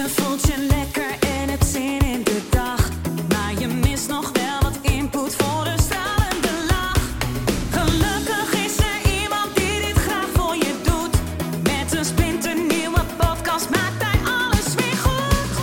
Je voelt je lekker en hebt zin in de dag. Maar je mist nog wel wat input voor een stralende lach. Gelukkig is er iemand die dit graag voor je doet. Met een splinternieuwe podcast maakt hij alles weer goed.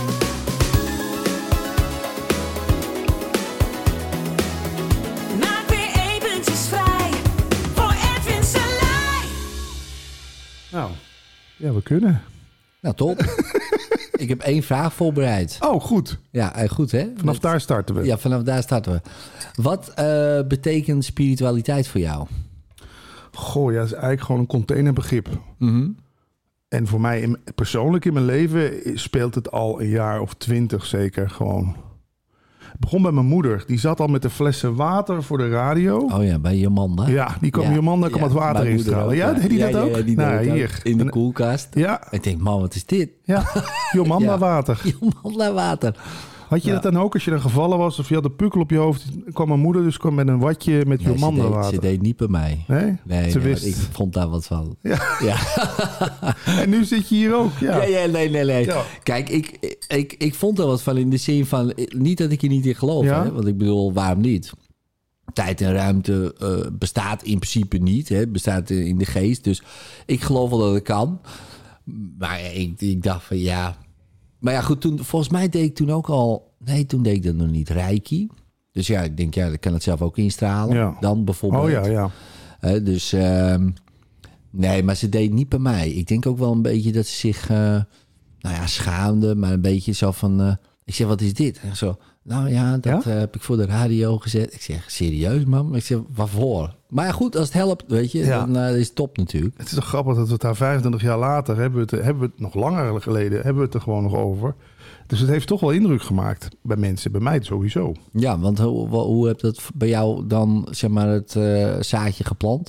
Maak weer eventjes vrij voor Edwin Selij. Nou, ja, we kunnen. Nou, top. Ik heb 1 vraag voorbereid. Oh, goed. Ja, goed hè? Vanaf daar starten we. Ja, vanaf daar starten we. Wat betekent spiritualiteit voor jou? Goh, ja, dat is eigenlijk gewoon een containerbegrip. Mm-hmm. En voor mij persoonlijk in mijn leven speelt het al een jaar of 20 zeker gewoon. Het begon bij mijn moeder. Die zat al met de flessen water voor de radio. Oh ja, bij Jomanda. Ja, die kwam Jomanda kwam het water instralen. Ja, deed die dat ook? Ja, die nou, deed hier. Ook. In de koelkast. Ja. Ik denk, man, wat is dit? Ja, Jomanda water. Jomanda water. Had je dat dan ook als je dan gevallen was of je had een pukkel op je hoofd? Kwam mijn moeder dus met een watje met Jomanda water. Ze deed niet bij mij. Nee? Ze wist. Ik vond daar wat van. Ja. En nu zit je hier ook. Ja, nee. Ja. Kijk, ik vond er wat van in de zin van... Niet dat ik er niet in geloof, hè? Want ik bedoel, waarom niet? Tijd en ruimte bestaat in principe niet. Hè? Bestaat in de geest. Dus ik geloof wel dat het kan. Maar ik dacht van ja... Maar ja, goed, volgens mij deed ik toen ook al... Nee, toen deed ik dat nog niet. Reiki. Dus ja, ik denk, dan kan het zelf ook instralen. Ja. Dan bijvoorbeeld. Oh ja. Dus nee, maar ze deed niet bij mij. Ik denk ook wel een beetje dat ze zich schaamde. Maar een beetje zo van... ik zeg, wat is dit? En zo, nou ja, dat heb ik voor de radio gezet. Ik zeg, serieus, mam? Ik zeg, waarvoor? Maar ja, goed, als het helpt, weet je, dan is het top natuurlijk. Het is toch grappig dat we het daar 25 jaar later... hebben we het nog langer geleden, hebben we het er gewoon nog over. Dus het heeft toch wel indruk gemaakt bij mensen. Bij mij sowieso. Ja, want hoe heb dat bij jou dan, zeg maar, het zaadje geplant?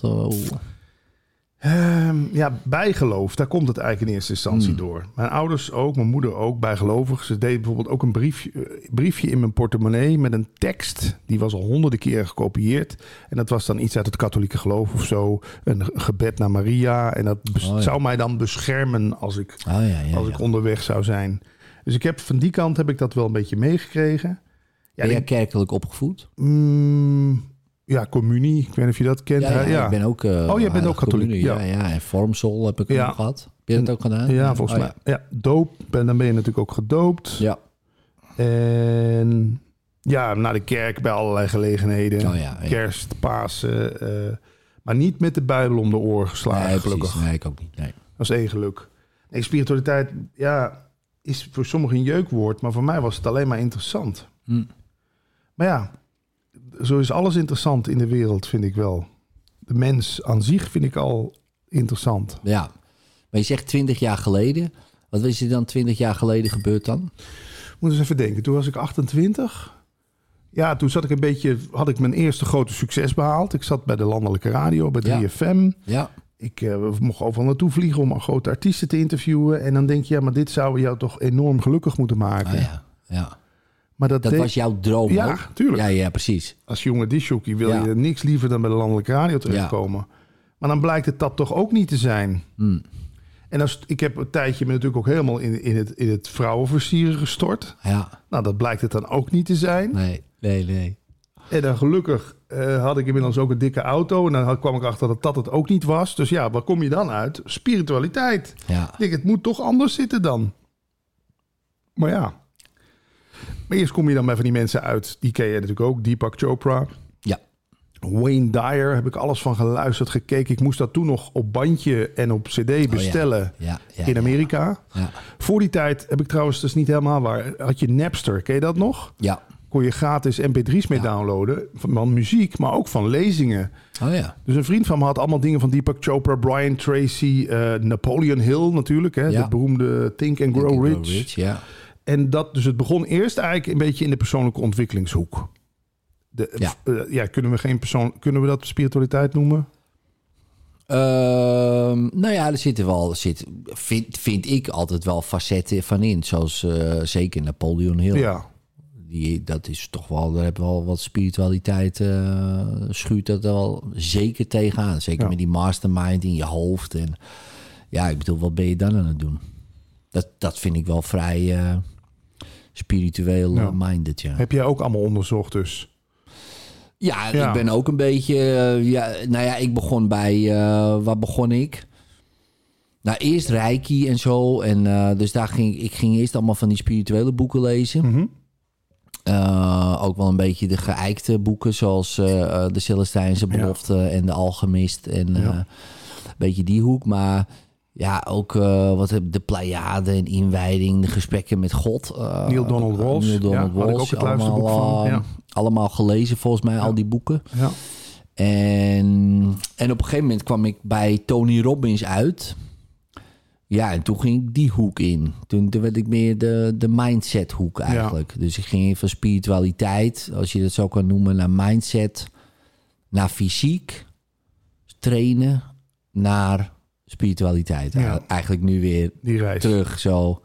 Bijgeloof, daar komt het eigenlijk in eerste instantie door. Mijn ouders ook, mijn moeder ook, bijgelovig. Ze deden bijvoorbeeld ook een briefje in mijn portemonnee met een tekst. Die was al honderden keer gekopieerd. En dat was dan iets uit het katholieke geloof of zo. Een gebed naar Maria. En dat zou mij dan beschermen als ik onderweg zou zijn. Dus van die kant heb ik dat wel een beetje meegekregen. Ben jij kerkelijk opgevoed? Ja, communie. Ik weet niet of je dat kent. Ik ben ook... jij bent ook katholiek. Communie, ja, en vormsel heb ik ook gehad. Heb je dat ook gedaan? Ja, volgens mij. Ja, doop. Dan ben je natuurlijk ook gedoopt. Ja. En naar de kerk bij allerlei gelegenheden. Kerst, Pasen. Maar niet met de Bijbel om de oren geslagen, nee, gelukkig. Precies. Nee, ik ook niet. Nee. Dat is één geluk. Nee, spiritualiteit, is voor sommigen een jeukwoord. Maar voor mij was het alleen maar interessant. Maar ja... Zo is alles interessant in de wereld, vind ik wel. De mens aan zich vind ik al interessant. Ja, maar je zegt 20 jaar geleden. Wat is er dan 20 jaar geleden gebeurd dan? Moet eens even denken. Toen was ik 28. Ja, toen had ik mijn eerste grote succes behaald. Ik zat bij de landelijke radio, bij 3FM. Ja. Ik mocht overal naartoe vliegen om grote artiesten te interviewen. En dan denk je, maar dit zou jou toch enorm gelukkig moeten maken. Ja. Maar dat was jouw droom. Ja, ook? tuurlijk. Ja, precies. Als jonge discjockey wil je niks liever dan bij de landelijke radio terechtkomen. Ja. Maar dan blijkt het dat toch ook niet te zijn. En ik heb een tijdje me natuurlijk ook helemaal in het vrouwenversieren gestort. Ja. Nou, dat blijkt het dan ook niet te zijn. Nee. En dan gelukkig had ik inmiddels ook een dikke auto. En dan kwam ik achter dat het ook niet was. Dus ja, waar kom je dan uit? Spiritualiteit. Ja. Ik denk, het moet toch anders zitten dan. Maar ja... Maar eerst kom je dan bij van die mensen uit. Die ken je natuurlijk ook. Deepak Chopra. Ja. Wayne Dyer. Heb ik alles van geluisterd, gekeken. Ik moest dat toen nog op bandje en op cd bestellen in Amerika. Ja. Voor die tijd heb ik trouwens, dat is niet helemaal waar. Had je Napster, ken je dat nog? Ja. Kon je gratis mp3's mee downloaden. Van muziek, maar ook van lezingen. Oh ja. Dus een vriend van me had allemaal dingen van Deepak Chopra, Brian Tracy, Napoleon Hill natuurlijk. Hè? De beroemde Think and Grow Rich. Ja. En dus het begon eerst eigenlijk een beetje in de persoonlijke ontwikkelingshoek. Kunnen we dat spiritualiteit noemen? Er zitten wel, vind ik altijd wel facetten van in. Zoals zeker Napoleon Hill. Ja. Dat is toch wel, daar hebben we wel wat spiritualiteit, schuurt dat er wel zeker tegenaan. Zeker met die mastermind in je hoofd. En ja, ik bedoel, wat ben je dan aan het doen? dat vind ik wel vrij spiritueel minded, ja. Heb jij ook allemaal onderzocht dus? Ja, ik ben ook een beetje... ik begon bij... waar begon ik? Nou, eerst Reiki en zo. En dus daar ging eerst allemaal van die spirituele boeken lezen. Mm-hmm. Ook wel een beetje de geëikte boeken, zoals de Celestijnse Belofte en de Alchemist. En een beetje die hoek. Maar ja, ook de Pleiade en Inwijding, de gesprekken met God. Neil Donald Walsh. Neil Donald Walsh. Had ik ook het luisterboek van. Allemaal gelezen volgens mij, al die boeken. Ja. En op een gegeven moment kwam ik bij Tony Robbins uit. Ja, en toen ging ik die hoek in. Toen werd ik meer de mindset hoek eigenlijk. Dus ik ging van spiritualiteit, als je dat zo kan noemen, naar mindset, naar fysiek, trainen, naar spiritualiteit. Eigenlijk nu weer die reis terug zo.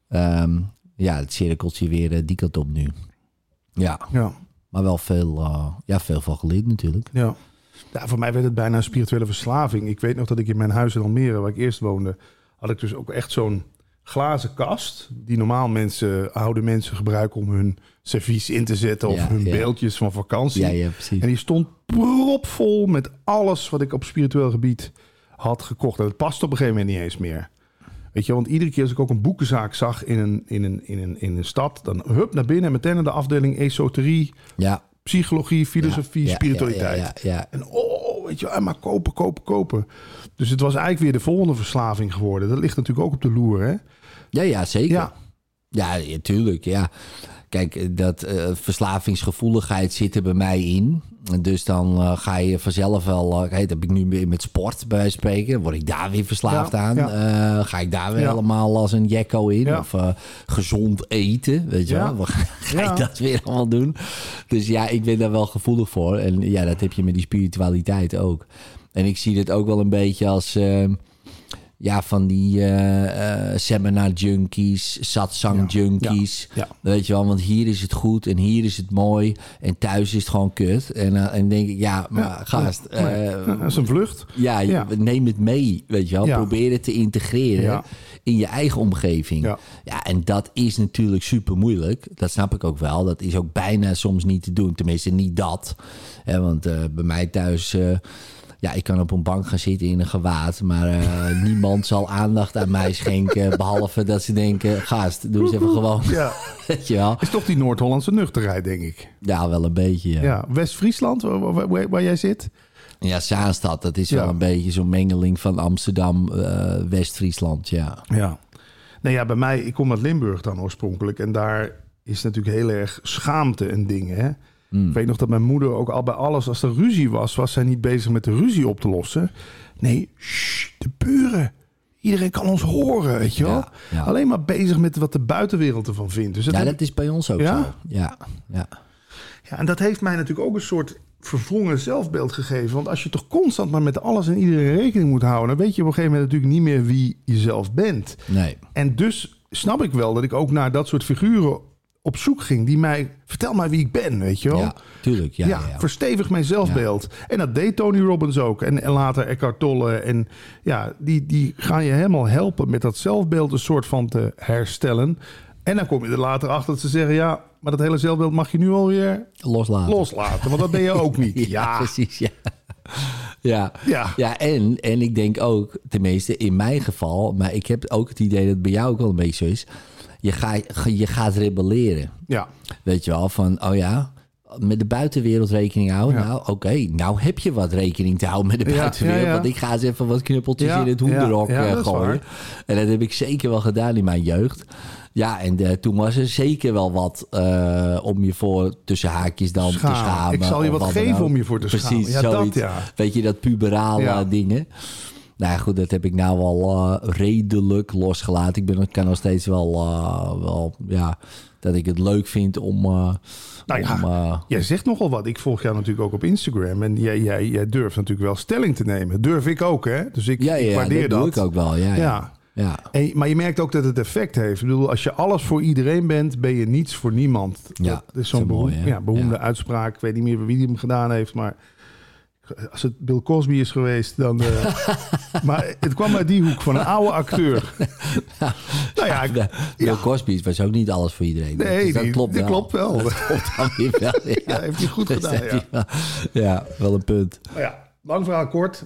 Het cirkeltje weer die kant op nu. Ja. Maar wel veel van geleerd natuurlijk. Ja. Ja, voor mij werd het bijna een spirituele verslaving. Ik weet nog dat ik in mijn huis in Almere, waar ik eerst woonde, had ik dus ook echt zo'n glazen kast die normaal oude mensen gebruiken om hun servies in te zetten of hun beeldjes van vakantie. Ja, precies. En die stond propvol met alles wat ik op spiritueel gebied had gekocht. En het past op een gegeven moment niet eens meer. Weet je, want iedere keer als ik ook een boekenzaak zag in een stad, dan hup naar binnen en meteen naar de afdeling esoterie, psychologie, filosofie, spiritualiteit. Ja. En weet je, maar kopen. Dus het was eigenlijk weer de volgende verslaving geworden. Dat ligt natuurlijk ook op de loer, hè? Ja, zeker. Ja, tuurlijk, ja. Kijk, dat verslavingsgevoeligheid zit er bij mij in. Dus dan ga je vanzelf wel... dat heb ik nu weer met sport bij wijze van spreken. Word ik daar weer verslaafd aan? Ga ik daar weer helemaal als een jekko in? Ja. Of gezond eten, weet je wel? Ga ik dat weer allemaal doen? Dus ja, ik ben daar wel gevoelig voor. En ja, dat heb je met die spiritualiteit ook. En ik zie dit ook wel een beetje als... van die seminar junkies, satsang junkies. Ja. Weet je wel, want hier is het goed en hier is het mooi. En thuis is het gewoon kut. En denk ik, gast. Dat is een vlucht. Neem het mee, weet je wel. Ja. Probeer het te integreren in je eigen omgeving. Ja, en dat is natuurlijk super moeilijk. Dat snap ik ook wel. Dat is ook bijna soms niet te doen. Tenminste, niet dat. Want bij mij thuis... ik kan op een bank gaan zitten in een gewaad, maar niemand zal aandacht aan mij schenken, behalve dat ze denken, gast, doe eens even gewoon. Ja. Weet je wel? Is toch die Noord-Hollandse nuchterheid, denk ik. Ja, wel een beetje, ja. West-Friesland, waar jij zit? Ja, Zaanstad, dat is wel een beetje zo'n mengeling van Amsterdam, West-Friesland, ja. Nou ja, bij mij, ik kom uit Limburg dan oorspronkelijk en daar is natuurlijk heel erg schaamte en dingen, hè. Ik weet nog dat mijn moeder ook al bij alles, als er ruzie was zij niet bezig met de ruzie op te lossen. Nee, de buren. Iedereen kan ons horen, weet je wel. Ja. Alleen maar bezig met wat de buitenwereld ervan vindt. Dus dat is bij ons ook zo. Ja, en dat heeft mij natuurlijk ook een soort verwrongen zelfbeeld gegeven. Want als je toch constant maar met alles en iedereen rekening moet houden, dan weet je op een gegeven moment natuurlijk niet meer wie je zelf bent. Nee. En dus snap ik wel dat ik ook naar dat soort figuren op zoek ging die vertel mij wie ik ben, weet je wel. Ja, tuurlijk. Ja. Verstevig mijn zelfbeeld. Ja. En dat deed Tony Robbins ook. En later Eckhart Tolle. En ja, die gaan je helemaal helpen met dat zelfbeeld een soort van te herstellen. En dan kom je er later achter dat ze zeggen, ja, maar dat hele zelfbeeld mag je nu alweer loslaten. Want dat ben je ook niet. Ja, precies, Ja, en ik denk ook, tenminste in mijn geval, maar ik heb ook het idee dat het bij jou ook wel een beetje zo is. Je gaat rebelleren. Ja. Weet je wel, van met de buitenwereld rekening houden. Ja. Nou, oké, nou heb je wat rekening te houden met de buitenwereld. Want ik ga eens even wat knuppeltjes in het hoenderhok gooien. En dat heb ik zeker wel gedaan in mijn jeugd. Ja, en toen was er zeker wel wat om je voor tussen haakjes dan te schamen. Ik zal je wat geven om je voor te schamen. Precies, zoiets. Weet je, dat puberale dingen. Nou ja, goed, dat heb ik nou wel redelijk losgelaten. Ik kan nog steeds wel dat ik het leuk vind om... jij zegt nogal wat. Ik volg jou natuurlijk ook op Instagram. En jij durft natuurlijk wel stelling te nemen. Durf ik ook, hè? Dus ik waardeer dat. Doe ik ook wel, ja. Maar je merkt ook dat het effect heeft. Ik bedoel, als je alles voor iedereen bent, ben je niets voor niemand. Ja, dat is zo'n beroemde uitspraak. Ik weet niet meer wie hem gedaan heeft, maar... Als het Bill Cosby is geweest, dan... maar het kwam uit die hoek van een oude acteur. Bill Cosby was ook niet alles voor iedereen. Nee, dus dat klopt die wel. klopt wel. Dat klopt dan weer wel. Ja, heeft hij goed gedaan, Ja, wel een punt. Maar ja, lang verhaal kort.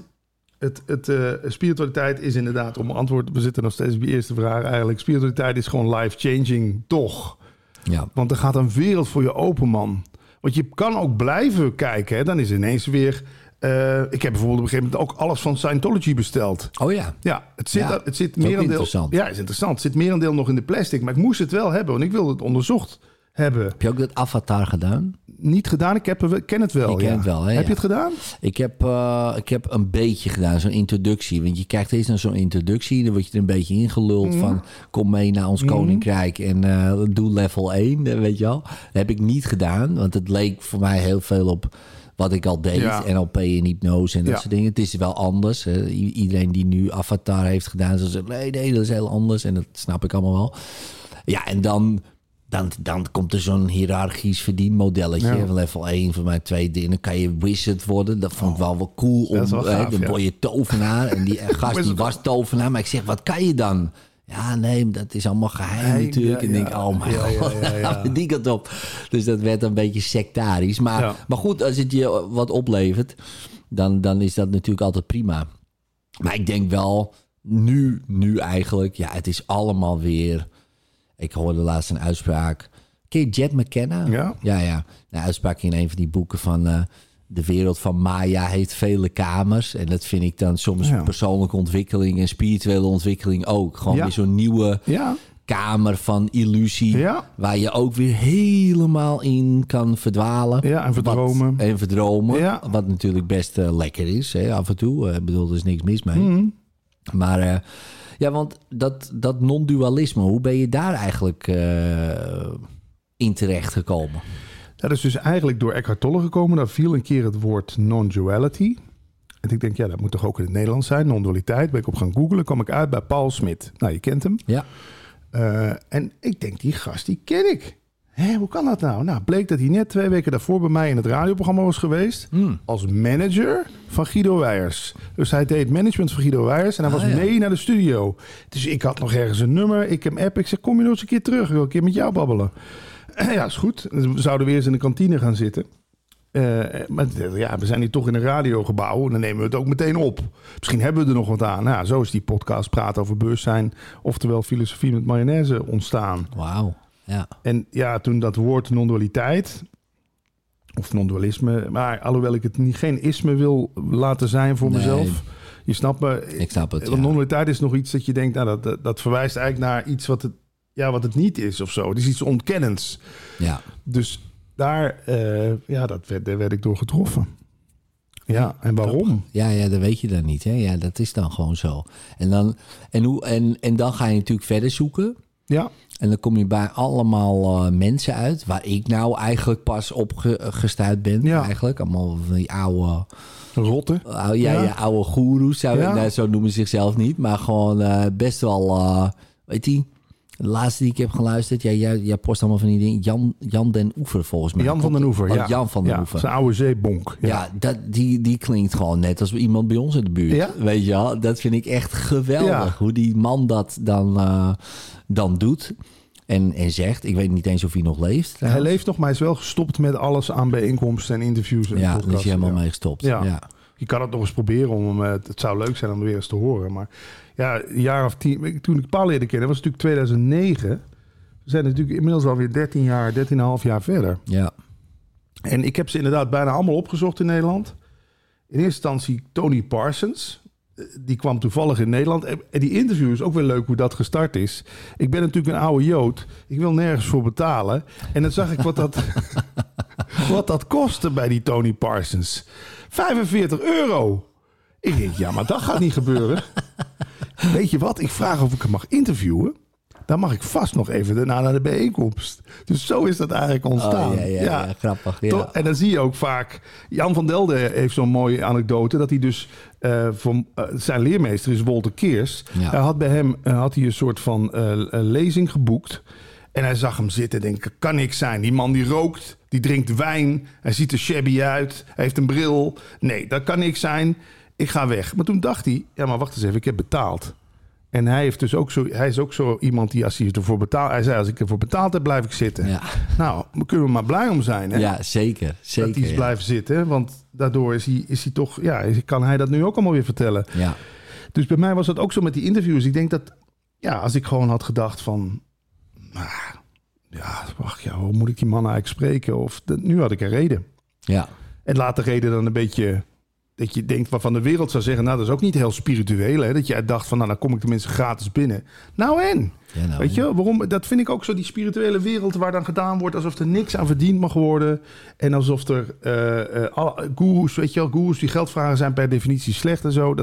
Spiritualiteit is inderdaad, om antwoord... We zitten nog steeds bij de eerste vraag eigenlijk. Spiritualiteit is gewoon life-changing, toch? Ja. Want er gaat een wereld voor je open, man. Want je kan ook blijven kijken. Hè? Dan is ineens weer... ik heb bijvoorbeeld op een gegeven moment ook alles van Scientology besteld. Oh ja. Ja, het zit merendeel... interessant. Ja, is interessant. Het zit merendeel nog in de plastic. Maar ik moest het wel hebben, want ik wilde het onderzocht hebben. Heb je ook dat Avatar gedaan? Niet gedaan, ken het wel. Ik ken het wel, hè, Heb je het gedaan? Ik heb een beetje gedaan, zo'n introductie. Want je krijgt eens naar zo'n introductie, dan word je er een beetje ingeluld van... kom mee naar ons koninkrijk en doe level 1, weet je wel. Dat heb ik niet gedaan, want het leek voor mij heel veel op... wat ik al deed, NLP en hypnose en dat soort dingen. Het is wel anders. Iedereen die nu Avatar heeft gedaan, zal zeggen... nee, dat is heel anders. En dat snap ik allemaal wel. Ja, en dan komt er zo'n hiërarchisch verdienmodelletje. Van level 1, van mij 2, dan kan je wizard worden. Dat vond ik wel cool. Dan word je tovenaar. En die gast die was tovenaar. Maar ik zeg, wat kan je dan? Ja, nee, dat is allemaal geheim natuurlijk. En denk, oh mijn god, die kant op. Dus dat werd een beetje sectarisch. Maar goed, als het je wat oplevert, dan is dat natuurlijk altijd prima. Maar ik denk wel, nu eigenlijk, het is allemaal weer... Ik hoorde laatst een uitspraak. Ken je Jet McKenna? Ja. Een uitspraak in een van die boeken van... de wereld van Maya heeft vele kamers. En dat vind ik dan soms persoonlijke ontwikkeling... en spirituele ontwikkeling ook. Gewoon weer zo'n nieuwe kamer van illusie... waar je ook weer helemaal in kan verdwalen. Ja, en verdromen. Wat natuurlijk best lekker is, hè, af en toe. Ik bedoel, er is niks mis mee. Maar... want dat non-dualisme, hoe ben je daar eigenlijk in terecht gekomen? Dat is dus eigenlijk door Eckhart Tolle gekomen. Daar viel een keer het woord non-duality. En ik denk, dat moet toch ook in het Nederlands zijn, non-dualiteit. Ben ik op gaan googlen, kwam ik uit bij Paul Smit. Nou, je kent hem. Ja. En ik denk, die gast, die ken ik. Hoe kan dat nou? Nou, bleek dat hij net 2 weken daarvoor bij mij in het radioprogramma was geweest. Als manager van Guido Weijers. Dus hij deed management van Guido Weijers. En hij was mee naar de studio. Dus ik had nog ergens een nummer. Ik heb app. Ik zeg, kom je nog eens een keer terug? Ik wil een keer met jou babbelen. Ja, is goed. We zouden weer eens in de kantine gaan zitten. Maar we zijn hier toch in een radiogebouw. En dan nemen we het ook meteen op. Misschien hebben we er nog wat aan. Nou, zo is die podcast Praten over Bewustzijn. Oftewel Filosofie met Mayonaise ontstaan. Wauw. Ja. En toen dat woord non-dualiteit of non-dualisme, maar alhoewel ik het geen isme wil laten zijn voor mezelf. Je snapt me. Ik snap het. Non-dualiteit is nog iets dat je denkt, dat verwijst eigenlijk naar iets wat het niet is of zo. Het is iets ontkennends. Ja. Dus daar werd ik door getroffen. Ja, en waarom? Ja, dat weet je dan niet. Hè? Ja, dat is dan gewoon zo. En dan ga je natuurlijk verder zoeken. Ja. En dan kom je bij allemaal mensen uit... waar ik nou eigenlijk pas op gestuurd ben. Ja. Eigenlijk. Allemaal van die oude... rotten. Oude goeroes. Zo noemen ze zichzelf niet. Maar gewoon best wel... weet je... De laatste die ik heb geluisterd... jij post allemaal van die dingen. Jan den Oever volgens mij. Jan van den Oever, ja. Jan van den Oever. Zijn oude zeebonk. Ja, die klinkt gewoon net als iemand bij ons in de buurt. Ja? Weet je wel? Dat vind ik echt geweldig. Ja. Hoe die man dat dan doet... En zegt, ik weet niet eens of hij nog leeft. Hij leeft nog, maar hij is wel gestopt met alles aan bijeenkomsten en interviews. En daar is hij helemaal mee gestopt. Ja. Je kan het nog eens proberen om hem... Het zou leuk zijn om er weer eens te horen. Maar een jaar of 10... Toen ik Paul leerde kennen, was het natuurlijk 2009. We zijn natuurlijk inmiddels alweer 13,5 jaar verder. Ja. En ik heb ze inderdaad bijna allemaal opgezocht in Nederland. In eerste instantie Tony Parsons... Die kwam toevallig in Nederland. En die interview is ook wel leuk hoe dat gestart is. Ik ben natuurlijk een oude Jood. Ik wil nergens voor betalen. En dan zag ik wat dat kostte bij die Tony Parsons. €45. Ik denk, maar dat gaat niet gebeuren. Weet je wat? Ik vraag of ik hem mag interviewen. Dan mag ik vast nog even daarna naar de bijeenkomst. Dus zo is dat eigenlijk ontstaan. Ja, grappig. Ja. En dan zie je ook vaak... Jan van Delden heeft zo'n mooie anekdote... dat hij dus... zijn leermeester is Wolter Keers. Ja. Hij had bij hem had hij een soort van lezing geboekt. En hij zag hem zitten en denken... kan niks zijn. Die man die rookt. Die drinkt wijn. Hij ziet er shabby uit. Hij heeft een bril. Nee, dat kan niks zijn. Ik ga weg. Maar toen dacht hij, ja, maar wacht eens even. Ik heb betaald. En hij is ook zo iemand die als hij ervoor betaalt... Hij zei, als ik ervoor betaald heb, blijf ik zitten. Ja. Nou, daar kunnen we maar blij om zijn. Hè? Ja, zeker. Dat hij is blijven zitten. Want daardoor is hij toch... Ja, kan hij dat nu ook allemaal weer vertellen. Ja. Dus bij mij was dat ook zo met die interviews. Ik denk dat, ja, als ik gewoon had gedacht van... hoe moet ik die man eigenlijk spreken? Nu had ik een reden. Ja. En laat de reden dan een beetje... Dat je denkt waarvan de wereld zou zeggen... nou, dat is ook niet heel spiritueel. Hè? Dat jij dacht van, nou, dan kom ik tenminste gratis binnen. Nou en? Ja, nou, weet je, waarom? Dat vind ik ook zo, die spirituele wereld... waar dan gedaan wordt alsof er niks aan verdiend mag worden. En alsof er goeroes, weet je wel... goeroes die geld vragen zijn per definitie slecht en zo.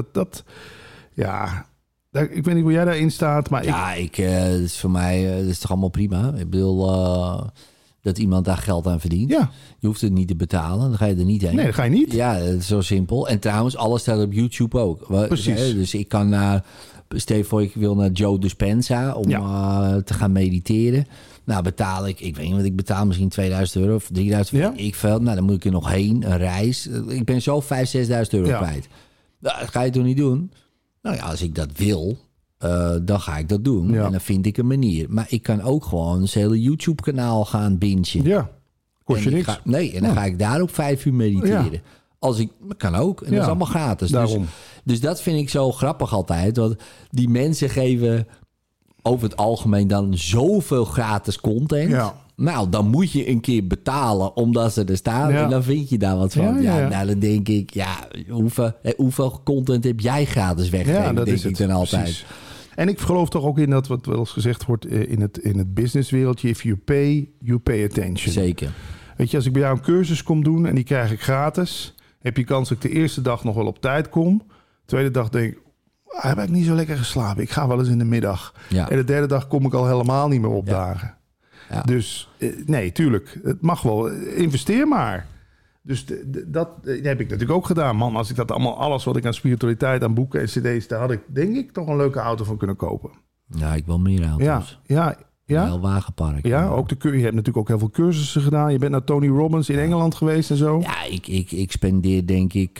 Ik weet niet hoe jij daarin staat, maar dat is voor mij dat is toch allemaal prima. Ik bedoel... dat iemand daar geld aan verdient. Ja. Je hoeft het niet te betalen, dan ga je er niet heen. Nee, dat ga je niet. Ja, dat is zo simpel. En trouwens, alles staat op YouTube ook. Precies. Dus ik kan naar... Stel voor, ik wil naar Joe Dispenza om te gaan mediteren. Nou, betaal ik weet niet wat ik betaal, misschien €2.000 of €3.000. Ja. Ik veel. Nou, dan moet ik er nog heen, een reis. Ik ben zo €5.000, €6.000 kwijt. Nou, dat ga je toch niet doen? Nou ja, als ik dat wil... dan ga ik dat doen. Ja. En dan vind ik een manier. Maar ik kan ook gewoon een hele YouTube-kanaal gaan bingen. Ja, kost je niks. Dan ga ik daar ook 5 uur mediteren. Ja. Dat kan ook. En dat is allemaal gratis. Dus dat vind ik zo grappig altijd. Want die mensen geven over het algemeen dan zoveel gratis content. Ja. Nou, dan moet je een keer betalen omdat ze er staan. Ja. En dan vind je daar wat van. Nou, dan denk ik, hoeveel content heb jij gratis weggegeven? Ja, dat denk ik dan altijd. Precies. En ik geloof toch ook in dat wat wel eens gezegd wordt in het businesswereldje. If you pay attention. Zeker. Weet je, als ik bij jou een cursus kom doen en die krijg ik gratis, heb je kans dat ik de eerste dag nog wel op tijd kom. De tweede dag denk ik, heb ik niet zo lekker geslapen. Ik ga wel eens in de middag. Ja. En de derde dag kom ik al helemaal niet meer opdagen. Ja. Dus nee, tuurlijk. Het mag wel. Investeer maar. Dus dat heb ik natuurlijk ook gedaan. Man, als ik dat allemaal, alles wat ik aan spiritualiteit, aan boeken en cd's, daar had ik denk ik toch een leuke auto van kunnen kopen. Ja, ik wil meer auto's. Ja. Wel wagenpark. Ja, ook je hebt natuurlijk ook heel veel cursussen gedaan. Je bent naar Tony Robbins in Engeland geweest en zo. Ja, ik spendeer denk ik...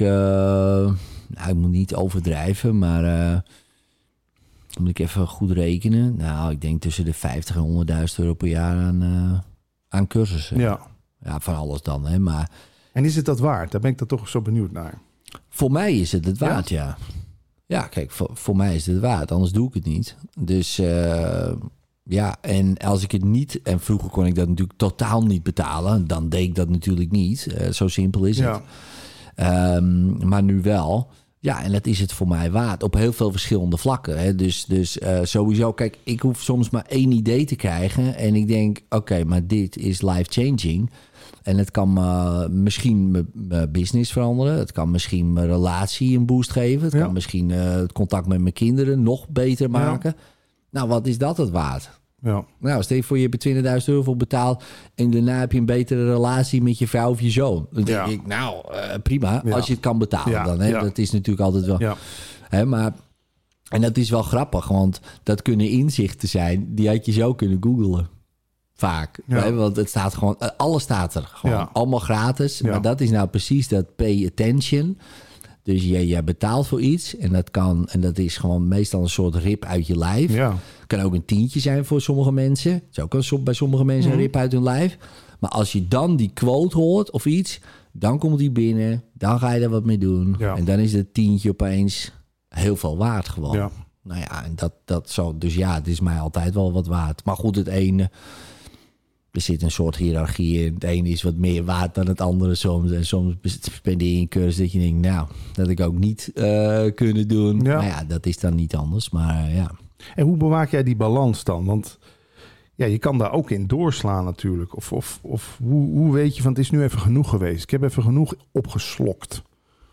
ik moet niet overdrijven, maar... moet ik even goed rekenen. Nou, ik denk tussen de 50 en €100.000 per jaar aan cursussen. Ja, van alles dan, hè. Maar... En is het dat waard? Daar ben ik dan toch zo benieuwd naar. Voor mij is het waard, ja. Ja, kijk, voor mij is het waard. Anders doe ik het niet. Dus en als ik het niet... En vroeger kon ik dat natuurlijk totaal niet betalen. Dan deed ik dat natuurlijk niet. Zo simpel is het. Maar nu wel... Ja, en dat is het voor mij waard. Op heel veel verschillende vlakken. Hè. Dus sowieso, kijk, ik hoef soms maar 1 idee te krijgen. En ik denk, oké, maar dit is life-changing. En het kan misschien mijn business veranderen. Het kan misschien mijn relatie een boost geven. Het kan misschien het contact met mijn kinderen nog beter maken. Ja. Nou, wat is dat het waard? Ja. Nou, stel je voor, je hebt €20.000 voor betaald... en daarna heb je een betere relatie met je vrouw of je zoon. Dan denk ik, prima, als je het kan betalen dan. Hè? Ja. Dat is natuurlijk altijd wel... Ja. Hè, maar, en dat is wel grappig, want dat kunnen inzichten zijn... die had je zo kunnen googlen. Vaak. Ja. Hè? Want het staat gewoon... alles staat er. Gewoon allemaal gratis. Ja. Maar dat is nou precies dat pay attention... Dus jij betaalt voor iets en dat is gewoon meestal een soort rip uit je lijf. Ja. Kan ook een tientje zijn voor sommige mensen. Het is ook bij sommige mensen een rip uit hun lijf. Maar als je dan die quote hoort of iets, dan komt die binnen, dan ga je er wat mee doen. Ja. En dan is het tientje opeens heel veel waard gewoon. Ja. Nou ja, en dat zo. Dus ja, het is mij altijd wel wat waard. Maar goed, het ene... Er zit een soort hiërarchie in. Het ene is wat meer waard dan het andere soms. En soms spendeer je een cursus dat je denkt... nou, dat ik ook niet kunnen doen. Ja. Maar ja, dat is dan niet anders. Maar ja. En hoe bewaak jij die balans dan? Want ja, je kan daar ook in doorslaan natuurlijk. Of hoe weet je van het is nu even genoeg geweest? Ik heb even genoeg opgeslokt.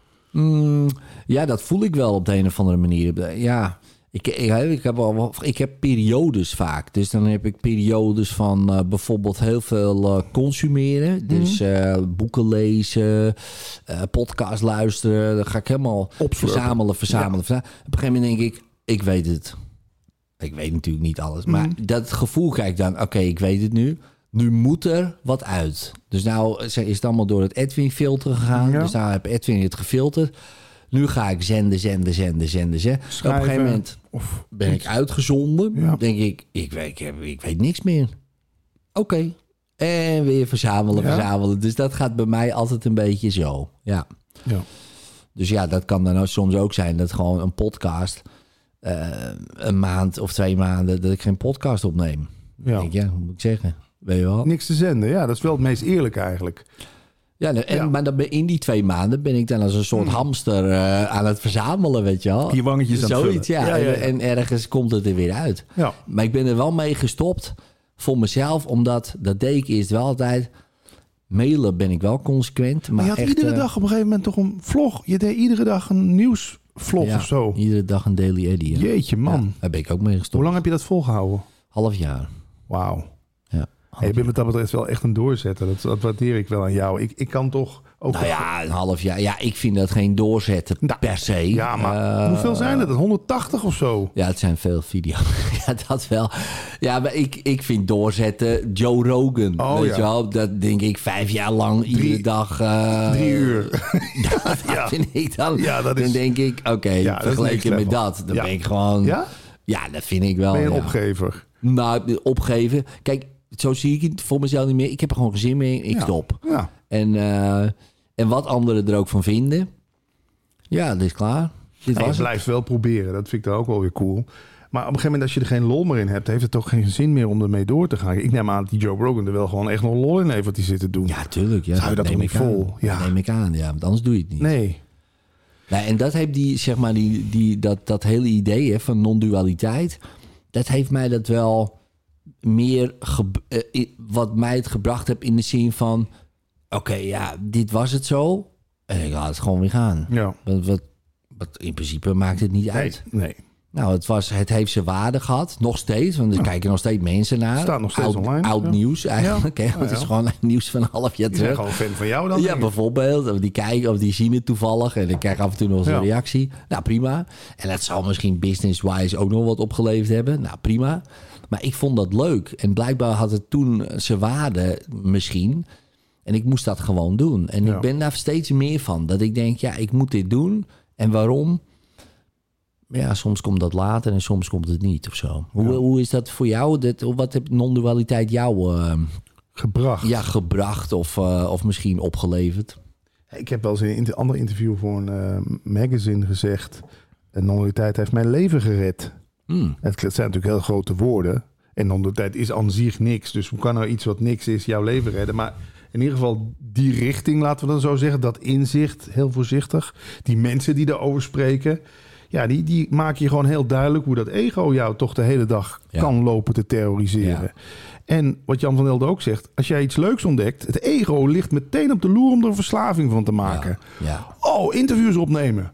Ja, dat voel ik wel op de een of andere manier. Ja... Ik heb periodes vaak. Dus dan heb ik periodes van bijvoorbeeld heel veel consumeren. Dus boeken lezen, podcast luisteren. Dan ga ik helemaal verzamelen. Op een gegeven moment denk ik weet het. Ik weet natuurlijk niet alles. Maar dat gevoel krijg ik dan, oké, ik weet het nu. nu moet er wat uit. Dus nou is het allemaal door het Edwin-filter gegaan. Ja. Dus nou heb Edwin het gefilterd. Nu ga ik zenden. Schrijven, Op een gegeven moment ben ik uitgezonden. Ja. Denk ik weet niks meer. Oké. En weer verzamelen. Dus dat gaat bij mij altijd een beetje zo. Ja. Dus ja, dat kan dan soms ook zijn dat gewoon een podcast... een maand of 2 maanden dat ik geen podcast opneem. Ja. Denk, hoe moet ik zeggen? Weet je wel? Niks te zenden. Ja, dat is wel het meest eerlijk eigenlijk. Ja, maar dan in die 2 maanden ben ik dan als een soort hamster aan het verzamelen, weet je wel. Je wangetjes aan het vullen. Zoiets, ja. En ergens komt het er weer uit. Ja. Maar ik ben er wel mee gestopt voor mezelf, omdat dat deed ik eerst wel altijd. Mailen ben ik wel consequent. Maar je had echt, iedere dag op een gegeven moment toch een vlog. Je deed iedere dag een nieuwsvlog of zo. Iedere dag een Daily Eddy. Ja. Jeetje, man. Ja, daar ben ik ook mee gestopt. Hoe lang heb je dat volgehouden? Half jaar. Wauw. Ja. Je bent met dat betreft wel echt een doorzetter. Dat waardeer ik wel aan jou. Ik kan toch ook... Nou ja, een half jaar. Ja, ik vind dat geen doorzetten per se. Ja, maar hoeveel zijn het? 180 of zo? Ja, het zijn veel video's. Ja, dat wel. Ja, maar ik vind doorzetten Joe Rogan. Oh, weet je wel? Dat denk ik 5 jaar lang, iedere dag... 3 uur. Dat vind ik dan. Ja, dat is... Dan denk ik, oké, vergeleken met dat. Dan ben ik gewoon... Ja? Ja, dat vind ik wel. Ben je een opgever? Nou, opgeven. Kijk, zo zie ik het voor mezelf niet meer. Ik heb er gewoon geen zin meer in. Ik stop. Ja. En wat anderen er ook van vinden. Ja, dat is klaar. Dit was je blijft wel proberen. Dat vind ik dan ook wel weer cool. Maar op een gegeven moment, als je er geen lol meer in hebt... heeft het toch geen zin meer om ermee door te gaan. Ik neem aan dat die Joe Rogan er wel gewoon echt nog lol in heeft... wat hij zit te doen. Ja, tuurlijk. Ja, zou je dat toch niet vol? Ja. Dat neem ik aan, ja. Want anders doe je het niet. Nee. Nou, en dat heeft dat hele idee hè, van non-dualiteit... dat heeft mij dat wel meer... wat mij het gebracht heeft in de zin van... oké, ja, dit was het zo. En ik laat het gewoon weer gaan. Ja. Wat in principe maakt het niet uit. Nee. Nou, het heeft zijn waarde gehad. Nog steeds. Want er kijken nog steeds mensen naar. Staat nog steeds online. Oud nieuws eigenlijk. Ja. Het is gewoon nieuws van een half jaar terug. Die zijn gewoon fan van jou dan? Ja, bijvoorbeeld. Of die kijken of die zien het toevallig. En dan krijg ik af en toe nog eens een reactie. Nou, prima. En dat zal misschien business-wise ook nog wat opgeleverd hebben. Nou, prima. Maar ik vond dat leuk. En blijkbaar had het toen zijn waarde misschien. En ik moest dat gewoon doen. En ik ben daar steeds meer van. Dat ik denk, ja, ik moet dit doen. En waarom? Ja, soms komt dat later en soms komt het niet of zo. Hoe is dat voor jou? Wat heeft non-dualiteit jou gebracht? Ja, gebracht of misschien opgeleverd? Ik heb wel eens in een ander interview voor een magazine gezegd... non-dualiteit heeft mijn leven gered. Het zijn natuurlijk heel grote woorden. En non-dualiteit is aan zich niks. Dus hoe kan er iets wat niks is jouw leven redden? Maar in ieder geval die richting, laten we dan zo zeggen. Dat inzicht, heel voorzichtig. Die mensen die daarover spreken... Ja, die maken je gewoon heel duidelijk hoe dat ego jou toch de hele dag kan lopen te terroriseren. Ja. En wat Jan van Helden ook zegt, als jij iets leuks ontdekt, het ego ligt meteen op de loer om er een verslaving van te maken. Ja. Oh, interviews opnemen.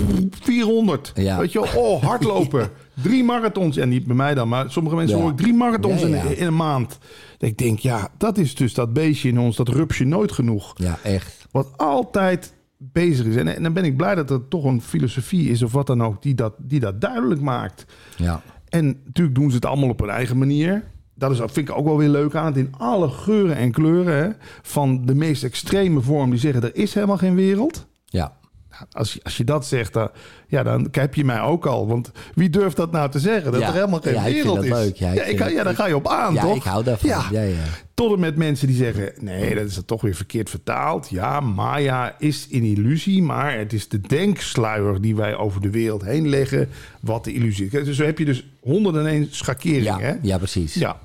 400. Ja. Weet je wel, hardlopen. 3 marathons. En niet bij mij dan, maar sommige mensen hoor ik 3 marathons in een maand. Dat ik denk, ja, dat is dus dat beestje in ons, dat rupsje nooit genoeg. Ja, echt. Wat altijd bezig is. En dan ben ik blij dat er toch een filosofie is of wat dan ook die dat duidelijk maakt. Ja. En natuurlijk doen ze het allemaal op hun eigen manier. Dat vind ik ook wel weer leuk aan het. In alle geuren en kleuren. Hè, van de meest extreme vorm die zeggen er is helemaal geen wereld. Ja. Als je dat zegt, dan heb je mij ook al. Want wie durft dat nou te zeggen? Dat er helemaal geen wereld is. Leuk. Ja, daar ga je op aan, toch? Ja, ik hou daarvan. Ja. Tot en met mensen die zeggen... nee, dat is toch weer verkeerd vertaald. Ja, Maya is een illusie... maar het is de denksluier die wij over de wereld heen leggen... wat de illusie is. Dus zo heb je dus 101 schakeringen. Hè? Ja, precies. Ja.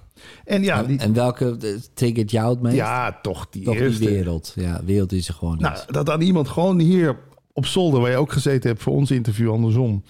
En welke triggert jou het meest? Ja, toch die eerste. Die wereld. Ja, wereld is er gewoon niet. Nou, dat dan iemand gewoon hier op zolder... waar je ook gezeten hebt voor ons interview andersom...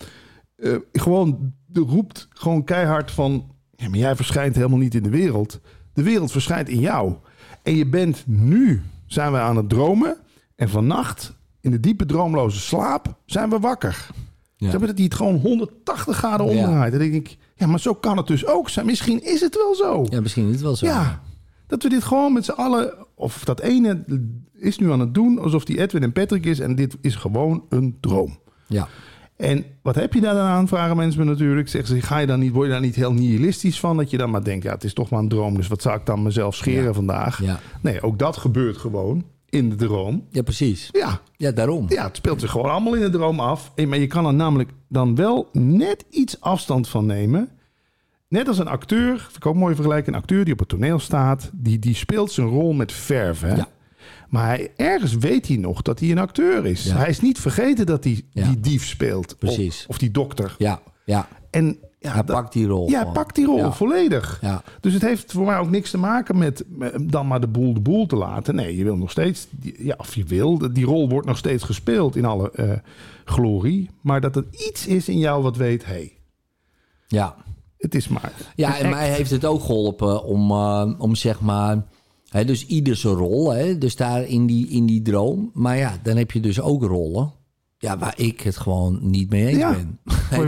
gewoon roept gewoon keihard van... ja, maar jij verschijnt helemaal niet in de wereld... De wereld verschijnt in jou. En je bent nu, zijn we aan het dromen. En vannacht, in de diepe droomloze slaap, zijn we wakker. Ja. Dat hij het gewoon 180 graden omdraait. En dan denk ik, ja, maar zo kan het dus ook zijn. Misschien is het wel zo. Ja, misschien is het wel zo. Ja, dat we dit gewoon met z'n allen... of dat ene is nu aan het doen... alsof die Edwin en Patrick is... en dit is gewoon een droom. Ja. En wat heb je daar dan aan, vragen mensen me natuurlijk. Zeggen ze, word je daar niet heel nihilistisch van? Dat je dan maar denkt, ja, het is toch maar een droom. Dus wat zou ik dan mezelf scheren vandaag? Ja. Nee, ook dat gebeurt gewoon in de droom. Ja, precies. Ja. Ja, daarom. Ja, het speelt zich gewoon allemaal in de droom af. Maar je kan er namelijk dan wel net iets afstand van nemen. Net als een acteur, vind ik ook mooi vergelijken. Een acteur die op het toneel staat, die speelt zijn rol met verve. Hè? Ja. Maar ergens weet hij nog dat hij een acteur is. Ja. Hij is niet vergeten dat hij die dief speelt. Precies. Of die dokter. Ja, ja. En hij pakt die rol. Ja, hij pakt die rol volledig. Ja. Dus het heeft voor mij ook niks te maken met dan maar de boel te laten. Nee, je wil nog steeds... die rol wordt nog steeds gespeeld in alle glorie. Maar dat er iets is in jou wat weet, ja. Het is maar... Ja, en mij heeft het ook geholpen om zeg maar... Hè, dus ieder zijn rol, hè, dus daar in die droom. Maar ja, dan heb je dus ook rollen... Ja, waar ik het gewoon niet mee eens ben.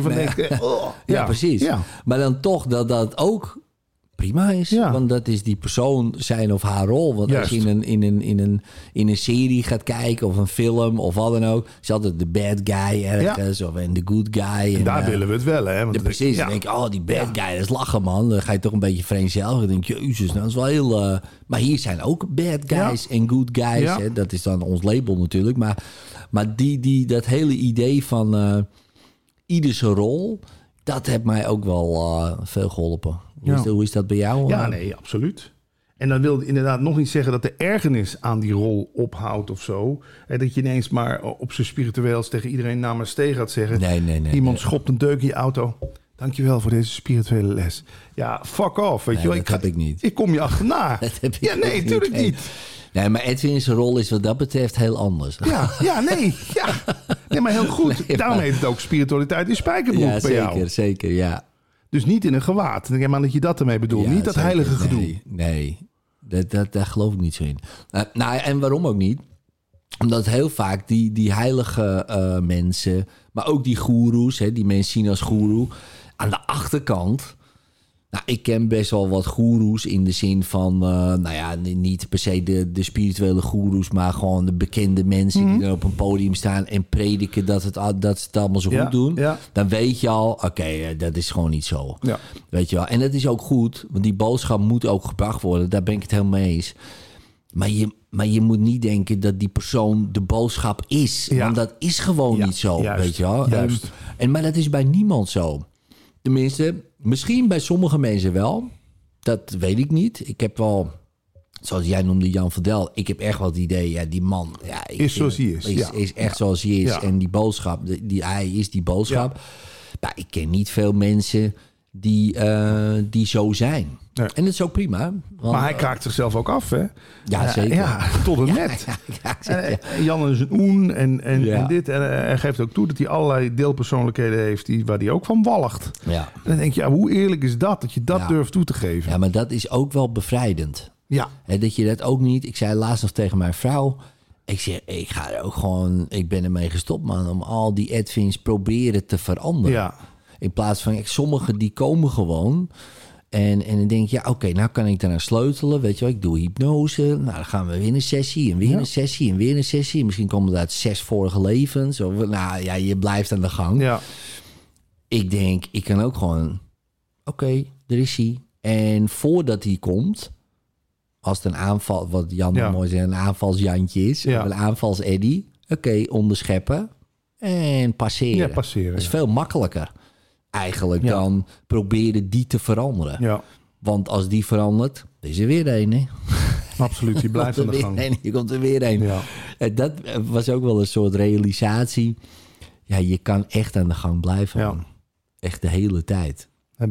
Ja, precies. Ja. Maar dan toch dat ook prima is. Ja. Want dat is die persoon zijn of haar rol. Want als je in een serie gaat kijken of een film of wat dan ook... is altijd de bad guy ergens of de good guy. En daar willen we het wel, hè? Want precies. Dan denk je, die bad guy, dat is lachen, man. Dan ga je toch een beetje vereenzelvigen. Dan denk je, jezus, nou, dat is wel heel... Maar hier zijn ook bad guys en good guys. Ja. Hè? Dat is dan ons label natuurlijk. Maar dat hele idee van ieder zijn rol... dat heeft mij ook wel veel geholpen. Hoe is dat bij jou? Ja, nee, absoluut. En dan wil inderdaad nog niet zeggen dat de ergernis aan die rol ophoudt of zo. Dat je ineens maar op zijn spiritueels tegen iedereen namaste gaat zeggen. Nee. Iemand schopt een deuk in je auto. Dankjewel voor deze spirituele les. Ja, fuck off. Weet je wel? Dat heb ik niet. Ik kom je achterna. Dat heb ik nee, natuurlijk niet. Nee, maar Edwin's rol is wat dat betreft heel anders. Nee, maar heel goed. Nee, Daarom heet het ook spiritualiteit in spijkerbroek bij jou. Zeker, ja. Dus niet in een gewaad. Ik denk maar dat je dat ermee bedoelt. Niet dat heilige gedoe. Nee. Daar geloof ik niet zo in. En waarom ook niet? Omdat heel vaak die heilige mensen... maar ook die goeroes, die mensen zien als goeroe... aan de achterkant... Nou, ik ken best wel wat goeroes in de zin van... niet per se de spirituele goeroes... maar gewoon de bekende mensen die dan op een podium staan... en prediken dat ze het allemaal zo goed doen. Ja. Dan weet je al, oké, dat is gewoon niet zo. Ja. Weet je wel. En dat is ook goed, want die boodschap moet ook gebracht worden. Daar ben ik het helemaal mee eens. Maar je moet niet denken dat die persoon de boodschap is. Ja. Want dat is gewoon niet zo, juist, weet je wel. Maar dat is bij niemand zo. Tenminste, misschien bij sommige mensen wel. Dat weet ik niet. Ik heb wel, zoals jij noemde Jan Verdel... ik heb echt wel het idee, die man... is zoals hij is. Is echt zoals hij is. Ja. En die boodschap, hij is die boodschap. Ja. Maar ik ken niet veel mensen die zo zijn. Nee. En dat is ook prima. Want, maar hij kraakt zichzelf ook af, hè? Ja, zeker. Ja, tot en met. Jan is een oen en dit. En hij geeft ook toe dat hij allerlei deelpersoonlijkheden heeft... waar hij ook van walgt. Ja. En dan denk je, hoe eerlijk is dat je dat durft toe te geven? Ja, maar dat is ook wel bevrijdend. Ja. Dat je dat ook niet... Ik zei laatst nog tegen mijn vrouw... Ik zeg, ik ben ermee gestopt, man... om al die Edwins proberen te veranderen. Ja. In plaats van, sommigen die komen gewoon... En dan denk je, oké, nou kan ik daarna sleutelen. Weet je wel, ik doe hypnose. Nou, dan gaan we weer een sessie en weer een sessie en weer een sessie. Misschien komen het uit 6 vorige levens. Of, je blijft aan de gang. Ja. Ik denk, ik kan ook gewoon... Oké, er is hij. En voordat hij komt... Als het een aanval... Wat Jan mooi zegt, een aanvalsjantje is. Of een aanvals-Eddie. Oké, onderscheppen. En passeren. Ja, passeren. Dat is veel makkelijker. Eigenlijk dan proberen die te veranderen. Ja. Want als die verandert, is er weer een. Hè? Absoluut, die blijft aan de gang. Je komt er weer een. Ja. Dat was ook wel een soort realisatie. Ja, je kan echt aan de gang blijven. Ja. Echt de hele tijd.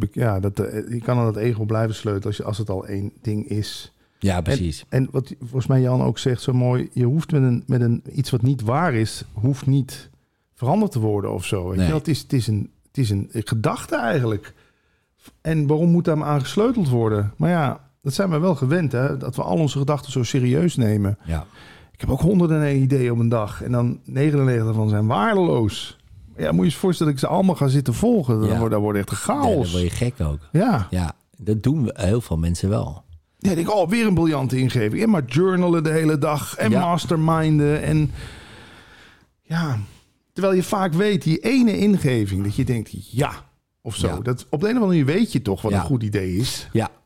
Je kan aan het ego blijven sleutelen als het al één ding is. Ja, precies. En wat volgens mij Jan ook zegt zo mooi... je hoeft met een iets wat niet waar is... hoeft niet veranderd te worden of zo. Weet je? Het is een gedachte eigenlijk. En waarom moet daar maar aan gesleuteld worden? Maar ja, dat zijn we wel gewend, hè? Dat we al onze gedachten zo serieus nemen. Ja. Ik heb ook 101 ideeën op een dag. En dan 99 van zijn waardeloos. Ja, moet je je voorstellen dat ik ze allemaal ga zitten volgen. Dan wordt echt een chaos. Ja, dan word je gek ook. Ja, dat doen we heel veel mensen wel. Ja, ik denk, weer een briljante ingeving. En maar journalen de hele dag. En masterminden. En ja... Terwijl je vaak weet, die ene ingeving, dat je denkt, ja, of zo. Ja. Dat, op de een of andere manier weet je toch wat een goed idee is.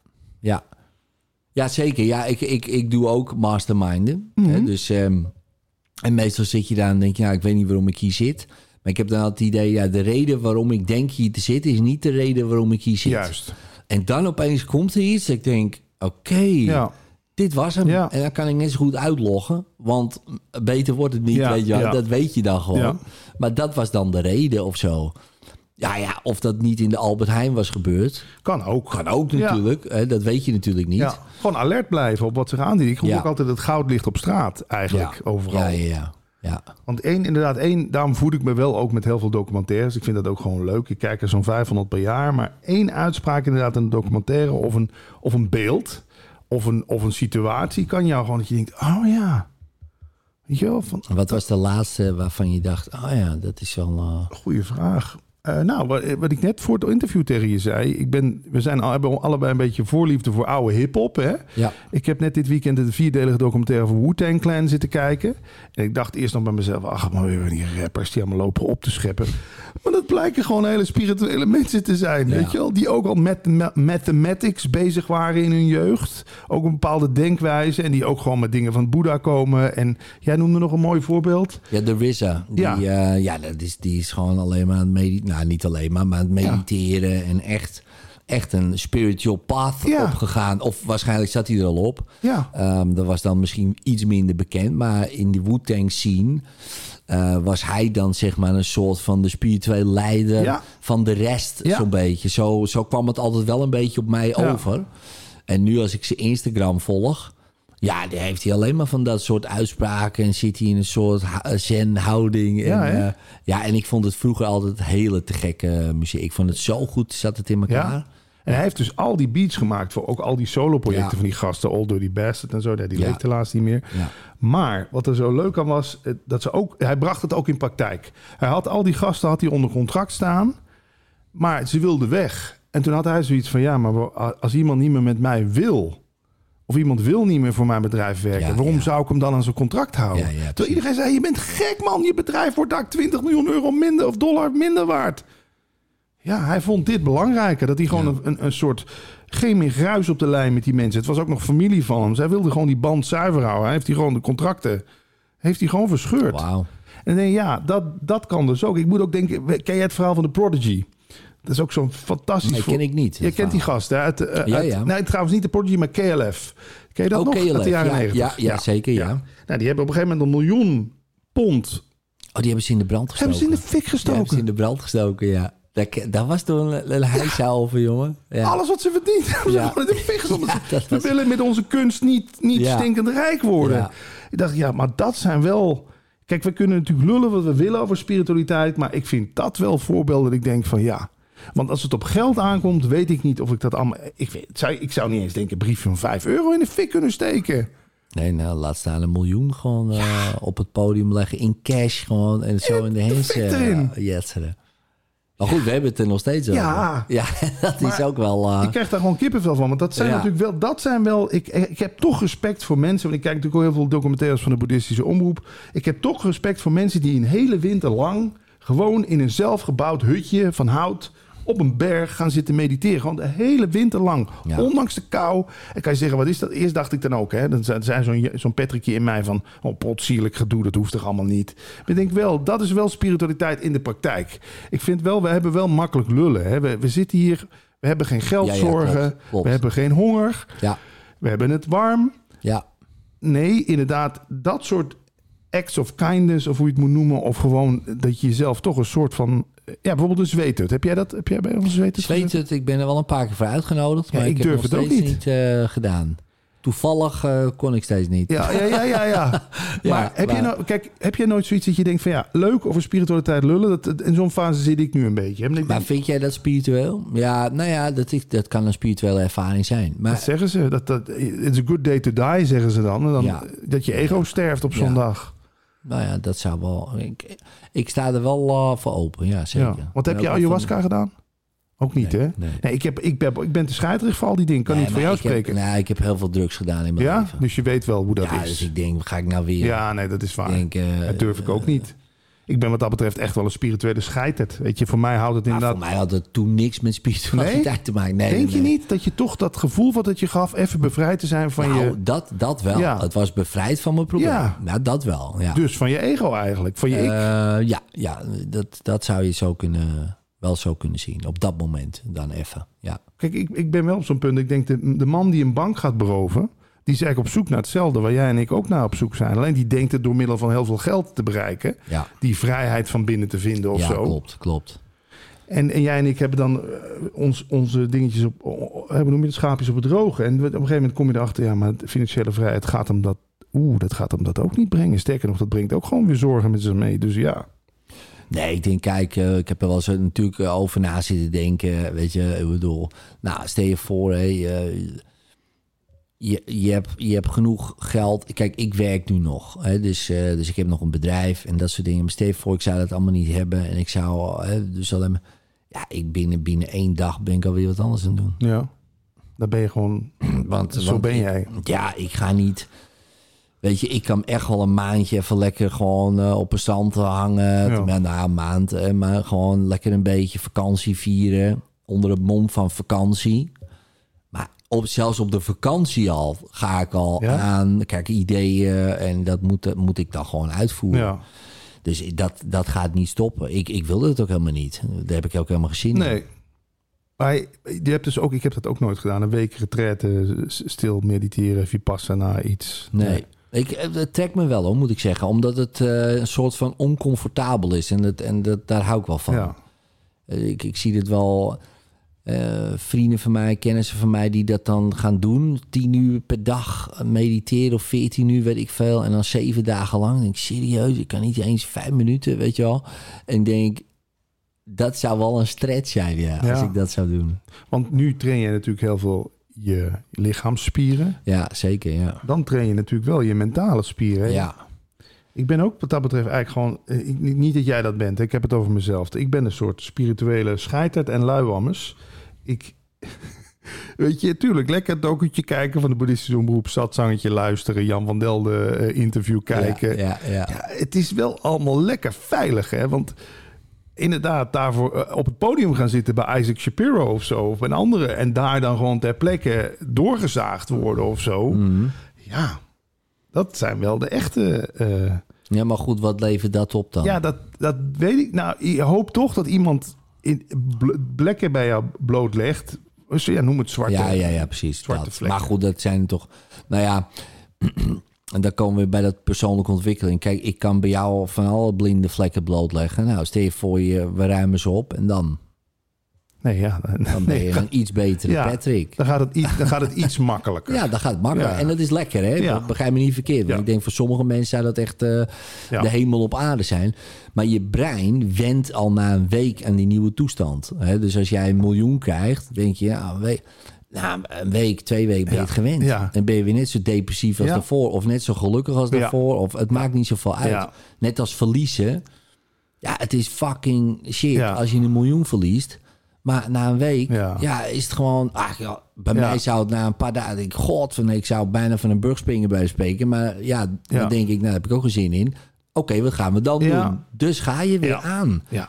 Ja, zeker. Ja, ik doe ook masterminden. Hè? Dus, en meestal zit je daar en denk je, ik weet niet waarom ik hier zit. Maar ik heb dan altijd het idee, de reden waarom ik denk hier te zitten is niet de reden waarom ik hier zit. Juist. En dan opeens komt er iets dat ik denk, oké, dit was hem. Ja. En dan kan ik net zo goed uitloggen, want beter wordt het niet, weet je wel. Dat weet je dan gewoon. Ja. Maar dat was dan de reden of zo. Ja, of dat niet in de Albert Heijn was gebeurd. Kan ook natuurlijk. Hè, dat weet je natuurlijk niet. Ja. Gewoon alert blijven op wat zich aandient. Ik geloof ook altijd het goud ligt op straat eigenlijk overal. Ja. Want daarom voed ik me wel ook met heel veel documentaires. Ik vind dat ook gewoon leuk. Ik kijk er zo'n 500 per jaar. Maar 1 uitspraak inderdaad in een documentaire of een beeld of een situatie kan jou gewoon dat je denkt, oh ja. Weet je wel, wat was de laatste waarvan je dacht, oh ja, dat is wel... Goeie vraag. Wat ik net voor het interview tegen je zei. Hebben allebei een beetje voorliefde voor oude hiphop. Hè? Ja. Ik heb net dit weekend de 4-delige documentaire van Wu-Tang Clan zitten kijken. En ik dacht eerst nog bij mezelf, maar weer die rappers die allemaal lopen op te scheppen. Maar dat blijken gewoon hele spirituele mensen te zijn. Weet je wel? Die ook al met mathematics bezig waren in hun jeugd. Ook een bepaalde denkwijze. En die ook gewoon met dingen van Boeddha komen. En jij noemde nog een mooi voorbeeld. Ja, de RZA. Die is gewoon alleen maar aan het mediteren. Nou, niet alleen maar aan het mediteren. En echt een spiritual path opgegaan. Of waarschijnlijk zat hij er al op. Ja. Dat was dan misschien iets minder bekend. Maar in die Wu-Tang scene was hij dan zeg maar een soort van de spirituele leider van de rest. Zo'n beetje. Zo kwam het altijd wel een beetje op mij over. En nu als ik zijn Instagram volg... Ja, die heeft hij alleen maar van dat soort uitspraken... en zit hij in een soort zen-houding. En ik vond het vroeger altijd hele te gekke muziek. Ik vond het zo goed, zat het in elkaar. Ja. En hij heeft dus al die beats gemaakt... voor ook al die solo-projecten van die gasten... All Dirty Bastard en zo, die leeft helaas niet meer. Ja. Maar wat er zo leuk aan was... hij bracht het ook in praktijk. Hij had al die gasten onder contract staan... maar ze wilden weg. En toen had hij zoiets van... maar als iemand niet meer met mij wil... of iemand wil niet meer voor mijn bedrijf werken... waarom zou ik hem dan aan zijn contract houden? Terwijl iedereen zei, je bent gek man... je bedrijf wordt daar 20 miljoen euro minder... of dollar minder waard. Ja, hij vond dit belangrijker. Dat hij gewoon een soort... geen meer ruis op de lijn met die mensen. Het was ook nog familie van hem. Zij wilde gewoon die band zuiver houden. Hij heeft die gewoon de contracten... heeft hij gewoon verscheurd. Wauw. En dan denk dat kan dus ook. Ik moet ook denken... ken jij het verhaal van de Prodigy? Dat is ook zo'n fantastisch... Nee, ken ik niet. Je kent die gast, hè? Nee, trouwens niet de Prodigy, maar KLF. Ken je dat nog? KLF. Uit de jaren 90. Ja, zeker, ja. Nou, die hebben op een gegeven moment $1 miljoen. Oh, die hebben ze in de brand gestoken. Hebben ze in de fik gestoken? Hebben ze in de brand gestoken, ja. Dat was toen een heisa over, jongen. Ja. Alles wat ze verdient, hebben ze gewoon in de fik gestoken. We willen met onze kunst niet stinkend rijk worden. Ja. Ik dacht, maar dat zijn wel... Kijk, we kunnen natuurlijk lullen wat we willen over spiritualiteit... maar ik vind dat wel voorbeelden dat ik denk van Want als het op geld aankomt, weet ik niet of ik dat allemaal... Ik zou niet eens denken, een briefje van €5 in de fik kunnen steken. Nee, laat staan $1 miljoen gewoon op het podium leggen in cash gewoon... en zo in de hands jetseren. Maar goed, we hebben het er nog steeds over. Ja, dat is ook wel... Ik krijg daar gewoon kippenvel van. Want dat zijn natuurlijk wel... Ik heb toch respect voor mensen... want ik kijk natuurlijk ook heel veel documentaires van de boeddhistische omroep. Ik heb toch respect voor mensen die een hele winter lang... gewoon in een zelfgebouwd hutje van hout... op een berg gaan zitten mediteren. Gewoon de hele winter lang. Ja. Ondanks de kou. En kan je zeggen, wat is dat? Eerst dacht ik dan ook. Hè? Dan zei zo'n Patrickje in mij van... potsierlijk gedoe, dat hoeft toch allemaal niet. Maar ik denk wel, dat is wel spiritualiteit in de praktijk. Ik vind wel, we hebben wel makkelijk lullen. Hè? We zitten hier, we hebben geen geldzorgen. Klopt. We hebben geen honger. Ja. We hebben het warm. Ja. Nee, inderdaad, dat soort acts of kindness... of hoe je het moet noemen... of gewoon dat je jezelf toch een soort van... bijvoorbeeld een zweethut. Heb jij bij ons zweethut? Zweethut, ik ben er wel een paar keer voor uitgenodigd. Maar ik durf het ook niet gedaan. Toevallig kon ik steeds niet. Ja. Maar heb jij nooit zoiets dat je denkt van... leuk over spiritualiteit lullen? In zo'n fase zit ik nu een beetje. Maar vind jij dat spiritueel? Ja, dat kan een spirituele ervaring zijn. Maar... Dat zeggen ze. It's a good day to die, zeggen ze dan. Dat je ego sterft op zo'n dag. Nou ja, dat zou wel... Ik sta er wel voor open, ja, zeker. Ja. Wat heb je ayahuasca gedaan? Ook niet, hè? Nee, ik ben te scheiterig voor al die dingen. Kan niet voor jou spreken. Ik heb heel veel drugs gedaan in mijn leven. Dus je weet wel hoe dat is. Dus ik denk, ga ik nou weer... Ja, nee, dat is waar. Dat durf ik ook niet. Ik ben wat dat betreft echt wel een spirituele scheiterd. Weet je, voor mij houdt het inderdaad... Voor mij had het toen niks met spiritualiteit te maken. Nee, Denk je niet dat je toch dat gevoel wat het je gaf... even bevrijd te zijn van je... Dat wel. Ja. Het was bevrijd van mijn probleem. Ja. Nou, dat wel, ja. Dus van je ego eigenlijk, van je ik. Ja, dat zou je wel zo kunnen zien. Op dat moment dan even, ja. Kijk, ik ben wel op zo'n punt. Ik denk, de man die een bank gaat beroven... die is eigenlijk op zoek naar hetzelfde... waar jij en ik ook naar op zoek zijn. Alleen die denkt het door middel van heel veel geld te bereiken. Ja. Die vrijheid van binnen te vinden of zo. Ja, klopt. En jij en ik hebben dan onze dingetjes op... hoe noem je het, schaapjes op het droge. En op een gegeven moment kom je erachter... ja, maar financiële vrijheid gaat hem dat... dat gaat hem dat ook niet brengen. Sterker nog, dat brengt ook gewoon weer zorgen met zich mee. Dus ja... Nee, ik denk, kijk, ik heb er wel eens natuurlijk over na zitten denken. Weet je, ik bedoel... Nou, stel je voor... Je hebt genoeg geld. Kijk, ik werk nu nog. Hè, dus ik heb nog een bedrijf en dat soort dingen. Maar stel je voor, ik zou dat allemaal niet hebben. En ik zou dus alleen maar... Ja, binnen 1 dag ben ik alweer wat anders aan doen. Ja, dan ben je gewoon... Zo ben jij. Ja, ik ga niet... Weet je, ik kan echt wel een maandje even lekker gewoon op een strand hangen. Ja. Nou, een maand. Maar gewoon lekker een beetje vakantie vieren. Onder het mom van vakantie. Maar zelfs op de vakantie al ga ik al aan. Kijk, ideeën en dat moet ik dan gewoon uitvoeren. Ja. Dus dat gaat niet stoppen. Ik wilde het ook helemaal niet. Daar heb ik ook helemaal gezien. Nee. Maar je hebt dus ook, ik heb dat ook nooit gedaan. Een week retraite, stil mediteren, vipassana, iets. Nee. Het trekt me wel, hoor, moet ik zeggen. Omdat het een soort van oncomfortabel is. En daar hou ik wel van. Ja. Ik zie het wel... vrienden van mij, kennissen van mij... die dat dan gaan doen. 10 uur per dag mediteren of 14 uur, weet ik veel. En dan 7 dagen lang. Denk ik, serieus, ik kan niet eens 5 minuten, weet je wel. En ik denk... Dat zou wel een stretch zijn, als ik dat zou doen. Want nu train je natuurlijk heel veel je lichaamsspieren. Ja, zeker, ja. Dan train je natuurlijk wel je mentale spieren. Ja. Ik ben ook wat dat betreft eigenlijk gewoon... niet dat jij dat bent, ik heb het over mezelf. Ik ben een soort spirituele scheiterd en luiwammers. Weet je, tuurlijk, lekker het documentaire kijken van de boeddhistische omroep, Satsangetje luisteren, Jan van Delden interview kijken. Ja, het is wel allemaal lekker veilig, hè, want... Inderdaad, daarvoor op het podium gaan zitten bij Isaac Shapiro of zo, of een andere, en daar dan gewoon ter plekke doorgezaagd worden of zo. Mm-hmm. Ja, dat zijn wel de echte... Ja, maar goed, wat levert dat op dan? Ja, dat weet ik. Nou, je hoopt toch dat iemand plekken bij jou blootlegt. Dus ja, noem het zwarte. Ja, precies. Zwarte vlekken. Maar goed, dat zijn toch... Nou ja... En dan komen we bij dat persoonlijke ontwikkeling. Kijk, ik kan bij jou van alle blinde vlekken blootleggen. Nou, stel je voor we ruimen ze op en dan... Nee, ja. Dan ben je een iets betere Patrick. Dan gaat het iets makkelijker. Ja, dan gaat het makkelijker. Ja. En dat is lekker, hè? Ja. Begrijp me niet verkeerd. Want ik denk, voor sommige mensen zou dat echt de hemel op aarde zijn. Maar je brein went al na een week aan die nieuwe toestand. Hè? Dus als jij 1 miljoen krijgt, denk je... een week, 2 weken ben je het gewend. Ja. Dan ben je weer net zo depressief als daarvoor. Of net zo gelukkig als daarvoor. Of het maakt niet zoveel uit. Ja. Net als verliezen. Ja, het is fucking shit als je 1 miljoen verliest. Maar na een week is het gewoon... bij mij zou het na een paar dagen... Ik zou bijna van een brug springen bij spreken. Maar dan denk ik, daar heb ik ook geen zin in. Oké, wat gaan we dan doen? Dus ga je weer aan. Ja.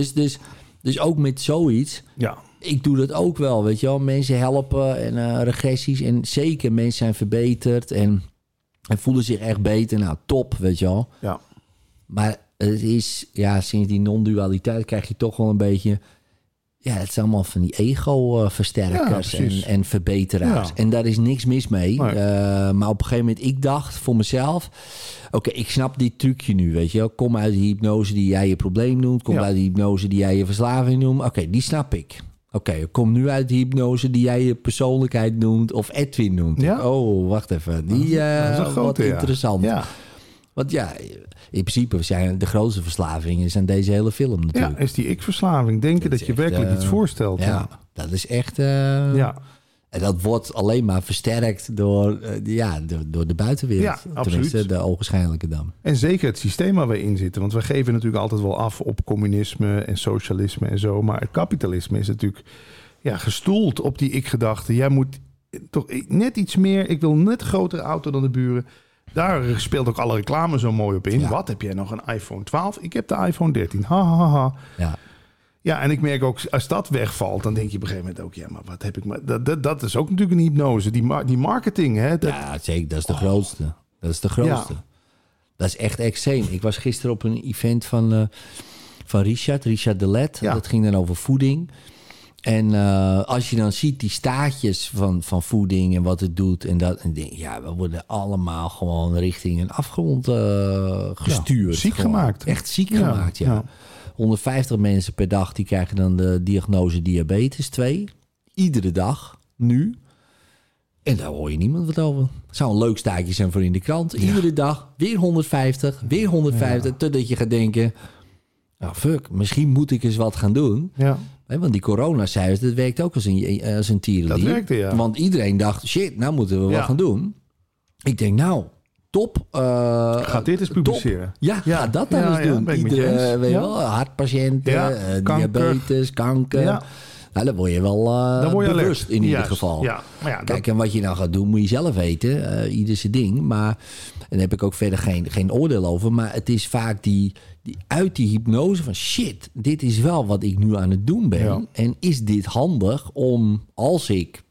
Dus ook met zoiets... Ja. Ik doe dat ook wel, weet je wel. Mensen helpen en regressies. En zeker, mensen zijn verbeterd en voelen zich echt beter. Nou, top, weet je wel. Ja. Maar het is, sinds die non-dualiteit krijg je toch wel een beetje... Ja, het zijn allemaal van die ego-versterkers en verbeteraars. Ja. En daar is niks mis mee. Nee. Maar op een gegeven moment, ik dacht voor mezelf... Oké, ik snap dit trucje nu, weet je wel. Kom uit de hypnose die jij je probleem noemt. Kom uit de hypnose die jij je verslaving noemt. Oké, die snap ik. Oké, kom nu uit de hypnose die jij je persoonlijkheid noemt of Edwin noemt. Ja? Oh, wacht even. Die wat interessant. Ja. Want in principe zijn de grootste verslavingen aan deze hele film natuurlijk. Ja, is die ik-verslaving. Denken dat je werkelijk iets voorstelt. Ja, dat is echt... En dat wordt alleen maar versterkt door de buitenwereld. Ja, absoluut. Tenminste, de ogenschijnlijke dan. En zeker het systeem waar we in zitten. Want we geven natuurlijk altijd wel af op communisme en socialisme en zo. Maar het kapitalisme is natuurlijk gestoeld op die ik-gedachte. Jij moet toch net iets meer... Ik wil net een grotere auto dan de buren. Daar speelt ook alle reclame zo mooi op in. Ja. Wat, heb jij nog een iPhone 12? Ik heb de iPhone 13. Ha, ha, ha. Ja. Ja, en ik merk ook, als dat wegvalt, dan denk je op een gegeven moment ook, ja, maar wat heb ik maar... Dat is ook natuurlijk een hypnose. Die marketing, hè. Ja, zeker. Dat is de grootste. Dat is de grootste. Ja. Dat is echt extreem. Ik was gisteren op een event van Richard de Let. Ja. Dat ging dan over voeding. En als je dan ziet die staartjes van voeding en wat het doet en dat, en denk, ja, we worden allemaal gewoon richting een afgrond gestuurd. Ziek Gewoon. gemaakt. Echt ziek gemaakt, ja. 150 mensen per dag die krijgen dan de diagnose diabetes 2. Iedere dag, nu. En daar hoor je niemand wat over. Het zou een leuk staartje zijn voor in de krant. Iedere dag weer 150, weer 150. Totdat je gaat denken, nou fuck, misschien moet ik eens wat gaan doen. Ja. Want die coronacijfers, dat werkt ook als een tierenlier. Dat werkte, ja. Want iedereen dacht, shit, nou moeten we wat gaan doen. Ik denk, nou, top. Gaat dit eens publiceren? Top. Ja, ga dat dan eens doen. ben ik met je Iedere, eens. weet je wel, hartpatiënten, diabetes, kanker. Ja. Nou, dan word je wel bewust in ieder geval. Ja. Maar ja, kijk, en wat je nou gaat doen, moet je zelf weten. Ieder zijn ding. Maar, en daar heb ik ook verder geen oordeel over. Maar het is vaak die uit die hypnose van shit, dit is wel wat ik nu aan het doen ben. Ja. En is dit handig om, als ik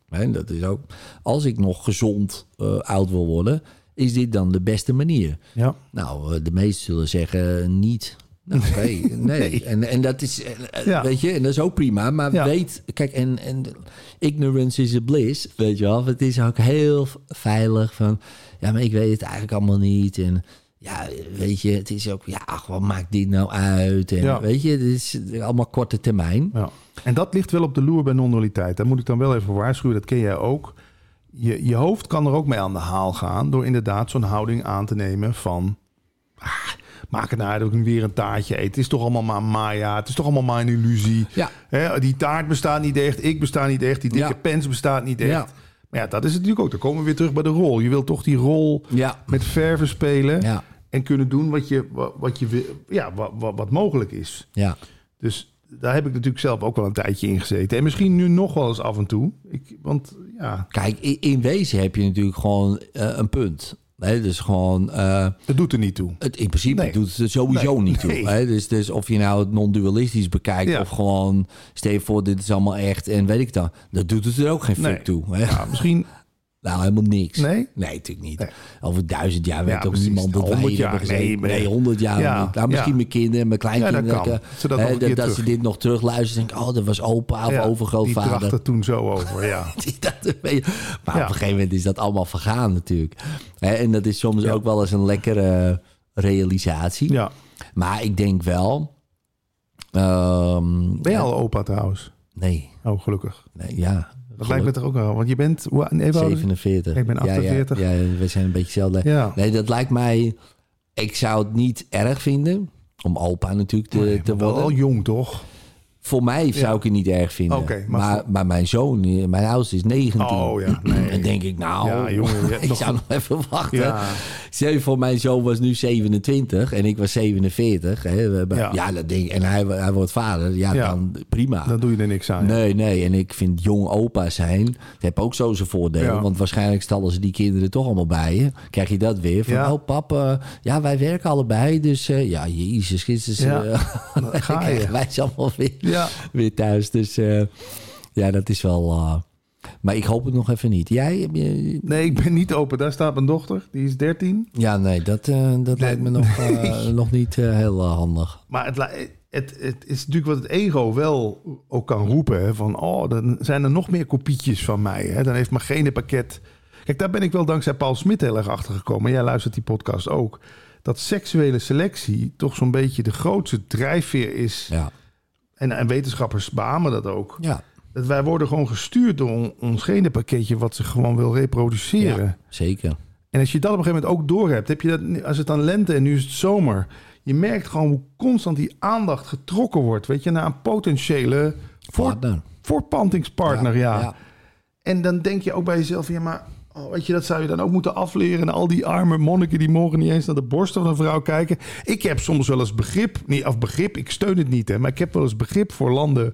nog gezond oud wil worden, is dit dan de beste manier? Ja. Nou, de meesten zullen zeggen niet. Nou, oké, nee. En dat is, weet je, en dat is ook prima. Maar weet, kijk, en ignorance is a bliss, weet je wel. Het is ook heel veilig van, ja, maar ik weet het eigenlijk allemaal niet. En ja, weet je, het is ook, ja, ach, wat maakt dit nou uit? En weet je, het is allemaal korte termijn. Ja. En dat ligt wel op de loer bij non-dualiteit. Daar moet ik dan wel even waarschuwen, dat ken jij ook. Je hoofd kan er ook mee aan de haal gaan door inderdaad zo'n houding aan te nemen van, maak het nou uit, ook weer een taartje eten. Het is toch allemaal maar Maya. Het is toch allemaal maar een illusie. Ja. Die taart bestaat niet echt. Ik besta niet echt. Die dikke pens bestaat niet echt. Ja. Maar ja, dat is het natuurlijk ook. Dan komen we weer terug bij de rol. Je wilt toch die rol met verven spelen. Ja. En kunnen doen wat mogelijk is. Ja. Dus daar heb ik natuurlijk zelf ook wel een tijdje in gezeten. En misschien nu nog wel eens af en toe. Kijk, in wezen heb je natuurlijk gewoon een punt. Nee, dus gewoon... het doet er niet toe. In principe doet het er sowieso niet toe. Hè? Dus of je nou het non-dualistisch bekijkt of gewoon... Stel je voor, dit is allemaal echt en weet ik dan. Dat doet het er ook geen fuck toe. Hè? Ja, misschien... Nou, helemaal niks. Nee? Nee, natuurlijk niet. Nee. Over 1000 jaar weet ook niemand dat wij hier hebben gezeten. Nee, 100 jaar niet. Nou, misschien mijn kinderen, mijn kleinkinderen. Dat ze dit nog terugluisteren en denken, oh, dat was opa of overgrootvader. Die dacht er toen zo over, Maar op een gegeven moment is dat allemaal vergaan natuurlijk. En dat is soms ook wel eens een lekkere realisatie. Ja. Maar ik denk wel... ben je al opa trouwens? Nee. Oh, gelukkig. Nee, ja. Dat lijkt me toch ook wel. Want je bent... 47. Ik ben 48. Ja, we zijn een beetje hetzelfde. Ja. Nee, dat lijkt mij... Ik zou het niet erg vinden om opa natuurlijk te worden. Wel jong, toch? Voor mij zou ik het niet erg vinden. Okay, maar mijn zoon, mijn oudste is 19. Oh ja, nee. En denk ik, nou, jongen, ik zou nog even wachten. Ja. Stel voor, mijn zoon was nu 27 en ik was 47. Hè. Dat ding, en hij wordt vader. Ja, dan prima. Dan doe je er niks aan. Nee. En ik vind jong opa zijn, dat heb ook zo zijn voordelen. Ja. Want waarschijnlijk stallen ze die kinderen toch allemaal bij je. Krijg je dat weer van, oh pap, wij werken allebei. Dus Jezus Christus. Ga je. Wij zijn allemaal weer thuis. Dus dat is wel... maar ik hoop het nog even niet. Jij? Nee, ik ben niet open. Daar staat mijn dochter. Die is 13. Ja, nee, dat lijkt me nog niet heel handig. Maar het is natuurlijk wat het ego wel ook kan roepen. Hè, van, dan zijn er nog meer kopietjes van mij. Hè. Dan heeft mijn genenpakket... Kijk, daar ben ik wel dankzij Paul Smit heel erg achter gekomen. Jij luistert die podcast ook. Dat seksuele selectie toch zo'n beetje de grootste drijfveer is... Ja. En wetenschappers beamen dat ook. Ja. Dat wij worden gewoon gestuurd door ons genenpakketje... wat zich gewoon wil reproduceren. Ja, zeker. En als je dat op een gegeven moment ook doorhebt... heb je dat, als het dan lente en nu is het zomer... je merkt gewoon hoe constant die aandacht getrokken wordt... weet je, naar een potentiële voortplantingspartner. Ja. En dan denk je ook bij jezelf... ja, maar weet je, dat zou je dan ook moeten afleren... en al die arme monniken die mogen niet eens naar de borsten van een vrouw kijken. Ik heb soms wel eens begrip, ik steun het niet, hè, maar ik heb wel eens begrip voor landen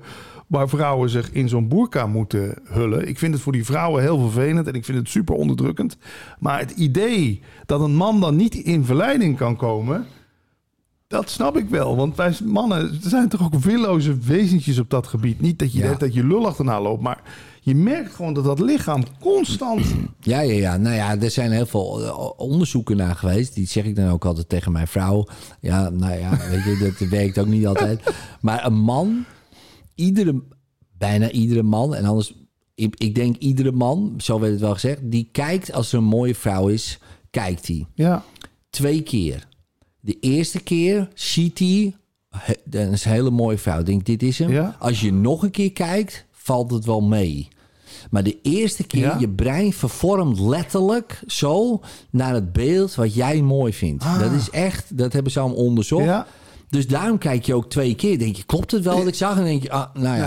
waar vrouwen zich in zo'n boerka moeten hullen. Ik vind het voor die vrouwen heel vervelend en ik vind het super onderdrukkend. Maar het idee dat een man dan niet in verleiding kan komen, dat snap ik wel. Want wij mannen zijn toch ook willoze wezentjes op dat gebied. Niet dat je dat je lul achterna loopt, maar je merkt gewoon dat lichaam constant... Ja. Nou ja, er zijn heel veel onderzoeken naar geweest. Die zeg ik dan ook altijd tegen mijn vrouw. Ja, nou ja, weet je, dat werkt ook niet altijd. Maar een man, bijna iedere man, en anders, ik denk iedere man, zo werd het wel gezegd, die kijkt als er een mooie vrouw is, kijkt hij. Ja. 2 keer. De eerste keer ziet hij, dat is een hele mooie vrouw. Ik denk, dit is hem. Ja. Als je nog een keer kijkt, valt het wel mee. Maar de eerste keer, je brein vervormt letterlijk zo naar het beeld wat jij mooi vindt. Dat is echt, dat hebben ze allemaal onderzocht. Ja. Dus daarom kijk je ook 2 keer. Denk je, klopt het wel wat ik zag? En denk je,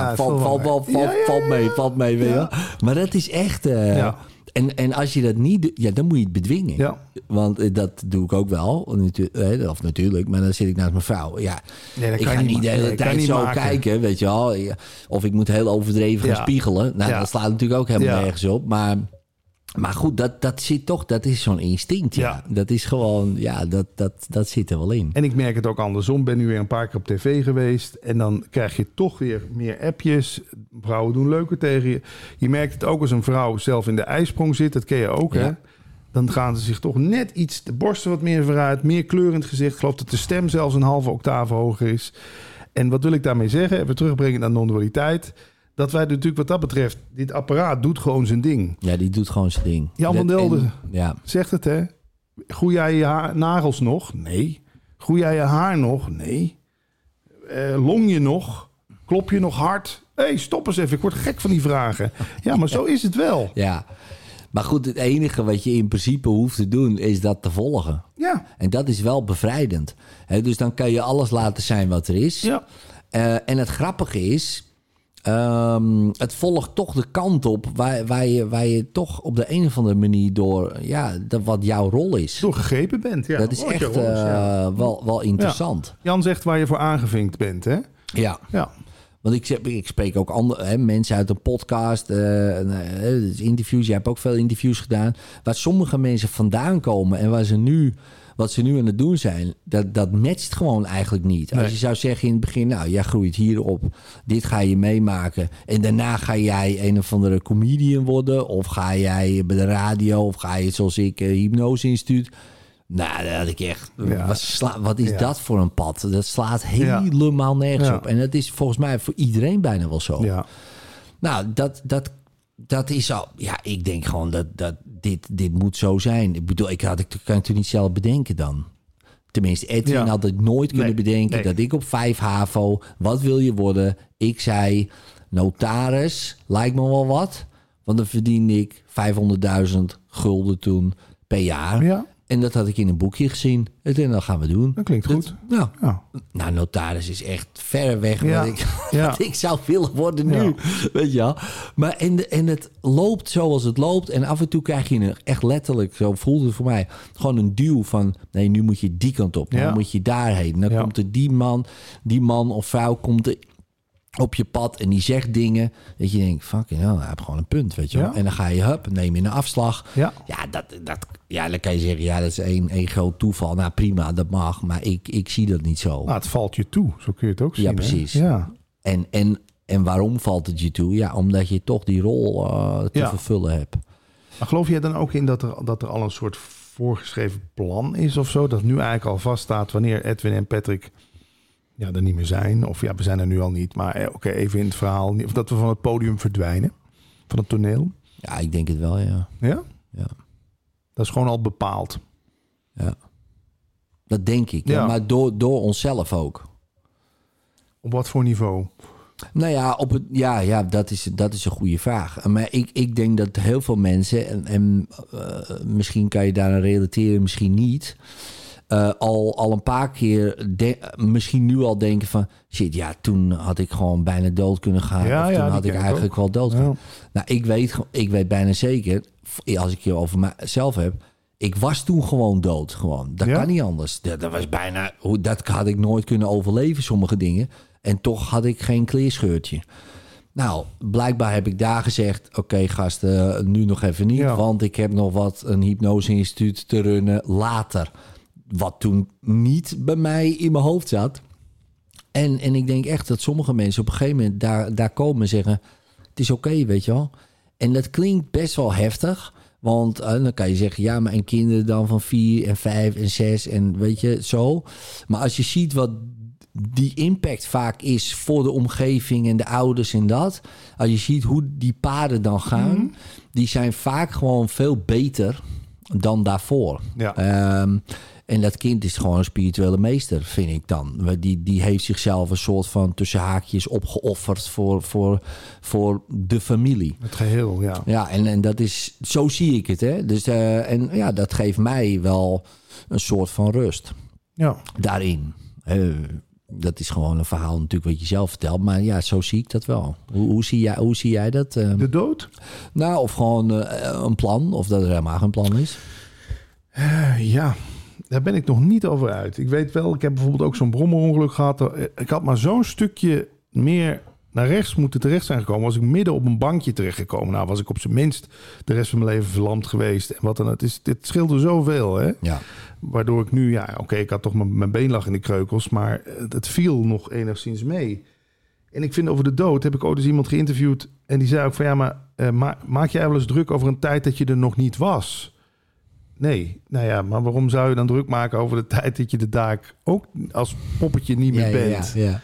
valt mee. Weet je. Maar dat is echt... En als je dat niet doet, dan moet je het bedwingen. Ja. Want dat doe ik ook wel. Of natuurlijk, maar dan zit ik naast mijn vrouw. Ja, ik ga niet de hele tijd zo kijken, weet je wel. Of ik moet heel overdreven gaan spiegelen. Nou, dat slaat natuurlijk ook helemaal nergens op. Maar goed, dat zit toch, dat is zo'n instinct. Ja. Dat is gewoon, dat zit er wel in. En ik merk het ook andersom. Ben nu weer een paar keer op tv geweest. En dan krijg je toch weer meer appjes. Vrouwen doen leuker tegen je. Je merkt het ook als een vrouw zelf in de ijsprong zit. Dat ken je ook, hè? Dan gaan ze zich toch net iets, de borsten wat meer vooruit. Meer kleur in het gezicht. Ik geloof dat de stem zelfs een halve octave hoger is. En wat wil ik daarmee zeggen? Even terugbrengen naar non-dualiteit. Dat wij natuurlijk wat dat betreft, dit apparaat doet gewoon zijn ding. Ja, die doet gewoon zijn ding. Jan van Delden zegt het, hè? Groei jij je nagels nog? Nee. Groei jij je haar nog? Nee. Long je nog? Klop je nog hard? Hé, stop eens even. Ik word gek van die vragen. Ja, maar zo is het wel. Ja. Maar goed, het enige wat je in principe hoeft te doen is dat te volgen. Ja. En dat is wel bevrijdend. Dus dan kan je alles laten zijn wat er is. Ja. En het grappige is, het volgt toch de kant op waar je toch op de een of andere manier door, wat jouw rol is. Door gegrepen bent, ja. Dat is echt wel interessant. Ja. Jan zegt waar je voor aangevinkt bent, hè? Ja. Want ik spreek ook andere mensen uit een podcast, interviews. Jij hebt ook veel interviews gedaan. Waar sommige mensen vandaan komen en wat ze nu aan het doen zijn, dat matcht gewoon eigenlijk niet. Nee. Als je zou zeggen in het begin, nou, jij groeit hierop, dit ga je meemaken. En daarna ga jij een of andere comedian worden, of ga jij bij de radio, of ga je zoals ik Hypnose Instituut. Nou, dat had ik echt... Wat is dat voor een pad? Dat slaat helemaal nergens op. En dat is volgens mij voor iedereen bijna wel zo. Ja. Nou, dat is al... Ja, ik denk gewoon dat dit moet zo zijn. Ik bedoel, ik kan het natuurlijk niet zelf bedenken dan. Tenminste, Edwin had het nooooit kunnen bedenken dat ik op 5 HAVO... Wat wil je worden? Ik zei, notaris, lijkt me wel wat. Want dan verdiende ik 500.000 gulden toen per jaar. Ja. En dat had ik in een boekje gezien. En dat gaan we doen. Dat klinkt goed. Nou, notaris is echt ver weg wat ik zou willen worden nu. Ja. Weet je wel. Maar en het loopt zoals het loopt. En af en toe krijg je echt letterlijk, zo voelde het voor mij, gewoon een duw van, nee, nu moet je die kant op. Dan moet je daarheen. Dan komt er die man of vrouw komt er op je pad en die zegt dingen dat je denkt, fucking hell, hij heeft gewoon een punt, weet je wel. En dan ga je, neem je een afslag. Dan kan je zeggen, dat is één groot toeval. Nou, prima, dat mag, maar ik zie dat niet zo. Nou, het valt je toe, zo kun je het ook zien. Ja, precies. Ja. En waarom valt het je toe? Ja, omdat je toch die rol te vervullen hebt. Maar geloof jij dan ook in dat er al een soort voorgeschreven plan is of zo? Dat nu eigenlijk al vaststaat wanneer Edwin en Patrick er niet meer zijn. Of we zijn er nu al niet. Maar oké, even in het verhaal. Of dat we van het podium verdwijnen. Van het toneel. Ja, ik denk het wel, ja. Ja? Ja. Dat is gewoon al bepaald. Ja. Dat denk ik. Ja. Maar door onszelf ook. Op wat voor niveau? Nou ja, dat is een goede vraag. Maar ik denk dat heel veel mensen... En misschien kan je daar aan relateren, misschien niet... al een paar keik misschien nu al denken van... shit, toen had ik gewoon bijna dood kunnen gaan. Of toen had ik eigenlijk wel dood kunnen. Nou, ik weet bijna zeker... als ik je over mezelf heb... ik was toen gewoon dood. Gewoon. Dat kan niet anders. Dat was bijna... Dat had ik nooit kunnen overleven, sommige dingen. En toch had ik geen kleerscheurtje. Nou, blijkbaar heb ik daar gezegd... oké, gasten, nu nog even niet... Ja. want ik heb nog een hypnoseinstituut te runnen later. Wat toen niet bij mij in mijn hoofd zat. En ik denk echt dat sommige mensen op een gegeven moment daar komen en zeggen... het is oké, weet je wel. En dat klinkt best wel heftig... want dan kan je zeggen... ja, maar en kinderen dan van 4 en 5 en 6 en weet je, zo. Maar als je ziet wat... die impact vaak is voor de omgeving en de ouders en dat. Als je ziet hoe die paden dan gaan... die zijn vaak gewoon veel beter dan daarvoor. Ja. En dat kind is gewoon een spirituele meester, vind ik dan. Die heeft zichzelf een soort van tussen haakjes opgeofferd voor de familie. Het geheel, ja. Ja, en dat is... zo zie ik het, hè. Dus, en ja, dat geeft mij wel een soort van rust. Ja. Daarin. Dat is gewoon een verhaal natuurlijk wat je zelf vertelt. Maar ja, zo zie ik dat wel. Hoe zie jij dat? De dood? Nou, of gewoon een plan. Of dat er helemaal geen plan is. Ja, daar ben ik nog niet over uit. Ik weet wel, ik heb bijvoorbeeld ook zo'n brommerongeluk gehad. Ik had maar zo'n stukje meer naar rechts moeten terecht zijn gekomen. Was ik midden op een bankje terechtgekomen. Nou, was ik op zijn minst de rest van mijn leven verlamd geweest. En wat dan? Dit scheelde zoveel, hè? Ja. Waardoor ik nu, ja, oké, ik had toch mijn been lag in de kreukels, maar het viel nog enigszins mee. En ik vind over de dood, heb ik ooit eens iemand geïnterviewd en die zei ook van ja, maar maak jij wel eens druk over een tijd dat je er nog niet was? Nee, nou ja, maar waarom zou je dan druk maken over de tijd dat je er daar ook als poppetje niet meer bent? Ja.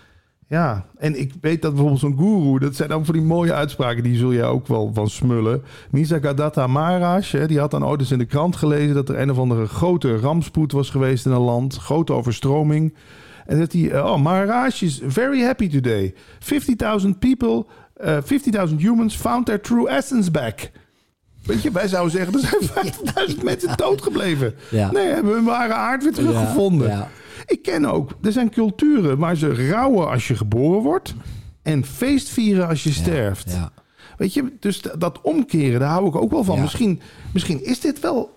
Ja, en ik weet dat bijvoorbeeld zo'n goeroe... dat zijn ook van die mooie uitspraken... die zul je ook wel van smullen. Nisargadatta Maharaj, hè, die had dan ooit eens in de krant gelezen... dat er een of andere grote rampspoed was geweest in een land. Grote overstroming. En dat hij... Maharaj is very happy today. 50.000 people... 50.000 humans found their true essence back. Weet je, wij zouden zeggen... er zijn 50.000 mensen doodgebleven. Ja. Nee, hebben hun ware aard weer teruggevonden. Ja. Ik ken ook, er zijn culturen waar ze rouwen als je geboren wordt en feestvieren als je sterft. Ja. Weet je, dus dat omkeren, daar hou ik ook wel van. Ja. Misschien is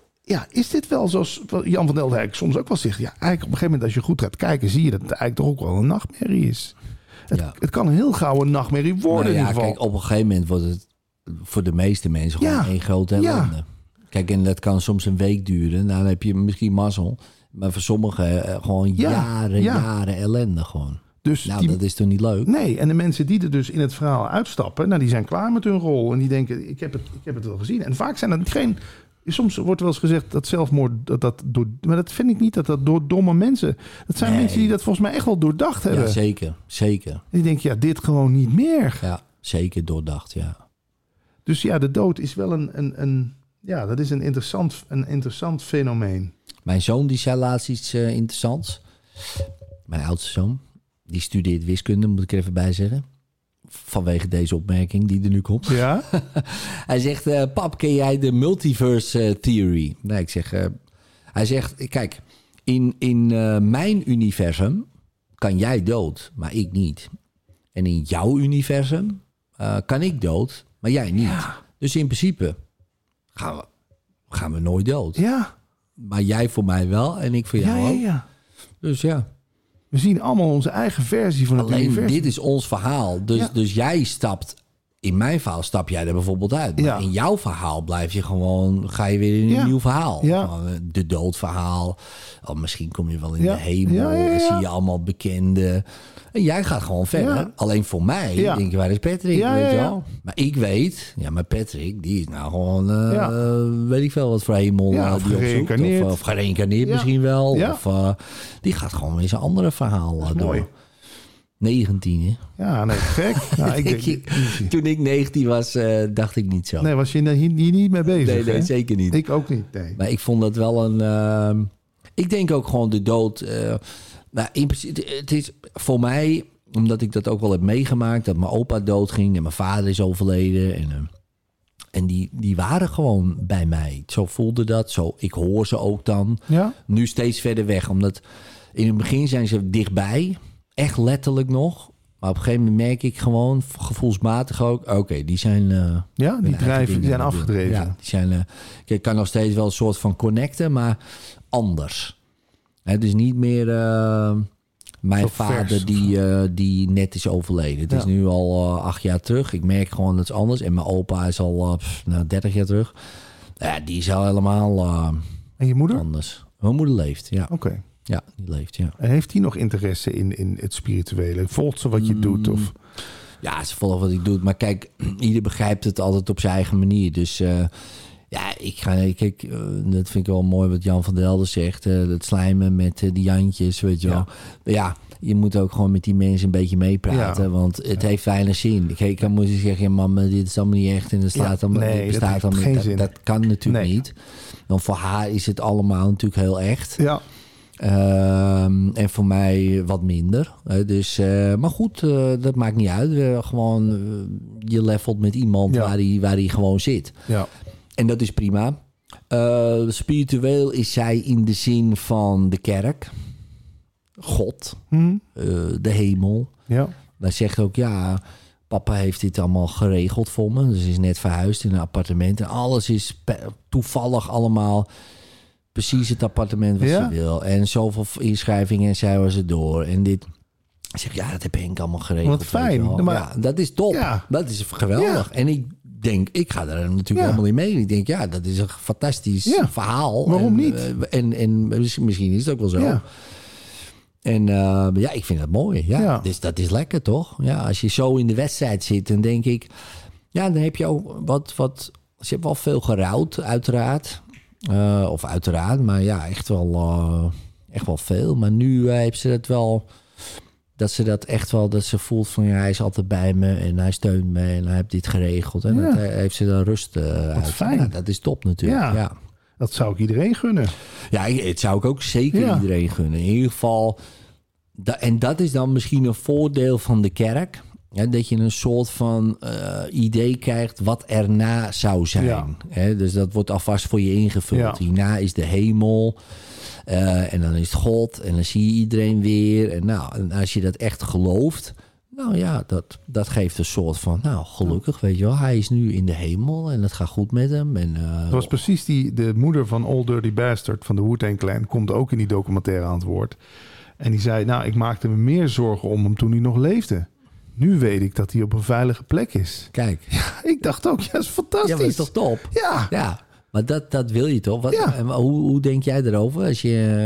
dit wel zoals Jan van Delden soms ook wel zegt. Ja, eigenlijk op een gegeven moment als je goed gaat kijken, zie je dat het eigenlijk toch ook wel een nachtmerrie is. Het kan een heel gauw een nachtmerrie worden in ieder geval. Kijk, op een gegeven moment wordt het voor de meeste mensen gewoon één grote ellende. Ja. Kijk, en dat kan soms een week duren. Nou, dan heb je misschien mazzel. Maar voor sommigen gewoon jaren ellende gewoon. Dus dat is toch niet leuk? Nee, en de mensen die er dus in het verhaal uitstappen... nou, die zijn klaar met hun rol. En die denken, ik heb het wel gezien. En vaak zijn dat geen... Soms wordt wel eens gezegd dat zelfmoord... maar dat vind ik niet dat door domme mensen... Dat zijn mensen die dat volgens mij echt wel doordacht hebben. Ja, zeker. En die denken, ja, dit gewoon niet meer. Ja, zeker doordacht, ja. Dus ja, de dood is wel dat is een interessant fenomeen. Mijn zoon die zei laatst iets interessants. Mijn oudste zoon. Die studeert wiskunde, moet ik er even bij zeggen. Vanwege deze opmerking die er nu komt. Ja? Hij zegt, pap, ken jij de multiverse theory? Nee, ik zeg... hij zegt, kijk, in mijn universum kan jij dood, maar ik niet. En in jouw universum kan ik dood, maar jij niet. Ja. Dus in principe gaan we nooit dood. Ja. Maar jij voor mij wel en ik voor jou ook. Ja. Dus ja. We zien allemaal onze eigen versie van het universum. Alleen dit is ons verhaal. Dus jij stapt... In mijn verhaal stap jij er bijvoorbeeld uit. Maar in jouw verhaal blijf je gewoon... Ga je weer in een nieuw verhaal. Ja. De doodverhaal. Misschien kom je wel in de hemel. Dan zie je allemaal bekenden. En jij gaat gewoon verder. Ja. Alleen voor mij denk je, waar is Patrick? Weet je wel? Maar ik weet... Ja, maar Patrick, die is nou gewoon... weet ik veel wat voor hemel die gereïncarneerd. Of gereïncarneerd misschien wel. Ja. Of die gaat gewoon weer zijn andere verhaal door. Mooi. 19, hè? Ja, nee, gek. Nou, toen ik 19 was, dacht ik niet zo. Nee, was je hier niet mee bezig? Nee, zeker niet. Ik ook niet, nee. Maar ik vond dat wel een... ik denk ook gewoon de dood... nou, in principe, het is voor mij, omdat ik dat ook wel heb meegemaakt... dat mijn opa doodging en mijn vader is overleden... En die waren gewoon bij mij. Zo voelde dat. Zo, ik hoor ze ook dan. Ja? Nu steeds verder weg. Omdat in het begin zijn ze dichtbij... Echt letterlijk nog. Maar op een gegeven moment merk ik gewoon, gevoelsmatig ook... Oké, die zijn... die zijn afgedreven. Ja, die zijn... ik kan nog steeds wel een soort van connecten, maar anders. Dus niet meer Mijn Zo vader vers. die net is overleden. Het is nu al 8 jaar terug. Ik merk gewoon dat het is anders. En mijn opa is al 30 jaar terug. Ja, die is al helemaal En je moeder? anders. Mijn moeder leeft, ja. Oké. Ja, die leeft, ja. En heeft hij nog interesse in het spirituele? Volgt ze wat je doet? Of? Ja, ze volgt wat ik doe. Maar kijk, ieder begrijpt het altijd op zijn eigen manier. Dus dat vind ik wel mooi wat Jan van der Helder zegt. Het slijmen met die Jantjes, weet je wel. Ja, je moet ook gewoon met die mensen een beetje meepraten. Ja. Want het heeft weinig zin. Kijk, dan moet je zeggen, ja, mama, dit is allemaal niet echt. En dat slaat allemaal, nee, dit bestaat dat heeft allemaal geen niet. zin. Dat kan natuurlijk Nee. niet. Want voor haar is het allemaal natuurlijk heel echt. Ja. En voor mij wat minder. Dus, maar goed, dat maakt niet uit. Je levelt met iemand waar hij gewoon zit. Ja. En dat is prima. Spiritueel is zij in de zin van de kerk. God. De hemel. Ja. Hij zegt ook, ja, papa heeft dit allemaal geregeld voor me. Dus ze is net verhuisd in een appartement. En alles is toevallig allemaal precies het appartement wat ze wil. En zoveel inschrijvingen en zij was er door. En dit. Ik zeg, ja, dat heb Henk allemaal geregeld. Wat fijn. Maar, ja, dat is top. Ja. Dat is geweldig. Ja. En ik denk, ik ga daar natuurlijk helemaal in mee. Ik denk, ja, dat is een fantastisch verhaal. Waarom niet? En misschien is het ook wel zo. Ja. En ik vind dat mooi. Ja. Dus dat is lekker, toch? Ja, als je zo in de wedstrijd zit, dan denk ik, ja, dan heb je ook wat. Ze heeft wel veel gerouwd, uiteraard. Of uiteraard, maar ja, echt wel veel. Maar nu heeft ze dat wel. Dat ze dat echt wel, dat ze voelt van, ja, hij is altijd bij me en hij steunt me en hij heeft dit geregeld. En dat heeft ze dan rust uit. Fijn. Ja, dat is top natuurlijk. Ja. Dat zou ik iedereen gunnen. Ja, het zou ik ook zeker iedereen gunnen. In ieder geval, en dat is dan misschien een voordeel van de kerk. Hè, dat je een soort van idee krijgt wat erna zou zijn. Ja. Hè, dus dat wordt alvast voor je ingevuld. Ja. Hierna is de hemel. En dan is het God. En dan zie je iedereen weer. En als je dat echt gelooft. Nou ja, dat geeft een soort van, nou, gelukkig, weet je wel. Hij is nu in de hemel en het gaat goed met hem. En, dat was precies de moeder van Old Dirty Bastard van de Wu-Tang Clan. Komt ook in die documentaire aan het woord. En die zei, nou, ik maakte me meer zorgen om hem toen hij nog leefde. Nu weet ik dat hij op een veilige plek is. Kijk. Ja, ik dacht ook, ja, dat is fantastisch. Ja, maar dat is toch top? Ja. Maar dat wil je toch? Hoe denk jij erover als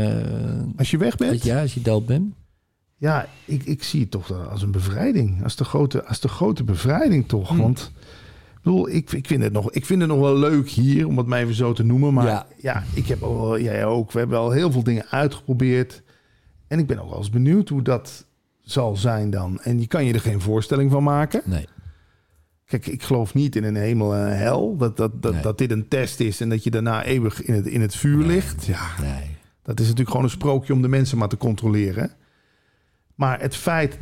je weg bent? Als je dood bent? Ja, ik zie het toch als een bevrijding. Als de grote bevrijding toch. Want ik bedoel, ik vind het nog wel leuk hier, om het mij even zo te noemen. Maar ik heb ook wel, jij ook. We hebben al heel veel dingen uitgeprobeerd. En ik ben ook wel eens benieuwd hoe dat zal zijn dan. En je kan je er geen voorstelling van maken. Nee. Kijk, ik geloof niet in een hemel en hel. Dat dit een test is en dat je daarna eeuwig in het vuur ligt. Ja, dat is natuurlijk gewoon een sprookje om de mensen maar te controleren. Maar het feit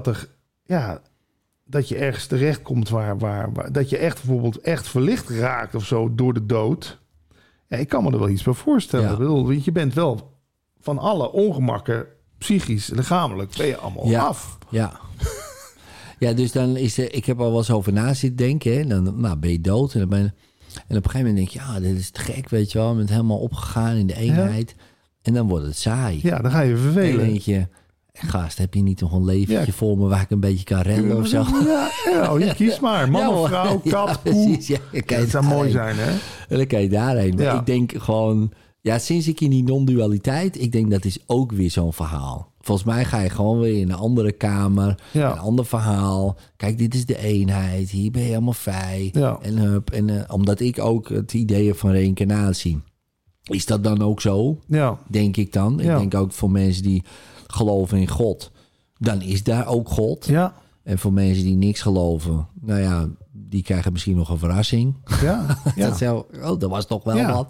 dat je ergens terechtkomt waar dat je echt bijvoorbeeld echt verlicht raakt of zo door de dood. Ja, ik kan me er wel iets bij voorstellen. Ja. Ik bedoel, je bent wel van alle ongemakken, psychisch, lichamelijk, ben je allemaal af. Ja. Ja, dus dan ik heb al wel eens over na zitten denken. Hè. Dan ben je dood. En op een gegeven moment denk je, ja, dit is te gek, weet je wel. Je bent helemaal opgegaan in de eenheid. Ja. En dan wordt het saai. Ja, dan ga je vervelen. En dan denk je, gast, heb je niet nog een leventje voor me waar ik een beetje kan rennen of zo? Ja, je kiest maar. Man of vrouw, kat, koe. Precies, dat zou mooi zijn, hè? En dan kan je daarheen. Maar ik denk gewoon, sinds ik in die non-dualiteit, ik denk dat is ook weer zo'n verhaal. Volgens mij ga je gewoon weer in een andere kamer. Ja. Een ander verhaal. Kijk, dit is de eenheid. Hier ben je helemaal vrij. Ja. En omdat ik ook het idee heb van reïncarnatie. Is dat dan ook zo? Ja. Denk ik dan. Ja. Ik denk ook voor mensen die geloven in God. Dan is daar ook God. Ja. En voor mensen die niks geloven. Nou ja, die krijgen misschien nog een verrassing. Ja. Dat was toch wel wat.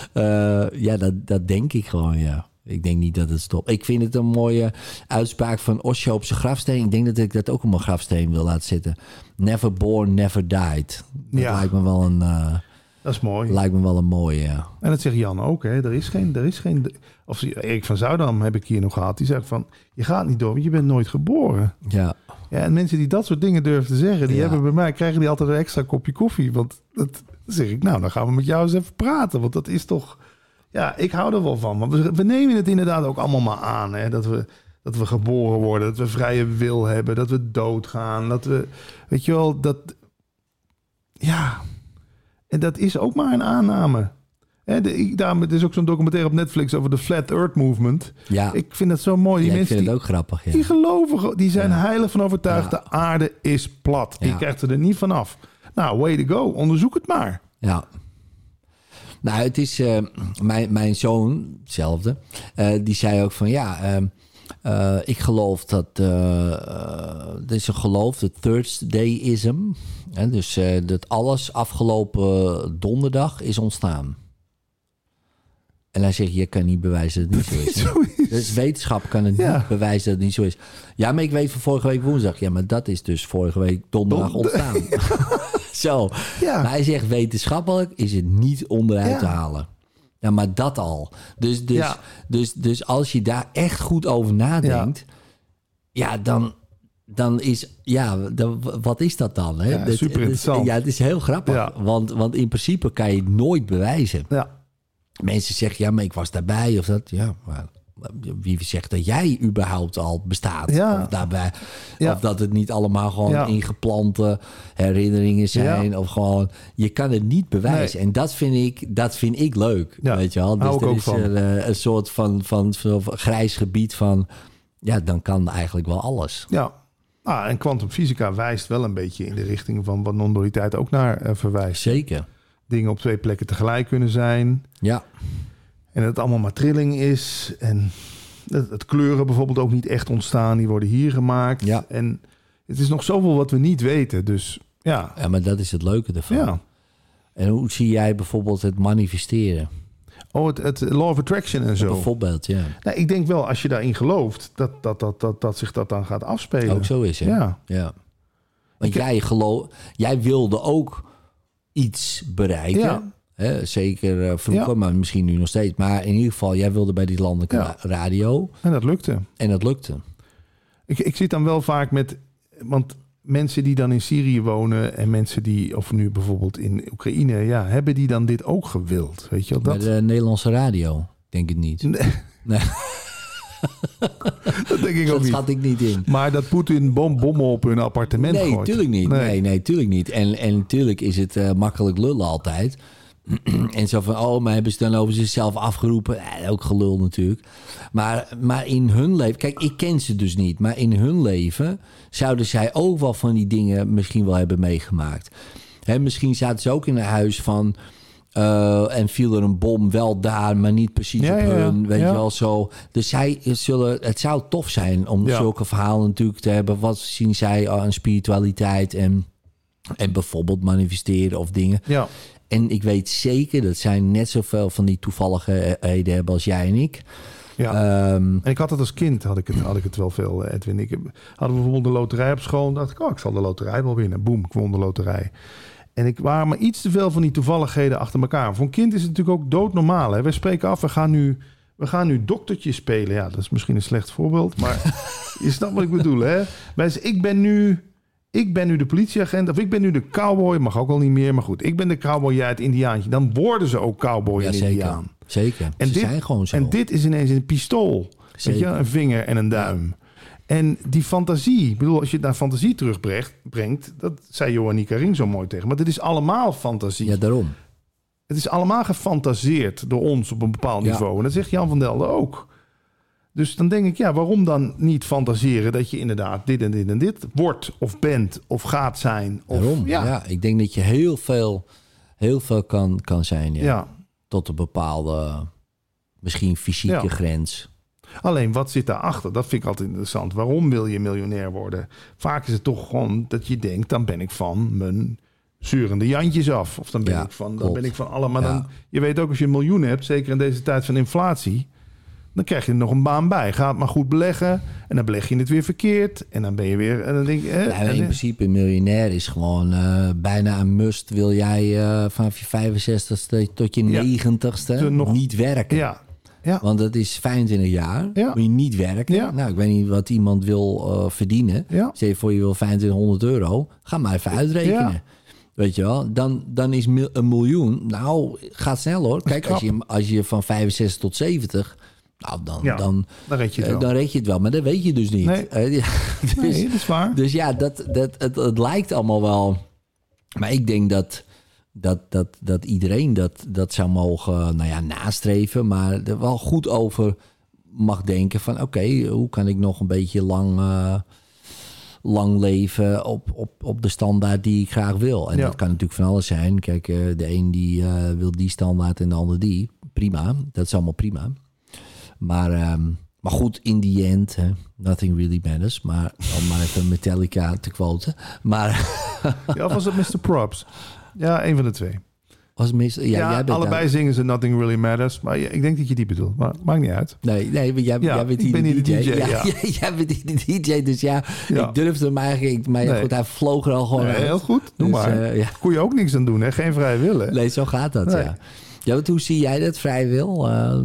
Dat denk ik gewoon, ja. Ik denk niet dat het stopt. Ik vind het een mooie uitspraak van Osho op zijn grafsteen. Ik denk dat ik dat ook op mijn grafsteen wil laten zitten. Never born, never died. Dat lijkt me wel een... dat is mooi. Lijkt me wel een mooie, ja. En dat zegt Jan ook, hè. Er is geen... Of Erik van Zuidam heb ik hier nog gehad. Die zegt van, je gaat niet door, want je bent nooit geboren. Ja. Ja, en mensen die dat soort dingen durven te zeggen... die hebben bij mij, krijgen die altijd een extra kopje koffie. Want dan zeg ik, nou, dan gaan we met jou eens even praten. Want dat is toch... Ja, ik hou er wel van. Maar we nemen het inderdaad ook allemaal maar aan. Hè? Dat we geboren worden, dat we vrije wil hebben, dat we doodgaan. Dat we, weet je wel, dat... Ja, en dat is ook maar een aanname. Er is ook zo'n documentaire op Netflix over de Flat Earth Movement. Ja. Ik vind dat zo mooi. Die ik mensen vind het ook grappig. Ja. die geloven, die zijn heilig van overtuigd. De aarde is plat. Je krijgt er niet vanaf. Nou, way to go. Onderzoek het maar. Ja. Nou, het is... mijn zoon, hetzelfde, die zei ook van... ik geloof dat... er is een geloof, de Thursdayism. Dus dat alles afgelopen donderdag is ontstaan. En hij zegt, je kan niet bewijzen dat het niet zo is. Dus wetenschap kan het niet bewijzen dat het niet zo is. Ja, maar ik weet van vorige week woensdag. Ja, maar dat is dus vorige week donderdag ontstaan. Zo. Ja. Maar hij zegt, wetenschappelijk is het niet onderuit te halen. Ja, maar dat al. Dus als je daar echt goed over nadenkt... dan is... wat is dat dan? Hè? Ja, super interessant. Het is heel grappig. Ja. Want in principe kan je het nooit bewijzen. Ja. Mensen zeggen, ja, maar ik was daarbij of dat. Ja, maar wie zegt dat jij überhaupt al bestaat? Ja. Of daarbij. Ja. Of dat het niet allemaal gewoon ingeplante herinneringen zijn. Ja. Of gewoon, je kan het niet bewijzen. Nee. En dat vind ik leuk. Ja. Weet je wel? Dus er is een soort van grijs gebied van... Ja, dan kan eigenlijk wel alles. Ja. En kwantumfysica wijst wel een beetje in de richting van wat non-dualiteit ook naar verwijst. Zeker. Dingen op 2 plekken tegelijk kunnen zijn. Ja. En dat het allemaal maar trilling is. En het kleuren bijvoorbeeld ook niet echt ontstaan. Die worden hier gemaakt. Ja. En het is nog zoveel wat we niet weten. Dus ja. Ja, maar dat is het leuke ervan. Ja. En hoe zie jij bijvoorbeeld het manifesteren? Het law of attraction en zo. Ja, bijvoorbeeld, ja. Nou, ik denk wel, als je daarin gelooft, dat zich dat dan gaat afspelen. Ook zo is, hè? Ja. Want jij wilde ook iets bereiken. Ja. Hè? Zeker vroeger, maar misschien nu nog steeds. Maar in ieder geval, jij wilde bij die landelijke radio. En dat lukte. Ik zit dan wel vaak met... Want mensen die dan in Syrië wonen en mensen die... Of nu bijvoorbeeld in Oekraïne, hebben die dan dit ook gewild? Weet je wel? Bij de Nederlandse radio? Denk het niet. Nee. Dat denk ik ook niet. Dat schat ik niet in. Maar dat Poetin bommen op hun appartement gooit. Nee, tuurlijk niet. Nee, tuurlijk niet. En tuurlijk is het makkelijk lullen altijd. En zo van, maar hebben ze dan over zichzelf afgeroepen? Ook gelul natuurlijk. Maar in hun leven... Kijk, ik ken ze dus niet. Maar in hun leven zouden zij ook wel van die dingen misschien wel hebben meegemaakt. Misschien zaten ze ook in een huis van... en viel er een bom wel daar, maar niet precies op hun. Weet je wel zo. Dus zij zullen... Het zou tof zijn om zulke verhalen natuurlijk te hebben. Wat zien zij aan spiritualiteit en bijvoorbeeld manifesteren of dingen. Ja. En ik weet zeker dat zij net zoveel van die toevalligheden hebben als jij en ik. Ja. En ik had het als kind, had ik het wel veel, Edwin. Hadden we bijvoorbeeld de loterij op school. En dacht ik, ik zal de loterij wel winnen. Boem, ik won de loterij. En ik waren maar iets te veel van die toevalligheden achter elkaar. Voor een kind is het natuurlijk ook doodnormaal. Hè? Wij spreken af, we gaan nu doktertje spelen. Ja, dat is misschien een slecht voorbeeld. Maar je snapt wat ik bedoel, hè? Ik ben nu de politieagent of ik ben nu de cowboy. Mag ook al niet meer, maar goed. Ik ben de cowboy, jij het indiaantje. Dan worden ze ook cowboy en indiaan. Zeker, ze zijn gewoon zo. En dit is ineens een pistool. Weet je, een vinger en een duim. En die fantasie, ik bedoel, als je het naar fantasie terugbrengt... dat zei Johannica Ring zo mooi tegen. Maar dit is allemaal fantasie. Ja, daarom. Het is allemaal gefantaseerd door ons op een bepaald niveau. En dat zegt Jan van Delden ook. Dus dan denk ik, waarom dan niet fantaseren... dat je inderdaad dit en dit en dit wordt of bent of gaat zijn? Of, daarom, ik denk dat je heel veel kan zijn. Ja. Tot een bepaalde, misschien fysieke grens. Alleen, wat zit daarachter? Dat vind ik altijd interessant. Waarom wil je miljonair worden? Vaak is het toch gewoon dat je denkt... dan ben ik van mijn zurende jantjes af. Of dan ben ik van alle... Maar dan, je weet ook, als je een miljoen hebt... zeker in deze tijd van inflatie... dan krijg je er nog een baan bij. Ga het maar goed beleggen. En dan beleg je het weer verkeerd. En dan ben je weer... En dan denk je, in principe, een miljonair is gewoon bijna een must. Wil jij vanaf je 65ste tot je 90ste niet werken? Ja. Want dat is 25 jaar. Ja. Moet je niet werken. Ja. Nou, ik weet niet wat iemand wil verdienen. Ja. Stel je voor, je wil €2500. Ga maar even uitrekenen. Ja. Weet je wel? Dan is een miljoen... Nou, gaat snel hoor. Kijk, als je van 65 tot 70... Nou, dan red je het wel. Dan red je het wel, maar dat weet je dus niet. Nee, dus, nee, dat is waar. Dus ja, het lijkt allemaal wel... Maar ik denk dat iedereen dat zou mogen nastreven... maar er wel goed over mag denken van... oké, hoe kan ik nog een beetje lang leven op de standaard die ik graag wil? En dat kan natuurlijk van alles zijn. Kijk, de een die wil die standaard en de ander die. Prima, dat is allemaal prima. Maar goed, in the end, nothing really matters. Maar om maar even Metallica te quoten. Maar Ja, of was het Mr. Props? Ja, een van de twee. Was jij allebei zingen ze Nothing Really Matters. Maar ik denk dat je die bedoelt. Maar maakt niet uit. Nee, maar jij bent hier de DJ. Jij bent hier de DJ, dus ik durfde hem eigenlijk... Maar goed, hij vloog er al gewoon uit. Heel goed, doe maar. Kon je ook niks aan doen, hè? Geen vrije wil, hè? Nee, zo gaat dat, ja. Ja, want hoe zie jij dat, vrije wil?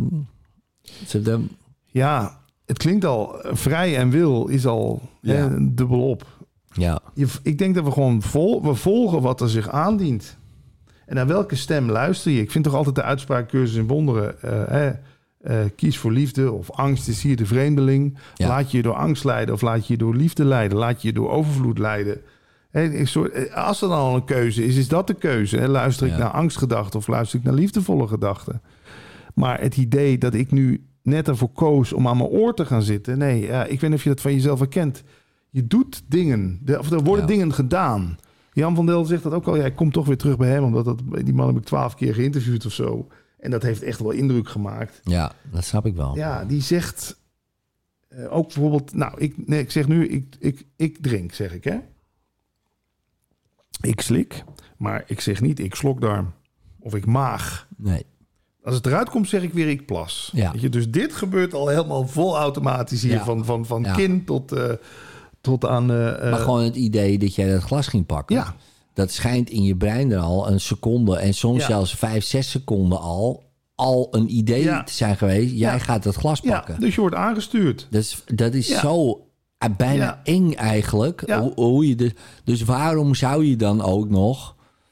Ja, het klinkt al... Vrij en wil is al dubbel op. Ja. Ik denk dat we gewoon volgen wat er zich aandient. En naar welke stem luister je? Ik vind toch altijd de uitspraak Cursus in Wonderen... kies voor liefde of angst is hier de vreemdeling. Ja. Laat je door angst leiden of laat je door liefde leiden. Laat je door overvloed leiden. Als er dan al een keuze is dat de keuze. Luister ik naar angstgedachten of luister ik naar liefdevolle gedachten? Maar het idee dat ik nu net ervoor koos om aan mijn oor te gaan zitten... Nee, ik weet niet of je dat van jezelf herkent. Je doet dingen, er worden dingen gedaan... Jan van Del zegt dat ook al. Ja, ik kom toch weer terug bij hem, omdat die man heb ik 12 keer geïnterviewd of zo. En dat heeft echt wel indruk gemaakt. Ja, dat snap ik wel. Ja, die zegt ook bijvoorbeeld... Nou, ik zeg nu, ik drink, zeg ik, hè. Ik slik, maar ik zeg niet ik slokdarm of ik maag. Nee. Als het eruit komt, zeg ik weer ik plas. Ja. Weet je, dus dit gebeurt al helemaal vol automatisch hier. Van kind tot aan... maar gewoon het idee dat jij dat glas ging pakken. Ja. Dat schijnt in je brein er al een seconde... en soms zelfs 5, 6 seconden al een idee te zijn geweest. Jij gaat dat glas pakken. Ja, dus je wordt aangestuurd. Dat is zo bijna eng eigenlijk. Ja. Hoe je dus waarom zou je dan ook nog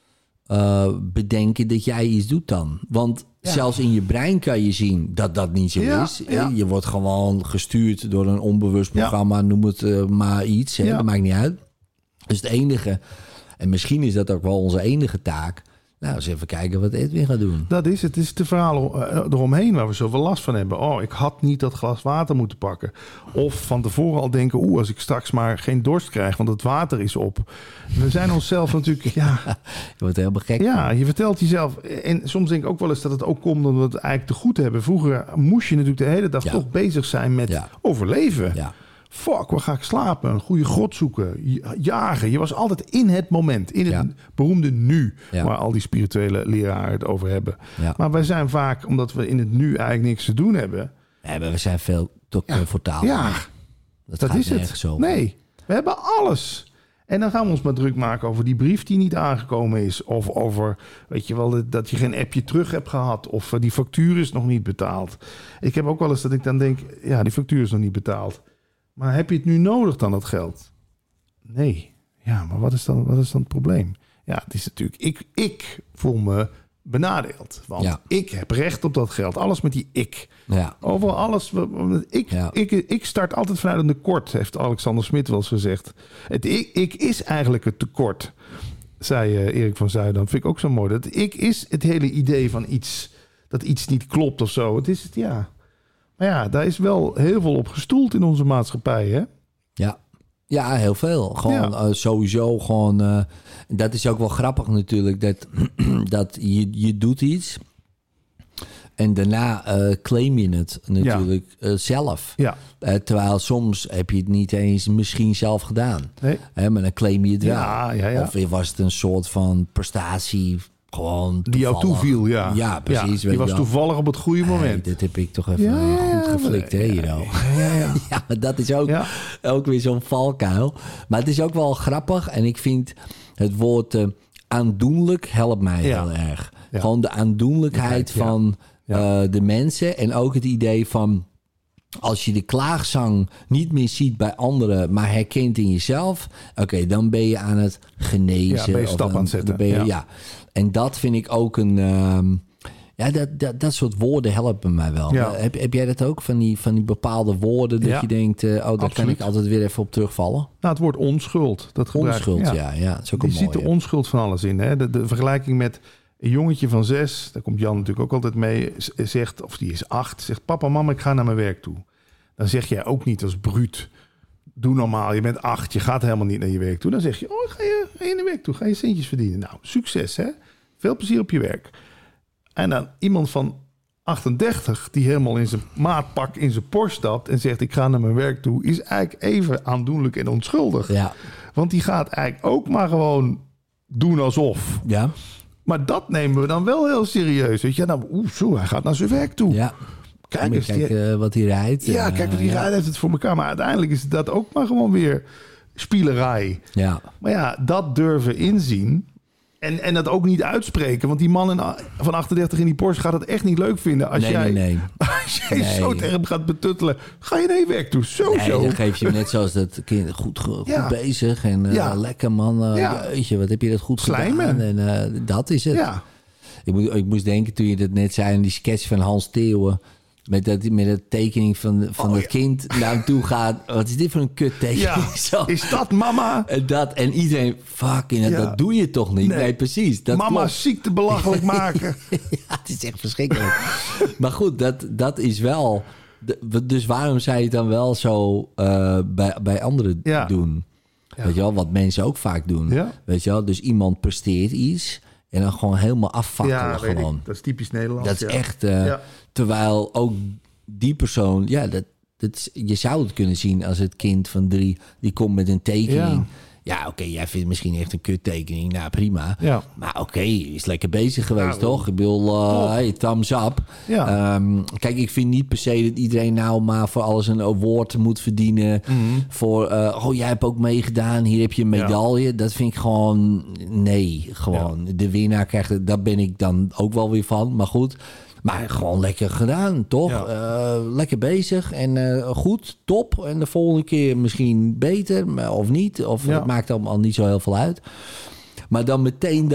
bedenken dat jij iets doet dan? Want zelfs in je brein kan je zien dat dat niet zo is. Ja. Je wordt gewoon gestuurd door een onbewust programma. Noem het maar iets. Ja. Dat maakt niet uit. Dus het enige... En misschien is dat ook wel onze enige taak. Nou, eens even kijken wat Edwin gaat doen. Dat is het. Het is de verhaal eromheen waar we zoveel last van hebben. Oh, ik had niet dat glas water moeten pakken. Of van tevoren al denken... als ik straks maar geen dorst krijg, want het water is op. We zijn onszelf natuurlijk... Ja, je wordt helemaal gek. Ja, je vertelt jezelf... En soms denk ik ook wel eens dat het ook komt... omdat we het eigenlijk te goed hebben. Vroeger moest je natuurlijk de hele dag toch bezig zijn met overleven. Ja. Fuck, waar ga ik slapen? Een goede grot zoeken. Jagen. Je was altijd in het moment. In het beroemde nu. Ja. Waar al die spirituele leraren het over hebben. Ja. Maar wij zijn vaak, omdat we in het nu eigenlijk niks te doen hebben. Nee, maar we zijn veel te comfortabel. Ja, dat is het. Over. Nee, we hebben alles. En dan gaan we ons maar druk maken over die brief die niet aangekomen is. Of over, weet je wel, dat je geen appje terug hebt gehad. Of die factuur is nog niet betaald. Ik heb ook wel eens dat ik dan denk, ja, die factuur is nog niet betaald. Maar heb je het nu nodig dan, dat geld? Nee. Ja, maar wat is dan het probleem? Ja, het is natuurlijk... Ik voel me benadeeld. Want ik heb recht op dat geld. Alles met die ik. Ja. Overal alles... Ik start altijd vanuit een tekort, heeft Alexander Smit wel eens gezegd. Het ik is eigenlijk het tekort, zei Erik van Zuiden. Dat vind ik ook zo mooi. Dat ik is het hele idee van iets... dat iets niet klopt of zo. Het is het, Maar ja, daar is wel heel veel op gestoeld in onze maatschappij, hè? Ja, heel veel. Gewoon sowieso gewoon... dat is ook wel grappig natuurlijk, dat je doet iets... en daarna claim je het natuurlijk zelf. Ja. Terwijl soms heb je het niet eens misschien zelf gedaan. Nee. Maar dan claim je het wel. Ja. Of was het een soort van prestatie... Gewoon die jou toeviel, Ja, precies. Die was toevallig op het goede moment. Dit heb ik toch even goed geflikt, hè, Ja, maar dat is ook weer zo'n valkuil. Maar het is ook wel grappig. En ik vind het woord aandoenlijk helpt mij heel erg. Ja. Gewoon de aandoenlijkheid van de mensen. En ook het idee van... als je de klaagzang niet meer ziet bij anderen... maar herkent in jezelf... oké, dan ben je aan het genezen. Ja, ben je stap aan het zetten. En dat vind ik ook een... Ja, dat soort woorden helpen mij wel. Ja. Heb jij dat ook? Van die bepaalde woorden dat je denkt... daar kan ik altijd weer even op terugvallen? Nou, het woord onschuld. Dat Onschuld, ja. Dat is ook je een ziet de mooie. onschuld van alles in. Hè? De vergelijking met een jongetje van 6... daar komt Jan natuurlijk ook altijd mee... zegt, of die is 8, zegt... papa, mama, ik ga naar mijn werk toe. Dan zeg jij ook niet als bruut... doe normaal, je bent 8, je gaat helemaal niet naar je werk toe. Dan zeg je, ga je naar je werk toe, ga je centjes verdienen. Nou, succes hè. Veel plezier op je werk. En dan iemand van 38 die helemaal in zijn maatpak in zijn Porsche stapt... en zegt, ik ga naar mijn werk toe... is eigenlijk even aandoenlijk en onschuldig. Ja. Want die gaat eigenlijk ook maar gewoon doen alsof. Ja. Maar dat nemen we dan wel heel serieus. Weet je, nou, hij gaat naar zijn werk toe. Ja. Kijk eens, wat hij rijdt. Ja, kijk wat hij rijdt, heeft het voor elkaar. Maar uiteindelijk is dat ook maar gewoon weer spielerij. Ja. Maar ja, dat durven inzien en dat ook niet uitspreken. Want die man van 38 in die Porsche gaat het echt niet leuk vinden. Als jij zo tegen hem gaat betuttelen, ga je naar je werk toe. Zo. Dan geef je hem net zoals dat kind goed bezig. En lekker man. Jeetje, wat heb je dat goed Slijmen. gedaan. En dat is het. Ja. Ik moest denken toen je dat net zei... aan die sketch van Hans Theeuwen... Met dat tekening van het kind naar hem toe gaat. Wat is dit voor een kuttekening? Ja, Zo. is dat mama? En iedereen, dat doe je toch niet? Nee precies. Dat mama klopt. ziekte belachelijk maken. Ja, het is echt verschrikkelijk. Maar goed, dat is wel... Dus waarom zou je het dan wel zo bij anderen doen? Ja. Weet je wel, wat mensen ook vaak doen. Ja. Weet je wel, dus iemand presteert iets... en dan gewoon helemaal afvakkelen gewoon. Dat is typisch Nederlands. Dat is echt... Terwijl ook die persoon... Ja, je zou het kunnen zien als het kind van 3... die komt met een tekening. Ja, oké, jij vindt misschien echt een kuttekening. Nou, prima. Ja. Maar oké, is lekker bezig geweest, toch? Ik bedoel, thumbs up. Ja. Kijk, ik vind niet per se dat iedereen nou maar voor alles een award moet verdienen. Mm-hmm. Voor, jij hebt ook meegedaan, hier heb je een medaille. Ja. Dat vind ik gewoon, gewoon. Ja. De winnaar krijgt, daar ben ik dan ook wel weer van. Maar goed... Maar gewoon lekker gedaan, toch? Ja. Lekker bezig en goed, top. En de volgende keer misschien beter of niet. Of het maakt allemaal niet zo heel veel uit. Maar dan meteen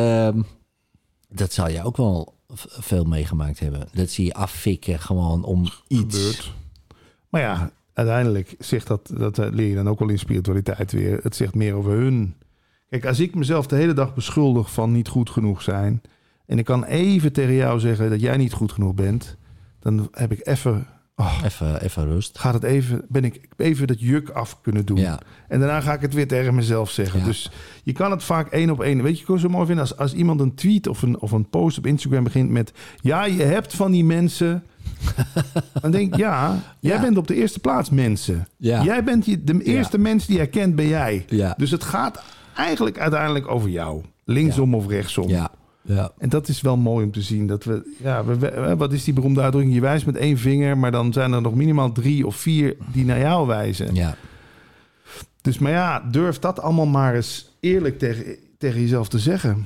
dat zal je ook wel veel meegemaakt hebben. Dat zie je affikken gewoon om iets. Gebeurt. Maar ja, uiteindelijk zegt dat leer je dan ook wel in spiritualiteit weer. Het zegt meer over hun. Kijk, als ik mezelf de hele dag beschuldig van niet goed genoeg zijn... en ik kan even tegen jou zeggen dat jij niet goed genoeg bent... dan heb ik even rust. Gaat het ben ik even dat juk af kunnen doen. Ja. En daarna ga ik het weer tegen mezelf zeggen. Ja. Dus je kan het vaak 1 op 1. Weet je, ik zo mooi vinden als iemand een tweet of een post op Instagram begint met... ja, je hebt van die mensen... dan denk ik, jij bent op de eerste plaats mensen. Ja. Jij bent de eerste mens die jij kent, ben jij. Ja. Dus het gaat eigenlijk uiteindelijk over jou. Linksom of rechtsom. Ja. Ja. En dat is wel mooi om te zien. Dat wat is die beroemde uitdrukking? Je wijst met 1 vinger, maar dan zijn er nog minimaal 3 of 4 die naar jou wijzen. Ja. Dus maar durf dat allemaal maar eens eerlijk tegen jezelf te zeggen.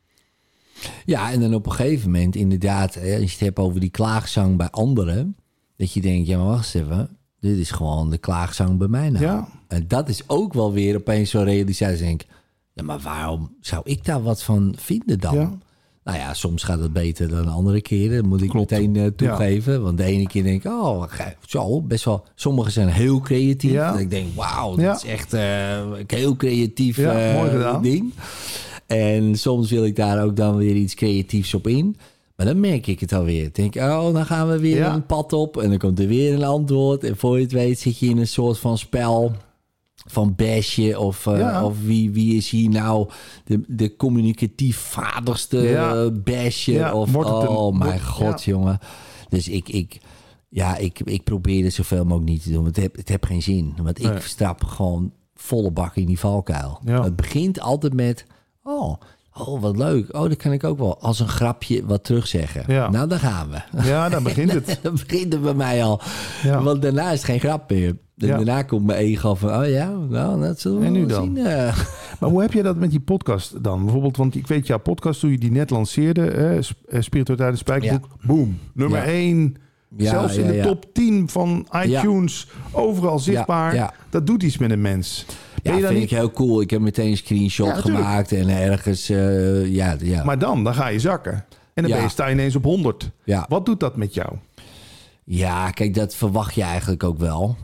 Ja, en dan op een gegeven moment inderdaad, als je het hebt over die klaagzang bij anderen, dat je denkt, ja maar wacht eens even, dit is gewoon de klaagzang bij mij nou. Ja. En dat is ook wel weer opeens zo'n realisatie, denk ik, ja, maar waarom zou ik daar wat van vinden dan? Ja. Nou ja, soms gaat het beter dan de andere keren. Dat moet ik meteen toegeven. Ja. Want de ene keer denk ik, zo, best wel. Sommigen zijn heel creatief. Ja. En ik denk, wauw, dat is echt een heel creatief ding. En soms wil ik daar ook dan weer iets creatiefs op in. Maar dan merk ik het alweer. Ik denk, dan gaan we weer een pad op. En dan komt er weer een antwoord. En voor je het weet zit je in een soort van spel... van basje of wie is hier nou de communicatief vaderste basje? Ja, of mijn god, jongen. Dus ik probeer het zoveel mogelijk niet te doen. Want het heeft geen zin. Want ik stap gewoon volle bak in die valkuil. Ja. Het begint altijd met... Oh, wat leuk. Oh, dat kan ik ook wel als een grapje wat terugzeggen. Ja. Nou, daar gaan we. Ja, dan begint het. Dan begint het bij mij al. Ja. Want daarna is het geen grap meer. Daarna komt mijn ego van, dat zullen we nu dan zien. Maar hoe heb je dat met die podcast dan? Bijvoorbeeld, want ik weet jouw podcast, toen je die net lanceerde, Spiritualiteit en Spijkerbroek, boom, nummer 1... Zelfs in de top 10 van iTunes, overal zichtbaar. Ja. Dat doet iets met een mens. Ja, dat vind ik heel cool. Ik heb meteen een screenshot gemaakt en ergens... Maar dan ga je zakken. En dan sta je ineens op 100. Ja. Wat doet dat met jou? Ja, kijk, dat verwacht je eigenlijk ook wel.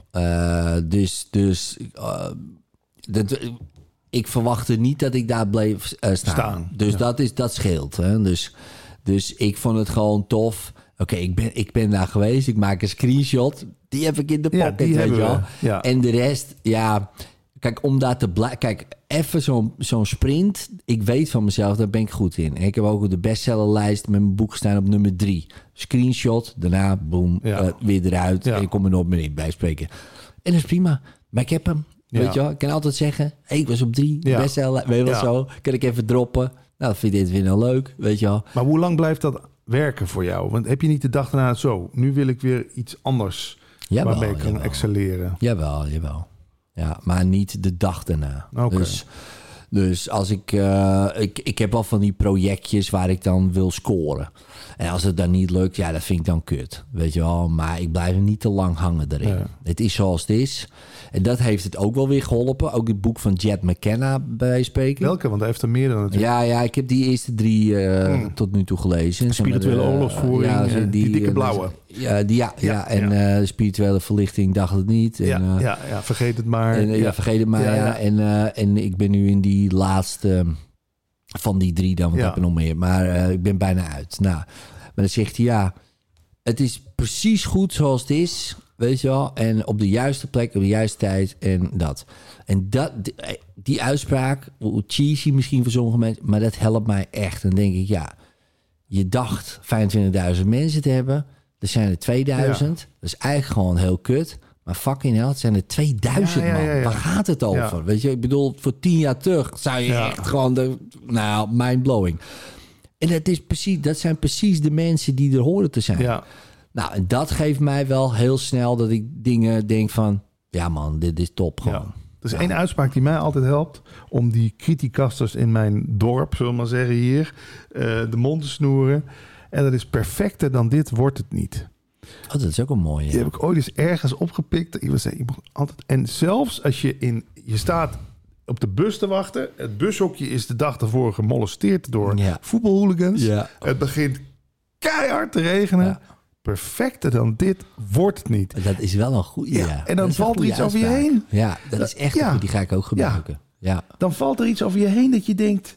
Ik verwachtte niet dat ik daar bleef staan. Dus dat scheelt. Hè? Dus ik vond het gewoon tof. Oké, ik ben daar geweest. Ik maak een screenshot. Die heb ik in de pocket, weet je wel. Ja. En de rest, ja... Kijk, om daar te blijven... Kijk, even zo'n sprint. Ik weet van mezelf, daar ben ik goed in. Ik heb ook op de bestsellerlijst met mijn boek staan op nummer 3. Screenshot, daarna, boom, weer eruit. Ja. En ik kom er nog meer in bij spreken. En dat is prima. Maar ik heb hem. Ja. Weet je wel? Ik kan altijd zeggen, ik was op 3. Ja. Bestseller, weet je wel zo. Kan ik even droppen. Nou, dat vind ik dit weer nou leuk, weet je wel. Maar hoe lang blijft dat werken voor jou? Want heb je niet de dag daarna zo... Nu wil ik weer iets anders waarmee ik kan excelleren. Jawel. Ja, maar niet de dag daarna. Okay. Dus als ik heb wel van die projectjes waar ik dan wil scoren. En als het dan niet lukt, ja, dat vind ik dan kut. Weet je wel, maar ik blijf er niet te lang hangen erin. Ja. Het is zoals het is. En dat heeft het ook wel weer geholpen. Ook het boek van Jed McKenna bij spreken. Welke? Want hij heeft er meerdere natuurlijk. Ja, ik heb die eerste 3 tot nu toe gelezen. Spirituele oorlogsvoering, die dikke blauwe. En spirituele verlichting dacht het niet. En, vergeet het maar. Vergeet het maar, En ik ben nu in die laatste van die 3 dan, want ik heb er nog meer. Maar ik ben bijna uit. Nou, maar dan zegt hij, het is precies goed zoals het is... Weet je wel? En op de juiste plek, op de juiste tijd en dat. En die uitspraak, hoe cheesy misschien voor sommige mensen... maar dat helpt mij echt. Dan denk ik, je dacht 25.000 mensen te hebben. Er zijn er 2000. Dat is eigenlijk gewoon heel kut. Maar fucking hell, het zijn er 2000, man. Waar gaat het over? Ja. Weet je, ik bedoel, voor 10 jaar terug zou je echt gewoon... mindblowing. En dat zijn precies de mensen die er horen te zijn. Ja. Nou, en dat geeft mij wel heel snel dat ik dingen denk van... Ja man, dit is top gewoon. Ja. Er is één uitspraak die mij altijd helpt... om die criticasters in mijn dorp, zullen we maar zeggen hier... de mond te snoeren. En dat is perfecter dan dit wordt het niet. Oh, dat is ook een mooie. Die heb ik ooit eens ergens opgepikt. Ik wil zeggen, en zelfs als je staat op de bus te wachten... het bushokje is de dag daarvoor gemolesteerd door voetbalhooligans. Ja. Het begint keihard te regenen... Ja. Perfecter dan dit wordt het niet. Dat is wel een goede. Ja. En dan valt er iets over je heen. Ja, dat is echt goed. Die ga ik ook gebruiken. Ja. Dan valt er iets over je heen dat je denkt...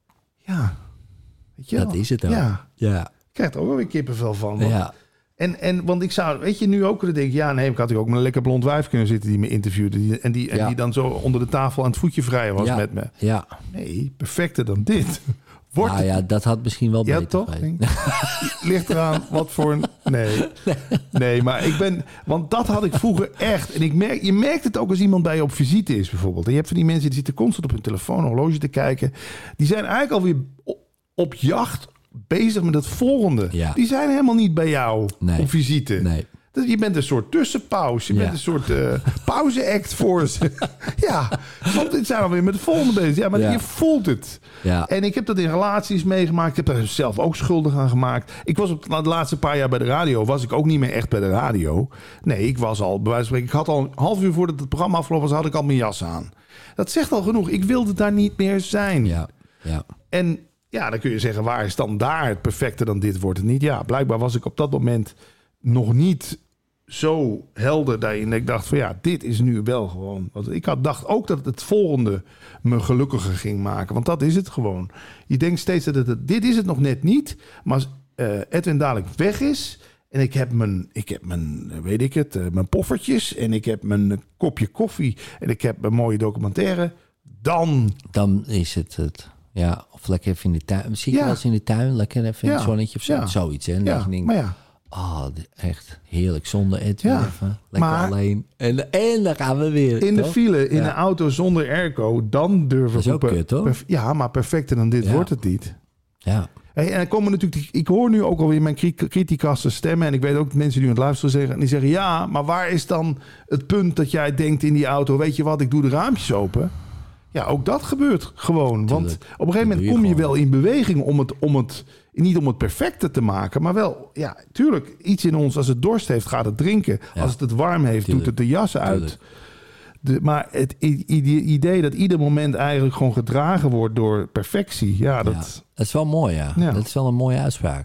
weet je wel. Dat is het ook. Ja. Ik krijg er ook wel weer kippenvel van. Want ik zou, weet je, nu ook kunnen denken... ik had ook met een lekker blond wijf kunnen zitten... die me interviewde. En die dan zo onder de tafel aan het voetje vrij was met me. Ja. Nee, perfecter dan dit... dat had misschien wel beter toch? Ligt eraan wat voor een... Nee, maar want dat had ik vroeger echt. En je merkt het ook als iemand bij je op visite is bijvoorbeeld. En je hebt van die mensen die zitten constant op hun telefoon, horloge te kijken. Die zijn eigenlijk alweer op jacht bezig met het volgende. Ja. Die zijn helemaal niet bij jou op visite. Nee. Dus je bent een soort tussenpauze. Je bent een soort pauze-act voor ze. Want dit zijn we weer met het volgende bezig. Ja, maar je voelt het. Ja. En ik heb dat in relaties meegemaakt. Ik heb daar zelf ook schuldig aan gemaakt. Ik was de laatste paar jaar bij de radio. Was ik ook niet meer echt bij de radio. Nee, ik was al, bij wijze van spreken... Ik had al een half uur voordat het programma afgelopen was... had ik al mijn jas aan. Dat zegt al genoeg. Ik wilde daar niet meer zijn. Ja. En dan kun je zeggen... waar is dan daar het perfecte dan dit wordt het niet? Ja, blijkbaar was ik op dat moment... nog niet zo helder daarin. Dat ik dacht van dit is nu wel gewoon. Want ik dacht ook dat het volgende me gelukkiger ging maken. Want dat is het gewoon. Je denkt steeds dat dit is het nog net niet. Maar als Edwin dadelijk weg is... en ik heb mijn mijn poffertjes... en ik heb mijn kopje koffie... en ik heb mijn mooie documentaire... Dan is het. Ja, of lekker even in de tuin. Misschien wel eens in de tuin. Lekker even in het zonnetje of zo. Ja. Zoiets. Hè? En denk, echt heerlijk. Zonder Edwin even. Lekker alleen. En dan gaan we weer. In de file, in een auto zonder airco. Dan durven we... Dat is ook kut, hoor. Maar perfecter dan dit wordt het niet. Ja. En dan komen natuurlijk... Ik hoor nu ook alweer mijn criticasten stemmen. En ik weet ook dat mensen die aan het luisteren zeggen... die zeggen, maar waar is dan het punt dat jij denkt in die auto... weet je wat, ik doe de raampjes open... Ja, ook dat gebeurt gewoon. Want op een gegeven moment kom je wel in beweging om het niet om het perfecte te maken, maar wel, tuurlijk, iets in ons, als het dorst heeft, gaat het drinken. Ja. Als het warm heeft, doet het de jas uit. Maar het idee dat ieder moment eigenlijk gewoon gedragen wordt door perfectie. Ja, dat is wel mooi, ja. Dat is wel een mooie uitspraak.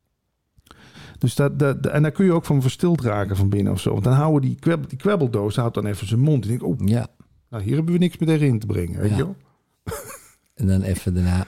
Dus en daar kun je ook van verstild raken van binnen of zo. Want dan houden die kwebbeldoos houdt dan even zijn mond. En denk nou, hier hebben we niks meer tegen in te brengen. Weet je wel? En dan even daarna,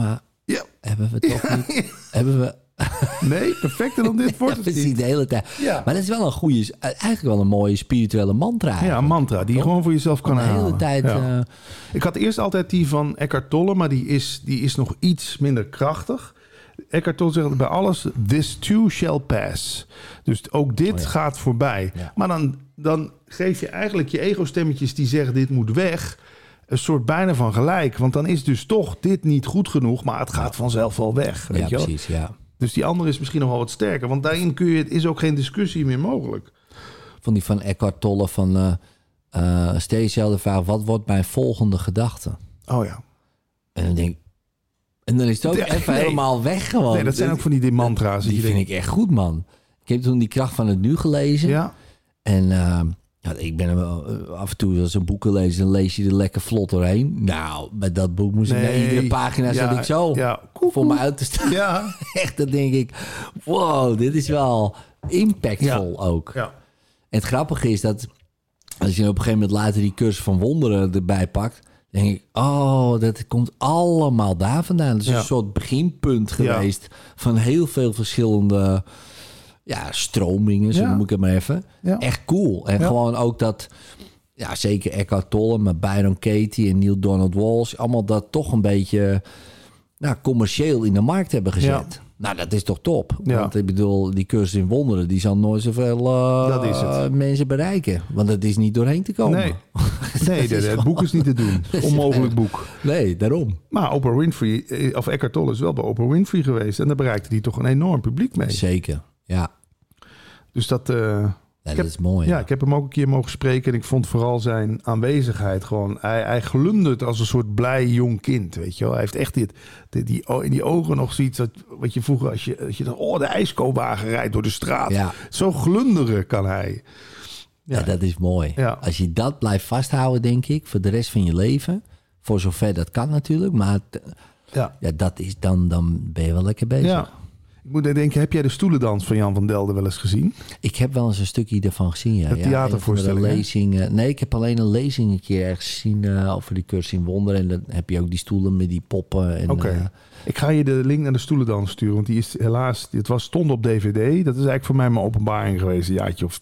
hebben we toch niet... Hebben we... Nee, perfecter dan dit wordt het niet. De hele tijd. Ja. Maar dat is wel eigenlijk wel een mooie spirituele mantra. Eigenlijk. Ja, een mantra die je gewoon voor jezelf kan halen. De hele tijd. Ja. Ik had eerst altijd die van Eckhart Tolle, maar die is nog iets minder krachtig. Eckhart Tolle zegt bij alles, this too shall pass. Dus ook dit gaat voorbij. Ja. Maar dan geef je eigenlijk je ego-stemmetjes die zeggen dit moet weg, een soort bijna van gelijk. Want dan is dus toch dit niet goed genoeg, maar het gaat vanzelf wel weg. Weet je wel? Precies, ja. Dus die andere is misschien nog wel wat sterker. Want daarin is ook geen discussie meer mogelijk. Van Eckhart Tolle van... stel jezelf de vraag, wat wordt mijn volgende gedachte? Oh ja. En dan denk ik... En dan is het ook helemaal weg gewoon. Nee, dat zijn ook van die mantra's. Die vind ik echt goed, man. Ik heb toen Die Kracht van het Nu gelezen. Ja. En ik ben af en toe als een boeken lezen, dan lees je er lekker vlot doorheen. Nou, met dat boek moest ik naar iedere pagina zat ik zo voor me uit te staan. Ja. Echt, dan denk ik, wow, dit is wel impactvol ook. Ja. En het grappige is dat als je op een gegeven moment later die cursus van wonderen erbij pakt, denk ik, dat komt allemaal daar vandaan. Dat is een soort beginpunt geweest van heel veel verschillende stromingen, zo noem ik het maar even. Ja. Echt cool. En gewoon ook dat, zeker Eckhart Tolle, maar Byron Katie en Neil Donald Walsh, allemaal dat toch een beetje commercieel in de markt hebben gezet. Ja. Nou, dat is toch top. Ja. Want ik bedoel, die cursus in wonderen, die zal nooit zoveel mensen bereiken. Want dat is niet doorheen te komen. Nee, het boek is niet te doen. Onmogelijk boek. Nee, daarom. Maar Oprah Winfrey, of Eckhart Tolle is wel bij Oprah Winfrey geweest. En daar bereikte hij toch een enorm publiek mee. Zeker, ja. Dus dat... dat is mooi. Ja, ik heb hem ook een keer mogen spreken. En ik vond vooral zijn aanwezigheid gewoon... Hij glundert als een soort blij jong kind, weet je wel. Hij heeft echt in die ogen nog zoiets... wat je vroeger als je dacht... de ijskoopwagen rijdt door de straat. Ja. Zo glunderen kan hij. Ja, dat is mooi. Ja. Als je dat blijft vasthouden, denk ik... voor de rest van je leven... voor zover dat kan natuurlijk... maar dat is dan ben je wel lekker bezig. Ja. Ik moet denken, heb jij de stoelendans van Jan van Delden wel eens gezien? Ik heb wel eens een stukje ervan gezien, ja. De theatervoorstelling, nee, ik heb alleen een lezing een keer ergens gezien over die cursus in wonderen. En dan heb je ook die stoelen met die poppen. Oké. Ik ga je de link naar de stoelendans sturen, want die is helaas... stond op DVD. Dat is eigenlijk voor mij mijn openbaring geweest. Een jaartje of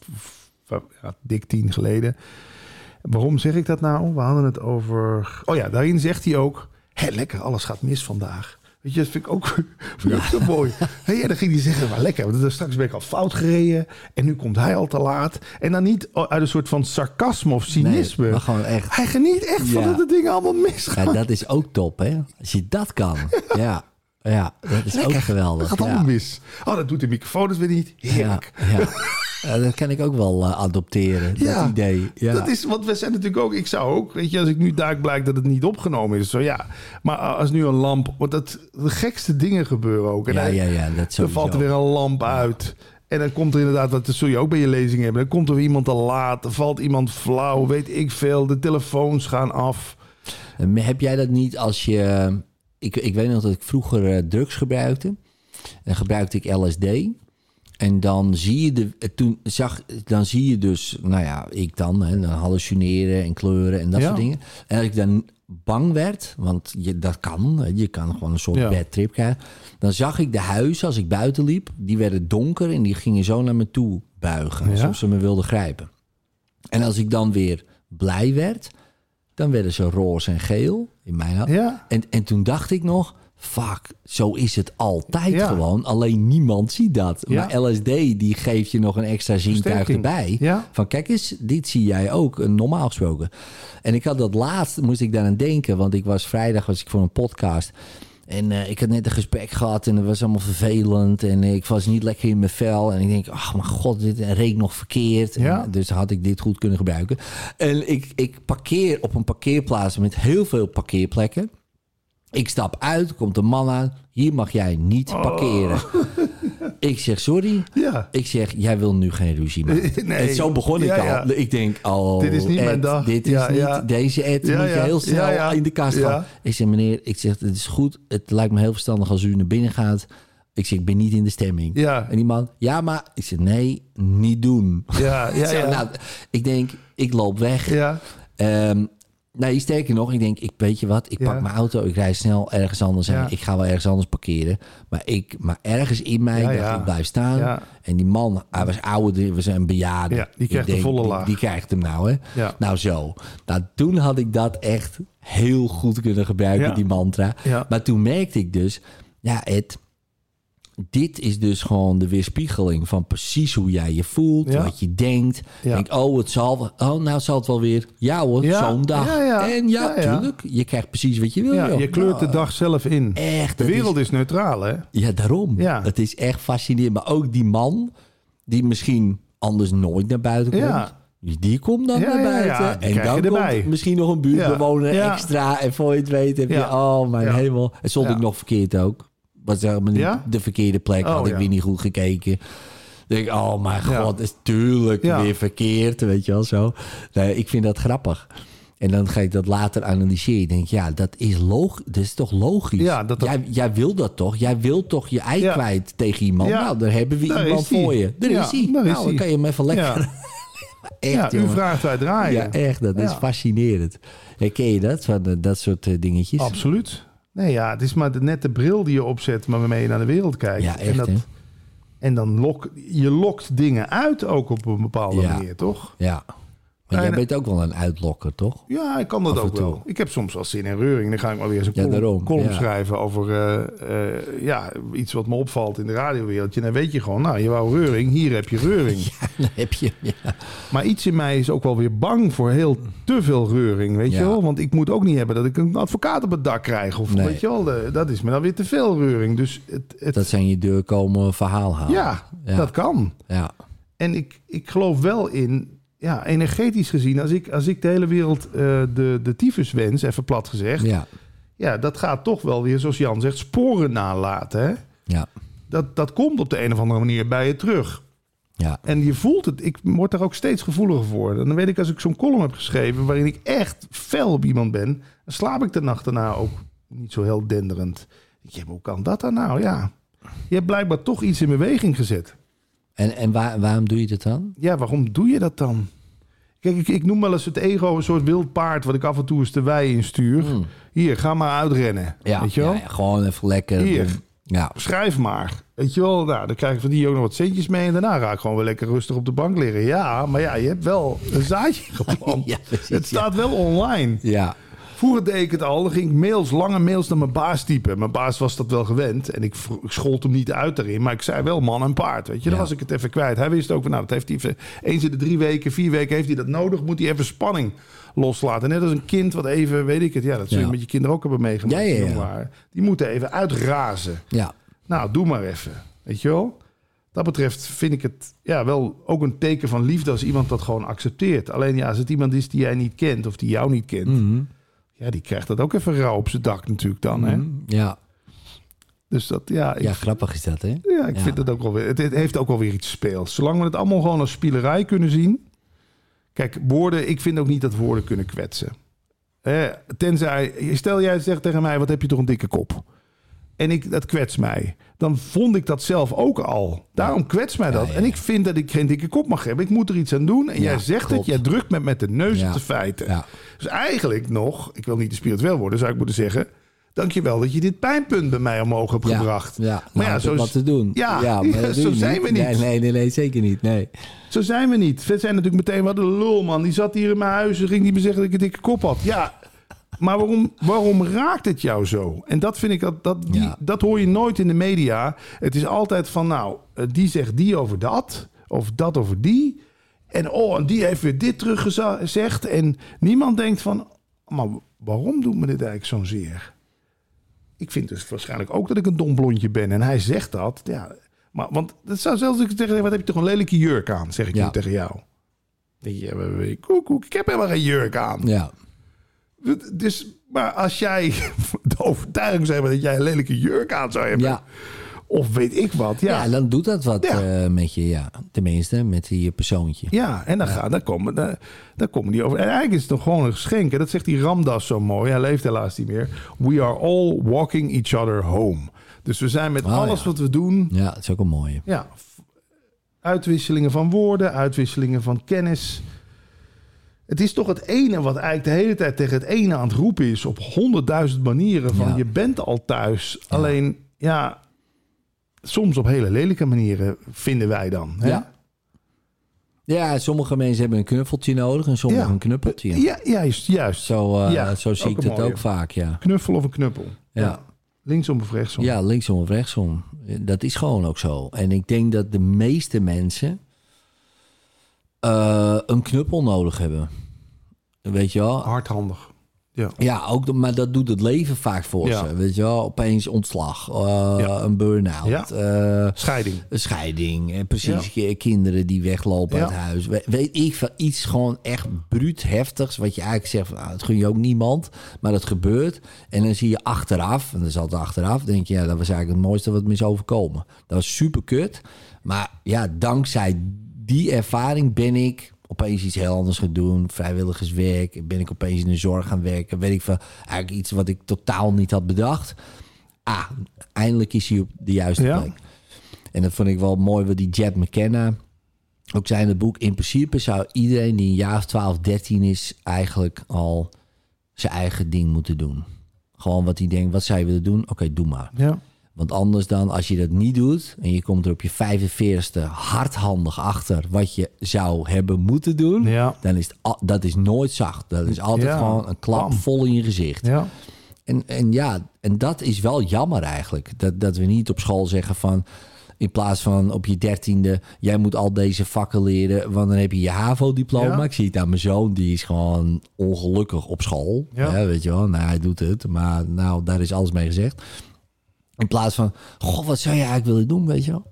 dik 10 geleden. Waarom zeg ik dat nou? We hadden het over... Oh ja, daarin zegt hij ook... lekker, alles gaat mis vandaag. Weet je, dat vind ik ook zo mooi. Dan ging hij zeggen, maar lekker. Want straks ben ik al fout gereden. En nu komt hij al te laat. En dan niet uit een soort van sarcasme of cynisme. Nee, maar gewoon echt. Hij geniet echt van dat de dingen allemaal misgaan. Ja, dat is ook top, hè? Als je dat kan. Ja, dat is ook geweldig. Dat gaat allemaal mis. Dat doet de microfoon dus weer niet. Heerlijk. Ja, dat kan ik ook wel adopteren, dat idee. Ja. Dat is, want we zijn natuurlijk ook... Ik zou ook, weet je, als ik nu duik blijkt dat het niet opgenomen is. Zo ja. Maar als nu een lamp... Want de gekste dingen gebeuren ook. En dan valt er weer een lamp uit. En dan komt er inderdaad... Dat zul je ook bij je lezing hebben. Dan komt er iemand te laat. Er valt iemand flauw. Weet ik veel. De telefoons gaan af. Heb jij dat niet als je... Ik weet nog dat ik vroeger drugs gebruikte. En gebruikte ik LSD... En dan zie je dus, ik dan hallucineren en kleuren en dat soort dingen. En als ik dan bang werd, want dat kan, je kan gewoon een soort badtrip krijgen. Dan zag ik de huizen als ik buiten liep, die werden donker en die gingen zo naar me toe buigen, alsof ze me wilden grijpen. En als ik dan weer blij werd, dan werden ze roze en geel in mijn hand. Ja. En toen dacht ik nog... Fuck, zo is het altijd gewoon. Alleen niemand ziet dat. Ja. Maar LSD, die geeft je nog een extra zintuig erbij. Ja. Van kijk eens, dit zie jij ook, normaal gesproken. En ik had dat laatst, moest ik daaraan denken. Want vrijdag was ik voor een podcast. En ik had net een gesprek gehad en het was allemaal vervelend. En ik was niet lekker in mijn vel. En ik denk, ach mijn god, dit reek nog verkeerd. Ja. En dus had ik dit goed kunnen gebruiken. En ik parkeer op een parkeerplaats met heel veel parkeerplekken. Ik stap uit, komt een man aan. Hier mag jij niet parkeren. Ik zeg, sorry. Ja. Ik zeg, jij wil nu geen ruzie maken. Nee. En zo begon ik al. Ja. Ik denk, Dit is niet Ed, mijn dag. Dit is niet, deze Ed moet je heel snel in de kast gaan. Ik zeg, meneer, het is goed. Het lijkt me heel verstandig als u naar binnen gaat. Ik zeg, ik ben niet in de stemming. Ja. En die man, ja, maar... Ik zeg, nee, niet doen. Ja. Nou, ik denk, ik loop weg. Ja. Nee, sterker nog, ik denk, weet je wat? Ik pak mijn auto, ik rijd snel ergens anders heen. Ja. Ik ga wel ergens anders parkeren. Maar ergens in mij dacht ik, blijf staan. Ja. En die man, hij was ouder, we zijn een bejaarde. Ja, die krijgt de volle laag. Die krijgt hem nou, hè? Ja. Nou zo. Nou, toen had ik dat echt heel goed kunnen gebruiken, die mantra. Ja. Maar toen merkte ik dus, ja, Ed... Dit is dus gewoon de weerspiegeling van precies hoe jij je voelt, wat je denkt. Ja. Denk, het zal het wel weer. Ja hoor, zo'n dag. En tuurlijk, je krijgt precies wat je wil. Ja, joh. je kleurt de dag zelf in. Echt. De wereld is neutraal, hè? Ja, daarom. Ja. Het is echt fascinerend. Maar ook die man, die misschien anders nooit naar buiten komt. Ja. Die komt dan naar buiten. Ja, en dan komt misschien nog een buurtbewoner extra. En voor je het weet heb je, mijn hemel. En stond ik nog verkeerd ook. Was helemaal niet de verkeerde plek. Had ik weer niet goed gekeken. Denk ik, oh mijn god, is tuurlijk weer verkeerd. Weet je wel, zo. Nee, ik vind dat grappig. En dan ga ik dat later analyseren. Ik denk, ja, dat is toch logisch? Ja, jij wil dat toch? Jij wilt toch je ei kwijt tegen iemand? Ja. Nou, daar hebben we iemand voor je. Daar is hij. Nou, dan kan je hem even lekker... Ja. Echt, u vraagt, wij draaien. Ja, echt. Dat is fascinerend. Herken je dat? Van dat soort dingetjes? Absoluut. Nee, ja, het is maar net de bril die je opzet waarmee je naar de wereld kijkt. Ja, echt, en dan je lokt dingen uit ook op een bepaalde manier, toch? Ja. Maar jij bent ook wel een uitlokker, toch? Ja, ik kan dat ook wel. Ik heb soms wel zin in reuring. Dan ga ik maar weer eens een column schrijven over iets wat me opvalt in de radiowereldje. En dan weet je gewoon, je wou reuring, hier heb je reuring. Ja, dan heb je. Ja. Maar iets in mij is ook wel weer bang voor heel te veel reuring, weet je wel? Want ik moet ook niet hebben dat ik een advocaat op het dak krijg. Of weet je wel, dat is me dan weer te veel reuring. Dus dat zijn je deurkomen verhaal halen. Ja, dat kan. Ja. En ik geloof wel in... Ja, energetisch gezien, als ik de hele wereld de tyfus wens, even plat gezegd. Ja, dat gaat toch wel weer, zoals Jan zegt, sporen nalaten. Hè? Ja. Dat komt op de een of andere manier bij je terug. Ja. En je voelt het. Ik word daar ook steeds gevoeliger voor. En dan weet ik, als ik zo'n column heb geschreven waarin ik echt fel op iemand ben, dan slaap ik de nacht daarna ook niet zo heel denderend. Hoe kan dat dan nou? Ja. Je hebt blijkbaar toch iets in beweging gezet. En waarom doe je dat dan? Ja, waarom doe je dat dan? Kijk, ik noem wel eens het ego een soort wild paard... wat ik af en toe eens de wei instuur. Hier, ga maar uitrennen. Ja, weet je wel? Ja, gewoon even lekker... Hier, ja. schrijf maar. Weet je wel, nou, dan krijg ik van die ook nog wat centjes mee... en daarna ga ik gewoon weer lekker rustig op de bank liggen. Ja, maar ja, je hebt wel een zaadje geplant. Ja, precies, het staat wel online. Ja. Vroeger deed ik het al. Dan ging ik lange mails naar mijn baas typen. Mijn baas was dat wel gewend. En ik schold hem niet uit daarin. Maar ik zei wel man en paard. Weet je, dan was ik het even kwijt. Hij wist ook van, dat heeft hij eens in de 3 weken, 4 weken heeft hij dat nodig. Moet hij even spanning loslaten. Net als een kind wat even, weet ik het. Ja, dat zul je met je kinderen ook hebben meegemaakt. Ja. Die moeten even uitrazen. Ja. Nou, doe maar even. Weet je wel? Dat betreft vind ik het wel ook een teken van liefde als iemand dat gewoon accepteert. Alleen als het iemand is die jij niet kent of die jou niet kent... Mm-hmm. Ja, die krijgt dat ook even rauw op zijn dak natuurlijk dan, hè? Ja. Dus dat, grappig is dat, hè? Ja, ik vind het ook wel weer... Het heeft ook wel weer iets speels. Zolang we het allemaal gewoon als spielerij kunnen zien... Kijk, woorden... Ik vind ook niet dat woorden kunnen kwetsen. Tenzij... Stel jij zegt tegen mij... Wat heb je toch een dikke kop? En dat kwetst mij. Dan vond ik dat zelf ook al. Daarom kwetst mij dat. Ja. En ik vind dat ik geen dikke kop mag hebben. Ik moet er iets aan doen. En jij zegt het. Jij drukt met de neus op de feiten. Ja. Dus eigenlijk nog... Ik wil niet te spiritueel worden, zou ik moeten zeggen... Dankjewel dat je dit pijnpunt bij mij omhoog hebt gebracht. Ja, maar zo wat te doen. Ja, maar zo zijn we niet. Nee, zeker niet. Nee. Zo zijn we niet. We zijn natuurlijk meteen wat een lul, man. Die zat hier in mijn huis en ging niet meer zeggen dat ik een dikke kop had. Ja, maar waarom raakt het jou zo? En dat vind ik, dat hoor je nooit in de media. Het is altijd van, die zegt die over dat. Of dat over die. En die heeft weer dit teruggezegd. En niemand denkt van, maar waarom doet me dit eigenlijk zo'n zeer? Ik vind dus waarschijnlijk ook dat ik een dom blondje ben. En hij zegt dat. Ja, maar, want dat zou zelfs ik zeggen, wat heb je toch een lelijke jurk aan? Zeg ik nu tegen jou. Koek, ik heb helemaal geen jurk aan. Ja. Dus, maar als jij de overtuiging zou hebben dat jij een lelijke jurk aan zou hebben. Ja. Of weet ik wat. Ja, dan doet dat wat met je, ja. Tenminste, met die persoontje. Ja, en dan komen die over. En eigenlijk is het toch gewoon een geschenk. En dat zegt die Ramdas zo mooi. Hij leeft helaas niet meer. We are all walking each other home. Dus we zijn met alles wat we doen. Ja, dat is ook een mooie. Ja, uitwisselingen van woorden, uitwisselingen van kennis. Het is toch het ene wat eigenlijk de hele tijd tegen het ene aan het roepen is. Op 100.000 manieren van je bent al thuis. Ja. Alleen, soms op hele lelijke manieren vinden wij dan. Hè? Ja. Ja, sommige mensen hebben een knuffeltje nodig en sommigen een knuppeltje. Ja, juist. Zo zie ik het ook vaak, ja. Knuffel of een knuppel. Ja. Linksom of rechtsom. Ja, linksom of rechtsom. Dat is gewoon ook zo. En ik denk dat de meeste mensen een knuppel nodig hebben. Weet je wel? Hardhandig. Ja, ook, maar dat doet het leven vaak voor ze. Weet je wel? Opeens ontslag, een burn-out. Ja. Scheiding. Precies, kinderen die weglopen uit huis. Weet ik van iets gewoon echt bruut heftigs. Wat je eigenlijk zegt, van, het gun je ook niemand. Maar dat gebeurt. En dan zie je achteraf, en dat is altijd achteraf, denk je, dat was eigenlijk het mooiste wat me is overkomen. Dat was super kut. Maar ja, dankzij die ervaring ben ik opeens iets heel anders gaan doen. Vrijwilligerswerk. Ben ik opeens in de zorg gaan werken. Weet ik van eigenlijk iets wat ik totaal niet had bedacht. Eindelijk is hij op de juiste plek. En dat vond ik wel mooi wat die Jed McKenna ook zei in het boek. In principe zou iedereen die een jaar of 12, 13 is eigenlijk al zijn eigen ding moeten doen. Gewoon wat hij denkt, wat zou je willen doen? Oké, doe maar. Ja. Want anders dan, als je dat niet doet en je komt er op je 45ste hardhandig achter wat je zou hebben moeten doen, dan is dat is nooit zacht. Dat is altijd gewoon een klap vol in je gezicht. Ja. En dat is wel jammer eigenlijk. Dat we niet op school zeggen van, in plaats van op je 13e, jij moet al deze vakken leren, want dan heb je je HAVO-diploma. Ik zie het aan mijn zoon, die is gewoon ongelukkig op school. Ja, weet je wel, nou, hij doet het, maar nou, daar is alles mee gezegd. In plaats van, goh, wat zou je eigenlijk willen doen, weet je wel?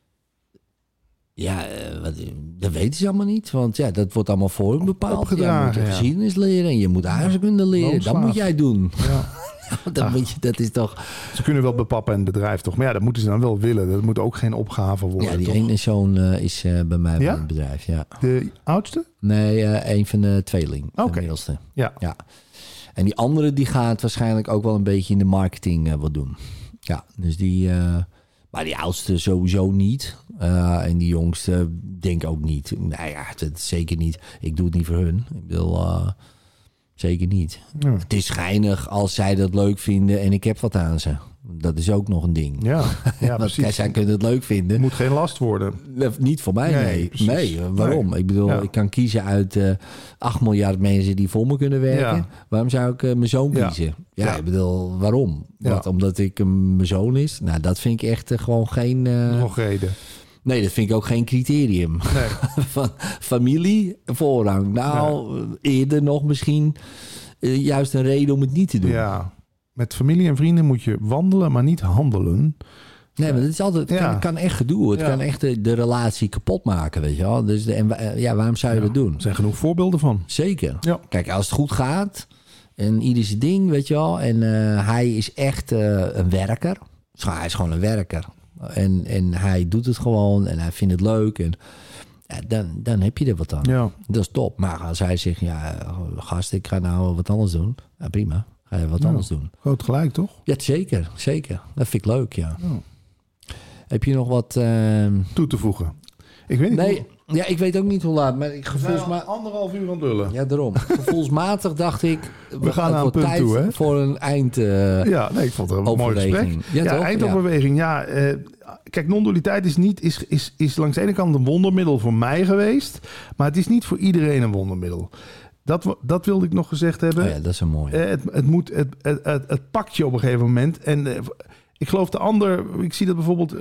Ja, dat weten ze allemaal niet. Want dat wordt allemaal voor hun bepaald. Opgedragen, je moet geschiedenis leren en je moet aardrijkskunde leren. Dat moet jij doen. Ja. Dat is toch... Ze kunnen wel bepappen in het bedrijf toch? Maar ja, dat moeten ze dan wel willen. Dat moet ook geen opgave worden. Ja, die toch? ene zoon is bij mij bij het bedrijf. Ja. De oudste? Nee, een van de tweeling. De middelste. Ja. En die andere die gaat waarschijnlijk ook wel een beetje in de marketing wat doen. Ja, dus die... maar die oudste sowieso niet. En die jongste denk ook niet. Nou ja, het zeker niet. Ik doe het niet voor hun. Ik wil... zeker niet. Ja. Het is schijnig als zij dat leuk vinden en ik heb wat aan ze. Dat is ook nog een ding. Ja, precies. Zij kunnen het leuk vinden. Het moet geen last worden. Niet voor mij, nee. Waarom? Nee. Ik bedoel, ik kan kiezen uit 8 miljard mensen die voor me kunnen werken. Ja. Waarom zou ik mijn zoon kiezen? Ja, ik bedoel, waarom? Ja. Omdat ik mijn zoon is? Nou, dat vind ik echt gewoon geen... nog reden. Nee, dat vind ik ook geen criterium. Nee. Van familie, voorrang. Nou, eerder nog misschien juist een reden om het niet te doen. Ja, met familie en vrienden moet je wandelen, maar niet handelen. Nee, maar het is altijd, kan echt gedoe. Het kan echt de relatie kapot maken, weet je wel. Dus waarom zou je dat doen? Er zijn genoeg voorbeelden van. Zeker. Ja. Kijk, als het goed gaat en ieder zijn ding, weet je wel. En hij is echt een werker. Dus hij is gewoon een werker. En hij doet het gewoon en hij vindt het leuk. En dan heb je er wat aan. Ja. Dat is top. Maar als hij zegt, gast, ik ga nou wat anders doen. Ja, prima. Ga je wat anders doen. Groot gelijk, toch? Ja, zeker. Dat vind ik leuk, ja. Heb je nog wat... toe te voegen? Ik weet niet. Nee, ja, ik weet ook niet hoe laat. Maar gevoelsmatig... 1,5 uur aan het lullen. Ja, daarom. Gevoelsmatig dacht ik... We gaan naar een punt toe, hè? Voor een eind ik vond het een mooi gesprek. Ja, eindoverweging. Ja, kijk, non-dualiteit is langs de ene kant een wondermiddel voor mij geweest. Maar het is niet voor iedereen een wondermiddel. Dat wilde ik nog gezegd hebben. Oh ja, dat is een mooi. Het pakt je op een gegeven moment. En ik geloof de ander... Ik zie dat bijvoorbeeld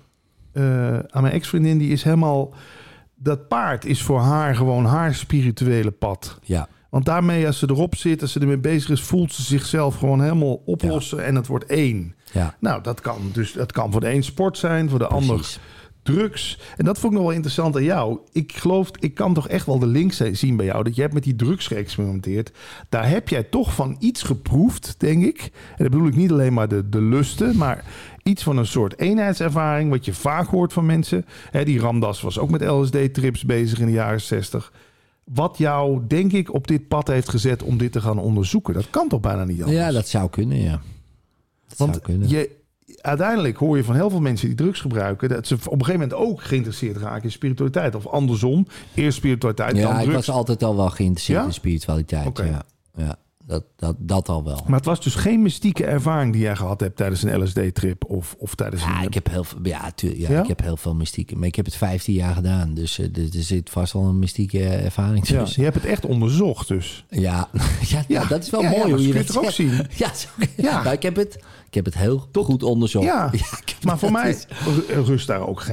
aan mijn ex-vriendin. Die is helemaal... Dat paard is voor haar gewoon haar spirituele pad. Ja. Want daarmee, als ze erop zit, als ze ermee bezig is, voelt ze zichzelf gewoon helemaal oplossen en het wordt één. Ja. Nou, dat kan voor de een sport zijn, voor de ander drugs. En dat vond ik nog wel interessant aan jou. Ik kan toch echt wel de link zien bij jou, dat je hebt met die drugs geëxperimenteerd. Daar heb jij toch van iets geproefd, denk ik. En dat bedoel ik niet alleen maar de lusten, maar iets van een soort eenheidservaring, wat je vaak hoort van mensen. Die Ramdas was ook met LSD-trips bezig in de jaren 60. Wat jou, denk ik, op dit pad heeft gezet om dit te gaan onderzoeken. Dat kan toch bijna niet anders? Ja, dat zou kunnen, ja. Want uiteindelijk hoor je van heel veel mensen die drugs gebruiken, dat ze op een gegeven moment ook geïnteresseerd raken in spiritualiteit. Of andersom, eerst spiritualiteit, dan drugs. Ja, ik was altijd al wel geïnteresseerd in spiritualiteit. Okay. Ja, dat al wel. Maar het was dus geen mystieke ervaring die jij gehad hebt tijdens een LSD-trip of tijdens een... Ik heb ik heb heel veel mystieke. Maar ik heb het 15 jaar gedaan. Dus er zit vast wel een mystieke ervaring tussen. Ja, je hebt het echt onderzocht dus. Ja, dat is wel mooi hoe je dat het ook zien. Ja. Nou, ik heb het heel goed onderzocht. Ja, maar voor mij rust daar ook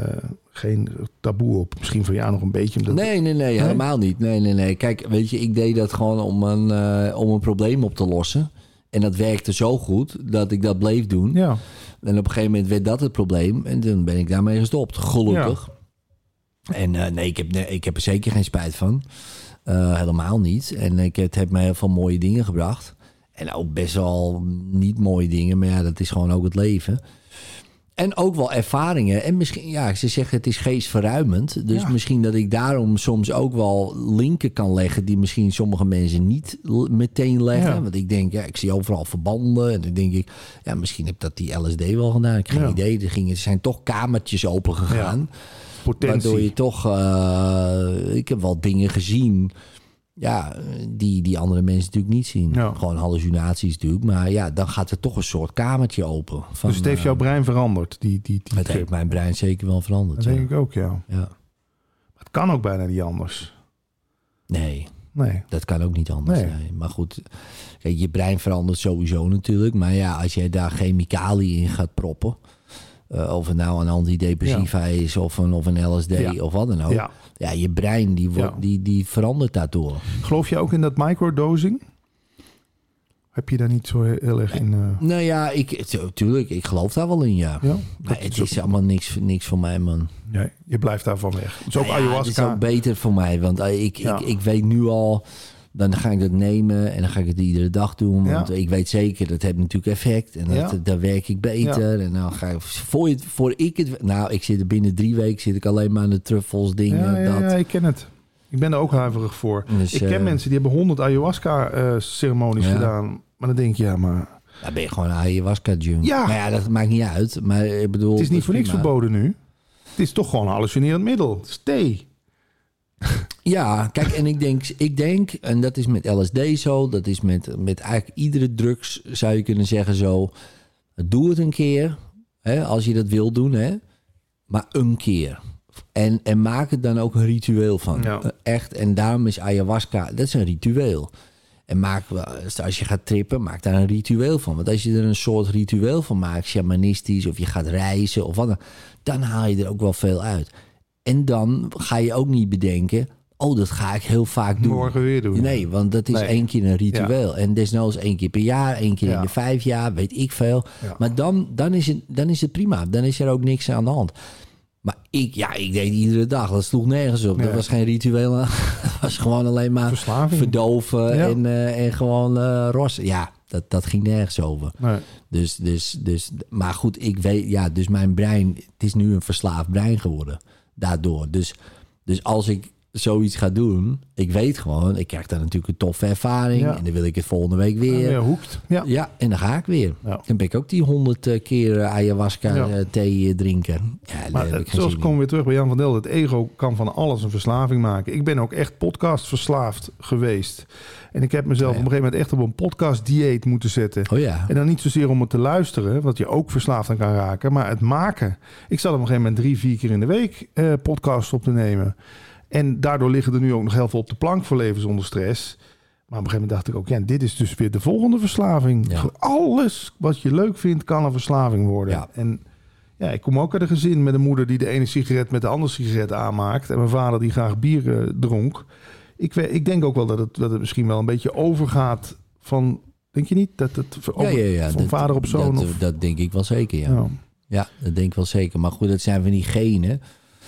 geen taboe op. Misschien voor jou nog een beetje. Omdat... Nee, helemaal niet. Nee. Kijk, weet je, ik deed dat gewoon om een probleem op te lossen. En dat werkte zo goed dat ik dat bleef doen. Ja. En op een gegeven moment werd dat het probleem. En toen ben ik daarmee gestopt, gelukkig. Ja. En ik heb er zeker geen spijt van. Helemaal niet. En het heeft mij heel veel mooie dingen gebracht. En ook best wel niet mooie dingen. Maar ja, dat is gewoon ook het leven. En ook wel ervaringen. En misschien, ze zeggen het is geestverruimend. Dus misschien dat ik daarom soms ook wel linken kan leggen die misschien sommige mensen niet meteen leggen. Ja. Want ik denk, ik zie overal verbanden. En dan denk ik, misschien heb dat die LSD wel gedaan. Ik heb geen idee. Er zijn toch kamertjes open gegaan. Ja. Potentie. Waardoor je toch... ik heb wel dingen gezien... Ja, die andere mensen natuurlijk niet zien. Ja. Gewoon hallucinaties natuurlijk. Maar dan gaat er toch een soort kamertje open. Dus het heeft jouw brein veranderd? Het heeft mijn brein zeker wel veranderd. Dat denk ik ook, ja. Het kan ook bijna niet anders. Nee, dat kan ook niet anders. Nee. Maar goed, kijk, je brein verandert sowieso natuurlijk. Maar als jij daar chemicaliën in gaat proppen... of het nou een antidepressiva is of een LSD of wat dan ook. Ja, je brein die verandert daardoor. Geloof je ook in dat microdosing? Heb je daar niet zo heel erg in... Nou ja, tuurlijk, ik geloof daar wel in, ja maar het is allemaal niks voor mij, man. Nee, je blijft daarvan weg. Het is ook ayahuasca. Het is ook beter voor mij, want ik weet nu al... Dan ga ik dat nemen en dan ga ik het iedere dag doen. Want ik weet zeker, dat heeft natuurlijk effect. En daar werk ik beter. Ja. En dan ga ik, voor ik het... Nou, ik zit er binnen 3 weken ik alleen maar aan de truffels dingen. Ja, ik ken het. Ik ben er ook huiverig voor. Dus, ik ken mensen die hebben 100 ayahuasca-ceremonies gedaan. Maar dan denk je, maar... Dan ben je gewoon een ayahuasca-junk. Ja. Maar ja, dat maakt niet uit. Maar ik bedoel... Het is niet voor niks verboden nu. Het is toch gewoon een hallucinerend middel. Het is thee. Ja, kijk, en ik denk, en dat is met LSD zo, dat is met eigenlijk iedere drugs, zou je kunnen zeggen zo, doe het een keer, als je dat wil doen, maar een keer. En maak het dan ook een ritueel van. Ja. Echt, en daarom is ayahuasca, dat is een ritueel. En als je gaat trippen, maak daar een ritueel van. Want als je er een soort ritueel van maakt, shamanistisch, of je gaat reizen, of wat dan haal je er ook wel veel uit. En dan ga je ook niet bedenken... dat ga ik heel vaak doen. Morgen weer doen. Nee, want dat is 1 keer een ritueel. Ja. En desnoods 1 keer per jaar, 1 keer in de 5 jaar, weet ik veel. Ja. Maar dan is het prima. Dan is er ook niks aan de hand. Maar ik deed iedere dag. Dat sloeg nergens op. Ja. Dat was geen ritueel. Dat was gewoon alleen maar verdoven en gewoon rossen. Ja, dat ging nergens over. Nee. Dus, maar goed, ik weet... dus mijn brein... Het is nu een verslaafd brein geworden. Daardoor. Dus als ik zoiets ga doen, ik weet gewoon, ik krijg daar natuurlijk een toffe ervaring en dan wil ik het volgende week weer. Hoekt. Ja, en dan ga ik weer. Ja. Dan ben ik ook die 100 keer ayahuasca thee drinken. Ja, maar zoals komen we weer terug bij Jan van Delden. Het ego kan van alles een verslaving maken. Ik ben ook echt podcast verslaafd geweest. En ik heb mezelf op een gegeven moment echt op een podcast dieet moeten zetten. Oh ja. En dan niet zozeer om het te luisteren, wat je ook verslaafd aan kan raken, maar het maken. Ik zat op een gegeven moment 3-4 keer in de week podcast op te nemen. En daardoor liggen er nu ook nog heel veel op de plank voor Leven zonder stress. Maar op een gegeven moment dacht ik ook, dit is dus weer de volgende verslaving. Ja. Alles wat je leuk vindt, kan een verslaving worden. Ja. En ik kom ook uit een gezin met een moeder die de ene sigaret met de andere sigaret aanmaakt. En mijn vader die graag bier dronk. Ik denk ook wel dat het misschien wel een beetje overgaat van... Denk je niet? Dat het van vader op zoon? Dat denk ik wel zeker, Ja, dat denk ik wel zeker. Maar goed, dat zijn van die genen...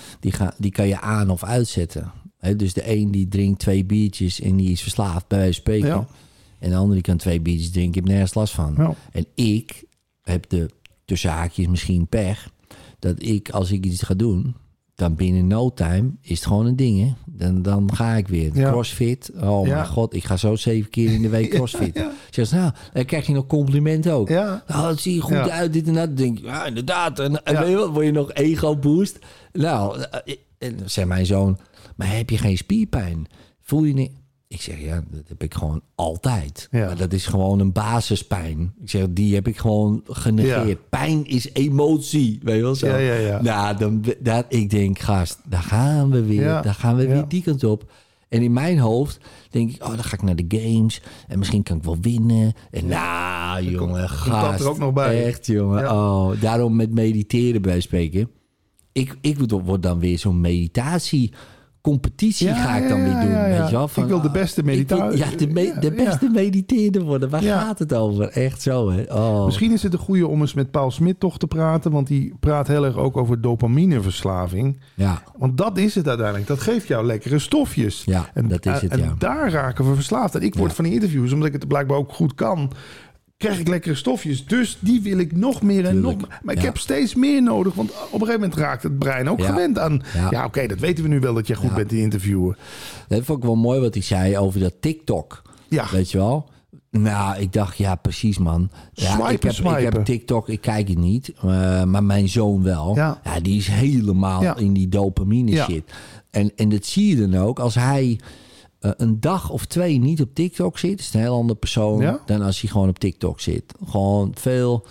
Die kan je aan of uitzetten. Dus de een die drinkt 2 biertjes en die is verslaafd, bij wijze van spreken. Ja. En de ander die kan 2 biertjes drinken, ik heb nergens last van. Ja. En ik heb de tussen haakjes misschien pech, dat als ik iets ga doen, dan binnen no time is het gewoon een ding, hè. Dan ga ik weer. Crossfit. Oh mijn god, ik ga zo 7 keer in de week crossfit. Ja. Zeg, nou, dan krijg je nog complimenten ook. Ja. Nou, dat zie je goed uit, dit en dat. Dan denk ik, ja, inderdaad. En weet je wat, word je nog ego boost. Nou, zei mijn zoon, maar heb je geen spierpijn? Voel je niet? Ik zeg, ja, dat heb ik gewoon altijd. Ja. Maar dat is gewoon een basispijn. Ik zeg, die heb ik gewoon genegeerd. Ja. Pijn is emotie, weet je wel zo? Ja. Nou, ik denk, gast, daar gaan we weer. Ja. Daar gaan we weer die kant op. En in mijn hoofd denk ik, dan ga ik naar de games. En misschien kan ik wel winnen. En nou, jongen, gast. Er ook nog bij. Echt, jongen. Ja. Oh, daarom met mediteren bij spreken. Ik word dan weer zo'n meditatie... competitie ga ik dan weer doen, weet je wel? Van, ik wil de beste meditatie. De beste mediteerder worden. Waar gaat het over? Echt zo, hè? Oh. Misschien is het een goede om eens met Paul Smit toch te praten, want die praat heel erg ook over dopamineverslaving. Ja. Want dat is het uiteindelijk. Dat geeft jou lekkere stofjes. Ja, en dat is het, en daar raken we verslaafd. En ik word van die interviews, omdat ik het blijkbaar ook goed kan, krijg ik lekkere stofjes. Dus die wil ik nog meer en nog meer. Maar ik heb steeds meer nodig. Want op een gegeven moment raakt het brein ook gewend aan. Ja, oké, dat weten we nu wel dat jij goed bent in interviewen. Dat vond ik wel mooi wat hij zei over dat TikTok. Ja. Weet je wel? Nou, ik dacht, ja, precies, man. Ja, ik heb TikTok, ik kijk het niet. Maar mijn zoon wel. Ja, die is helemaal in die dopamine shit. En dat zie je dan ook. Als hij een dag of 2 niet op TikTok zit, is het een heel andere persoon dan als hij gewoon op TikTok zit. Gewoon veel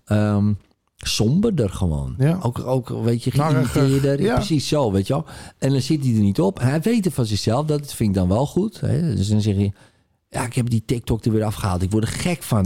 somberder gewoon. Ja. Ook weet je, geïrriteerder. Ja. Precies zo, weet je wel. En dan zit hij er niet op. En hij weet het van zichzelf. Dat vind ik dan wel goed. Hè? Dus dan zeg je, ja, ik heb die TikTok er weer afgehaald. Ik word er gek van.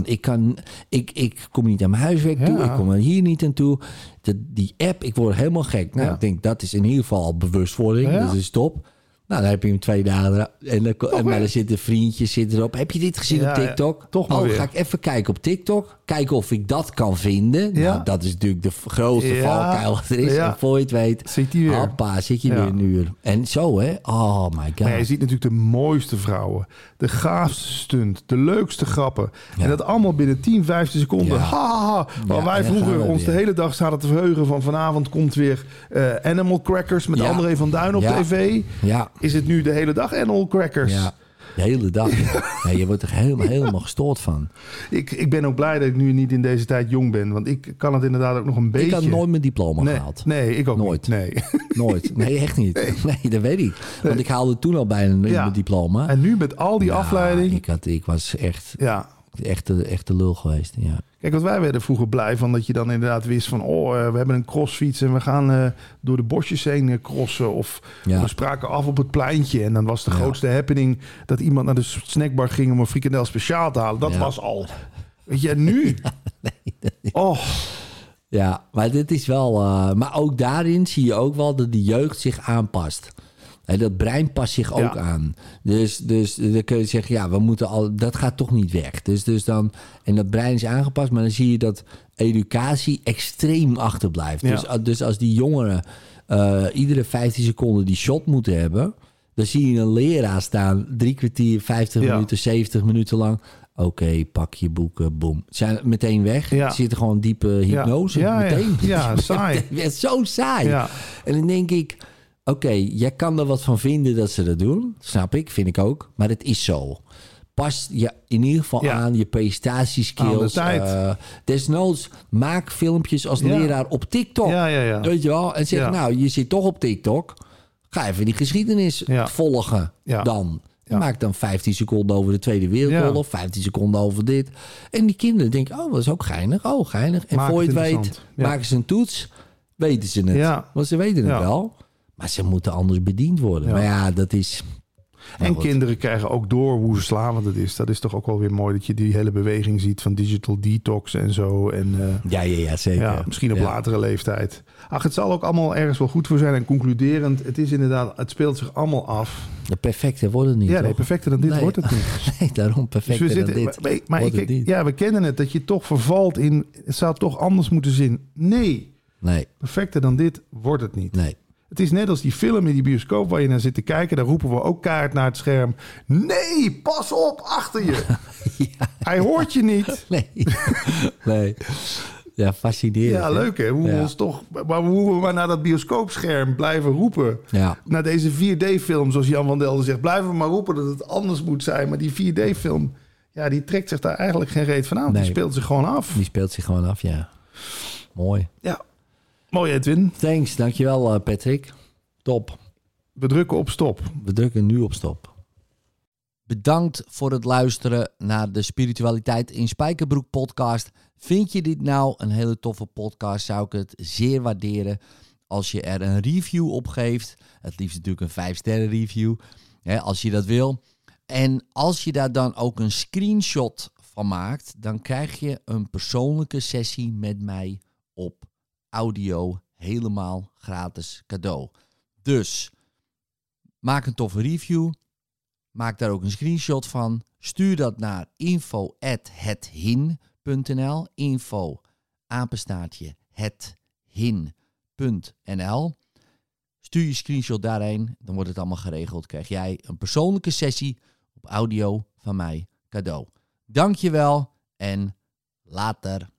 Ik kom niet aan mijn huiswerk toe. Ik kom er hier niet aan toe. Die app, ik word helemaal gek. Nou, ik denk, dat is in ieder geval al bewustwording. Ja. Dat is top. Nou, dan heb je hem 2 dagen. Maar er zitten vriendjes erop. Heb je dit gezien op TikTok? Toch maar weer. Ga ik even kijken op TikTok. Kijken of ik dat kan vinden. Ja. Nou, dat is natuurlijk de grootste valkuil er is. Ja. En voor je het weet, zit je weer een uur. En zo, hè? Oh my god. Maar je ziet natuurlijk de mooiste vrouwen. De gaafste stunt. De leukste grappen. Ja. En dat allemaal binnen 10, 15 seconden. Ja. Ha. Waar wij vroeger ons de hele dag zaten te verheugen van vanavond komt weer Animal Crackers met André van Duin op tv. Ja. Is het nu de hele dag Animal Crackers? Ja, de hele dag. Ja, je wordt er helemaal gestoord van. Ik ben ook blij dat ik nu niet in deze tijd jong ben. Want ik kan het inderdaad ook nog een beetje. Ik had nooit mijn diploma gehaald. Nee, ik ook nooit. Niet. Nee. Nooit. Nee, echt niet. Nee, dat weet ik. Want ik haalde toen al bijna mijn diploma. En nu met al die afleiding. Ik was echt... Ja. Echt de lul geweest, ja. Kijk, want wij werden vroeger blij van dat je dan inderdaad wist van... we hebben een crossfiets en we gaan door de bosjes heen crossen. Of we spraken af op het pleintje. En dan was de grootste happening dat iemand naar de snackbar ging om een frikandel speciaal te halen. Dat was al... Weet je, nu... Ja, maar dit is wel... maar ook daarin zie je ook wel dat de jeugd zich aanpast. Dat brein past zich ook aan. Dus dan kun je zeggen, ja, we moeten dat gaat toch niet weg. Dus dan, en dat brein is aangepast, maar dan zie je dat educatie extreem achterblijft. Ja. Dus als die jongeren iedere 15 seconden die shot moeten hebben, dan zie je een leraar staan, 3 kwartier, 50 minuten, 70 minuten lang. Oké, pak je boeken, boem. Zijn meteen weg. Ja. Zitten gewoon diepe hypnose. Meteen. Ja, saai. Het werd zo saai. Ja. En dan denk ik, oké, jij kan er wat van vinden dat ze dat doen. Snap ik, vind ik ook. Maar het is zo. Pas je in ieder geval aan je prestatieskills. Desnoods, maak filmpjes als leraar op TikTok. Ja. Weet je wel? En zeg, nou, je zit toch op TikTok. Ga even die geschiedenis volgen dan. Ja. Maak dan 15 seconden over de Tweede Wereldoorlog. 15 seconden over dit. En die kinderen denken, dat is ook geinig. Oh, geinig. En voor je het weet, maken ze een toets. Weten ze het. Ja. Want ze weten het wel. Maar ze moeten anders bediend worden. Ja. Maar ja, dat is... En kinderen krijgen ook door hoe verslavend het is. Dat is toch ook wel weer mooi dat je die hele beweging ziet van digital detox en zo. En, ja, zeker. Ja, misschien op latere leeftijd. Ach, het zal ook allemaal ergens wel goed voor zijn. En concluderend, het is inderdaad, het speelt zich allemaal af. De perfecte wordt het niet. Ja, nee, perfecter dan dit wordt het niet. Nee, daarom perfecter dus dan dit. Maar we kennen het, dat je toch vervalt in, het zou toch anders moeten zijn. Nee. Perfecter dan dit wordt het niet. Nee. Het is net als die film in die bioscoop waar je naar zit te kijken. Daar roepen we ook kaart naar het scherm. Nee, pas op, achter je. Hij hoort je niet. Nee. Ja, fascinerend. Ja, leuk hè? Hoe we maar naar dat bioscoopscherm blijven roepen. Ja. Naar deze 4D-film, zoals Jan van Delden zegt. Blijven we maar roepen dat het anders moet zijn. Maar die 4D-film, ja, die trekt zich daar eigenlijk geen reet van aan. Nee. Die speelt zich gewoon af. Die speelt zich gewoon af, ja. Mooi. Ja, mooi Edwin. Thanks, dankjewel Patrick. Top. We drukken op stop. We drukken nu op stop. Bedankt voor het luisteren naar de Spiritualiteit in Spijkerbroek podcast. Vind je dit nou een hele toffe podcast, zou ik het zeer waarderen als je er een review op geeft. Het liefst natuurlijk een 5-sterren review, hè, als je dat wil. En als je daar dan ook een screenshot van maakt, dan krijg je een persoonlijke sessie met mij op audio, helemaal gratis cadeau. Dus maak een toffe review. Maak daar ook een screenshot van. Stuur dat naar info@hethin.nl. info@hethin.nl. Stuur je screenshot daarheen. Dan wordt het allemaal geregeld. Krijg jij een persoonlijke sessie op audio van mij cadeau. Dankjewel en later.